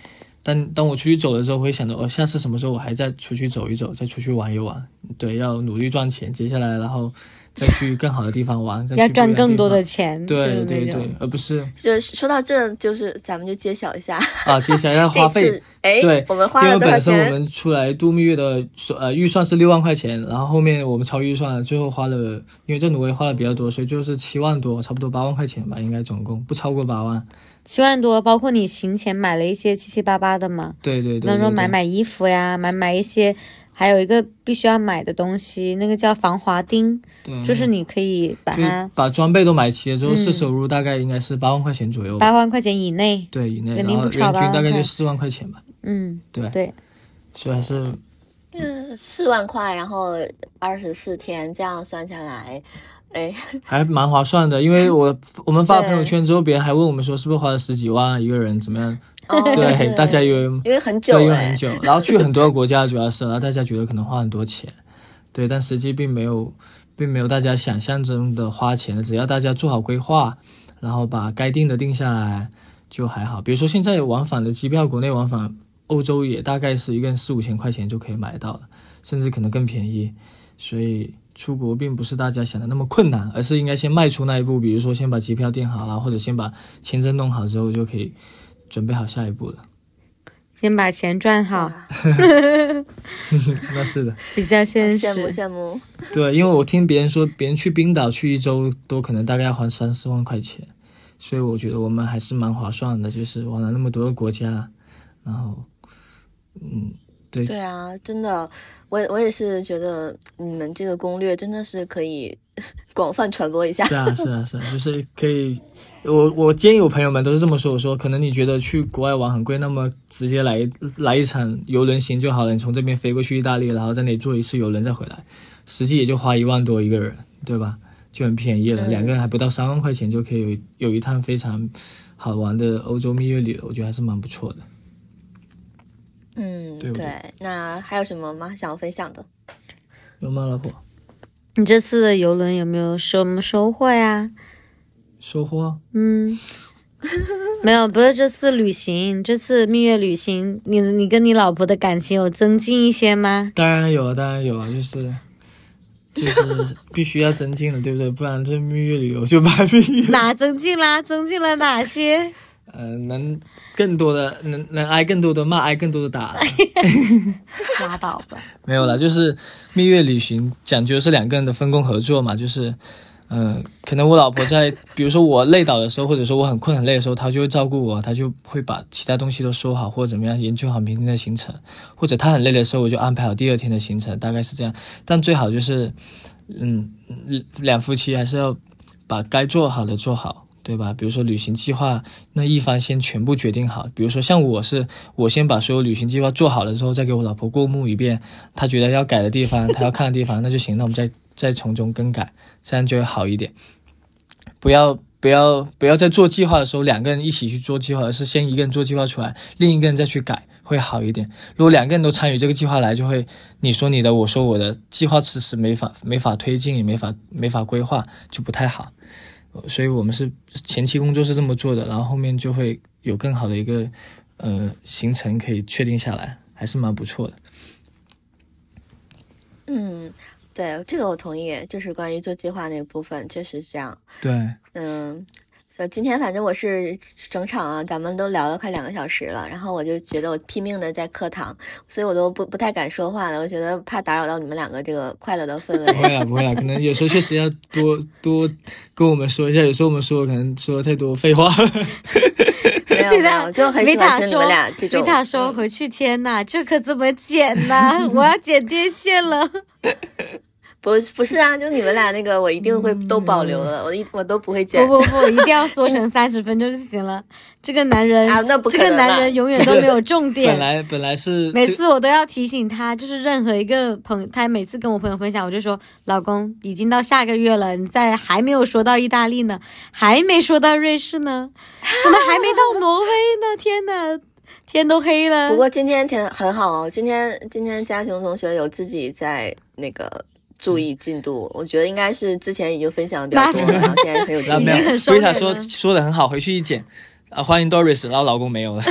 但当我出去走的时候，我会想着，哦，下次什么时候我还再出去走一走，再出去玩一玩。对，要努力赚钱，接下来然后再去更好的地方玩，再去要赚更多的的钱。 对对对，而不是就说到这，就是咱们就揭晓一下啊，接下来要花费。 哎， 对， 我们花了多少钱？ 因为本身我们出来度蜜月的呃预算是六万块钱，然后后面我们超预算了，最后花了，因为在挪威花了比较多，所以就是七万多，差不多八万块钱吧，应该总共不超过八万。 七万多，包括你行前买了一些七七八八的嘛？ 对对 对, 对, 对, 对， 比方说买买衣服呀，买买一些，还有一个必须要买的东西，那个叫防滑钉，就是你可以把它把装备都买齐了之后，试收入大概应该是八万块钱左右， 八万块钱以内， 对以内， 肯定不超然后人均大概就四万块钱吧。 嗯， 对对， 所以还是嗯四万块，然后二十四天这样算下来。哎， 还蛮划算的，因为我我们发朋友圈之后，别人还问我们说是不是花了十几万一个人怎么样？ 哦、 对, 对， 大家以为因为很久， 对，因为很久，然后去很多国家，主要是然后大家觉得可能花很多钱，对，但实际并没有，并没有大家想象中的花钱，只要大家做好规划，然后把该定的定下来就还好。比如说现在往返的机票，国内往返欧洲也大概是一个人四五千块钱就可以买到了，甚至可能更便宜，所以出国并不是大家想的那么困难，而是应该先迈出那一步，比如说先把机票订好了，或者先把签证弄好之后，就可以准备好下一步了。 先把钱赚好。 那是的， 比较现实。 羡慕羡慕。 对，因为我听别人说，别人去冰岛去一周都可能大概要还三四万块钱，所以我觉得我们还是蛮划算的，就是玩了那么多个国家，然后，嗯。对, 对啊，真的，我我也是觉得你们这个攻略真的是可以广泛传播一下。 是啊，是啊，是啊，就是可以，我我建议我朋友们都是这么说，我说可能你觉得去国外玩很贵，那么直接来来一场邮轮行就好了，你从这边飞过去意大利，然后在那里坐一次邮轮再回来，实际也就花一万多一个人，对吧？就很便宜了，两、嗯、个人还不到三万块钱就可以有有一趟非常好玩的欧洲蜜月旅游，我觉得还是蛮不错的。 嗯， 对, 对，那还有什么吗？想要分享的？ 有吗，老婆？ 你这次的游轮有没有什么收获呀？ 收获？ 嗯，没有，不是这次旅行，这次蜜月旅行，你你跟你老婆的感情有增进一些吗？ 当然有啊，当然有啊，就是就是必须要增进的，对不对？不然这蜜月旅游就白蜜月。 哪增进啦？增进了哪些？ 呃，能更多的能能挨更多的骂，挨更多的打。 拉倒吧。 没有啦，就是蜜月旅行讲究是两个人的分工合作嘛，就是呃，可能我老婆在，比如说我累倒的时候，或者说我很困很累的时候，她就会照顾我，她就会把其他东西都收好，或者怎么样研究好明天的行程，或者她很累的时候，我就安排好第二天的行程，大概是这样。但最好就是嗯，两夫妻还是要把该做好的做好，对吧？比如说旅行计划，那一方先全部决定好。比如说像我是，我先把所有旅行计划做好了之后，再给我老婆过目一遍，她觉得要改的地方，她要看的地方，那就行，那我们再再从中更改，这样就会好一点。不要不要不要在做计划的时候两个人一起去做计划，而是先一个人做计划出来，另一个人再去改，会好一点。如果两个人都参与这个计划来，就会你说你的，我说我的，计划迟迟没法没法推进，也没法没法规划，就不太好。所以我们是前期工作是这么做的，然后后面就会有更好的一个呃行程可以确定下来，还是蛮不错的。 嗯，对，这个我同意，就是关于做计划那个部分，确实是这样。 对， 嗯。呃，今天反正我是整场啊，咱们都聊了快两个小时了，然后我就觉得我拼命的在课堂，所以我都不不太敢说话了，我觉得怕打扰到你们两个这个快乐的氛围。 不会啊，不会啊，可能有时候确实要多多跟我们说一下，有时候我们说可能说太多废话了。 没有没有，就很喜欢听你们俩这种。 维塔说回去，天哪，这可怎么剪呢？我要剪电线了。 不不是啊，就你们俩那个我一定会都保留了，我一我都不会剪。 不不不，一定要缩成三十分钟就行了。这个男人啊，那不可能， 这个男人永远都没有重点。 本来本来是每次我都要提醒他，就是任何一个朋，他每次跟我朋友分享，我就说老公已经到下个月了，你在还没有说到意大利呢，还没说到瑞士呢，怎么还没到挪威呢？天哪！天都黑了。 不过今天天很好哦，今天今天嘉雄同学有自己在那个。注意进度，我觉得应该是之前已经分享的比较多了，然后现在很有经验。 维塔说说的很好，回去一剪， 啊，欢迎 Doris， 然后老公没有了。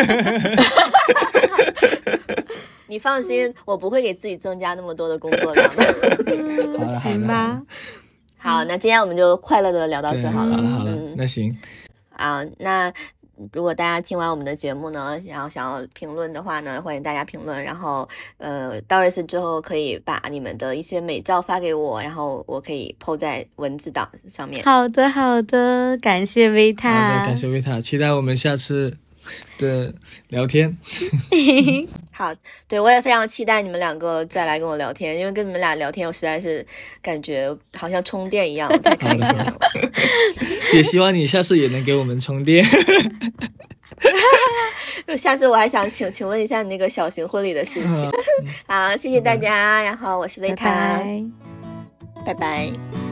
你放心，我不会给自己增加那么多的工作量的。 行吧。 好，那今天我们就快乐的聊到这好了。 好了好了、 嗯， 那行。 啊，那如果大家听完我们的节目呢，然后想要评论的话呢，欢迎大家评论。然后，呃，Doris 之后可以把你们的一些美照发给我，然后我可以 po 在文字档上面。 好的，好的，感谢维塔。 好的，感谢维塔，期待我们下次的聊天。 好，对，我也非常期待你们两个再来跟我聊天，因为跟你们俩聊天，我实在是感觉好像充电一样，我太开心了。 也希望你下次也能给我们充电。 下次我还想请请问一下你那个小型婚礼的事情。好，谢谢大家，然后我是维塔， 拜拜。 拜拜。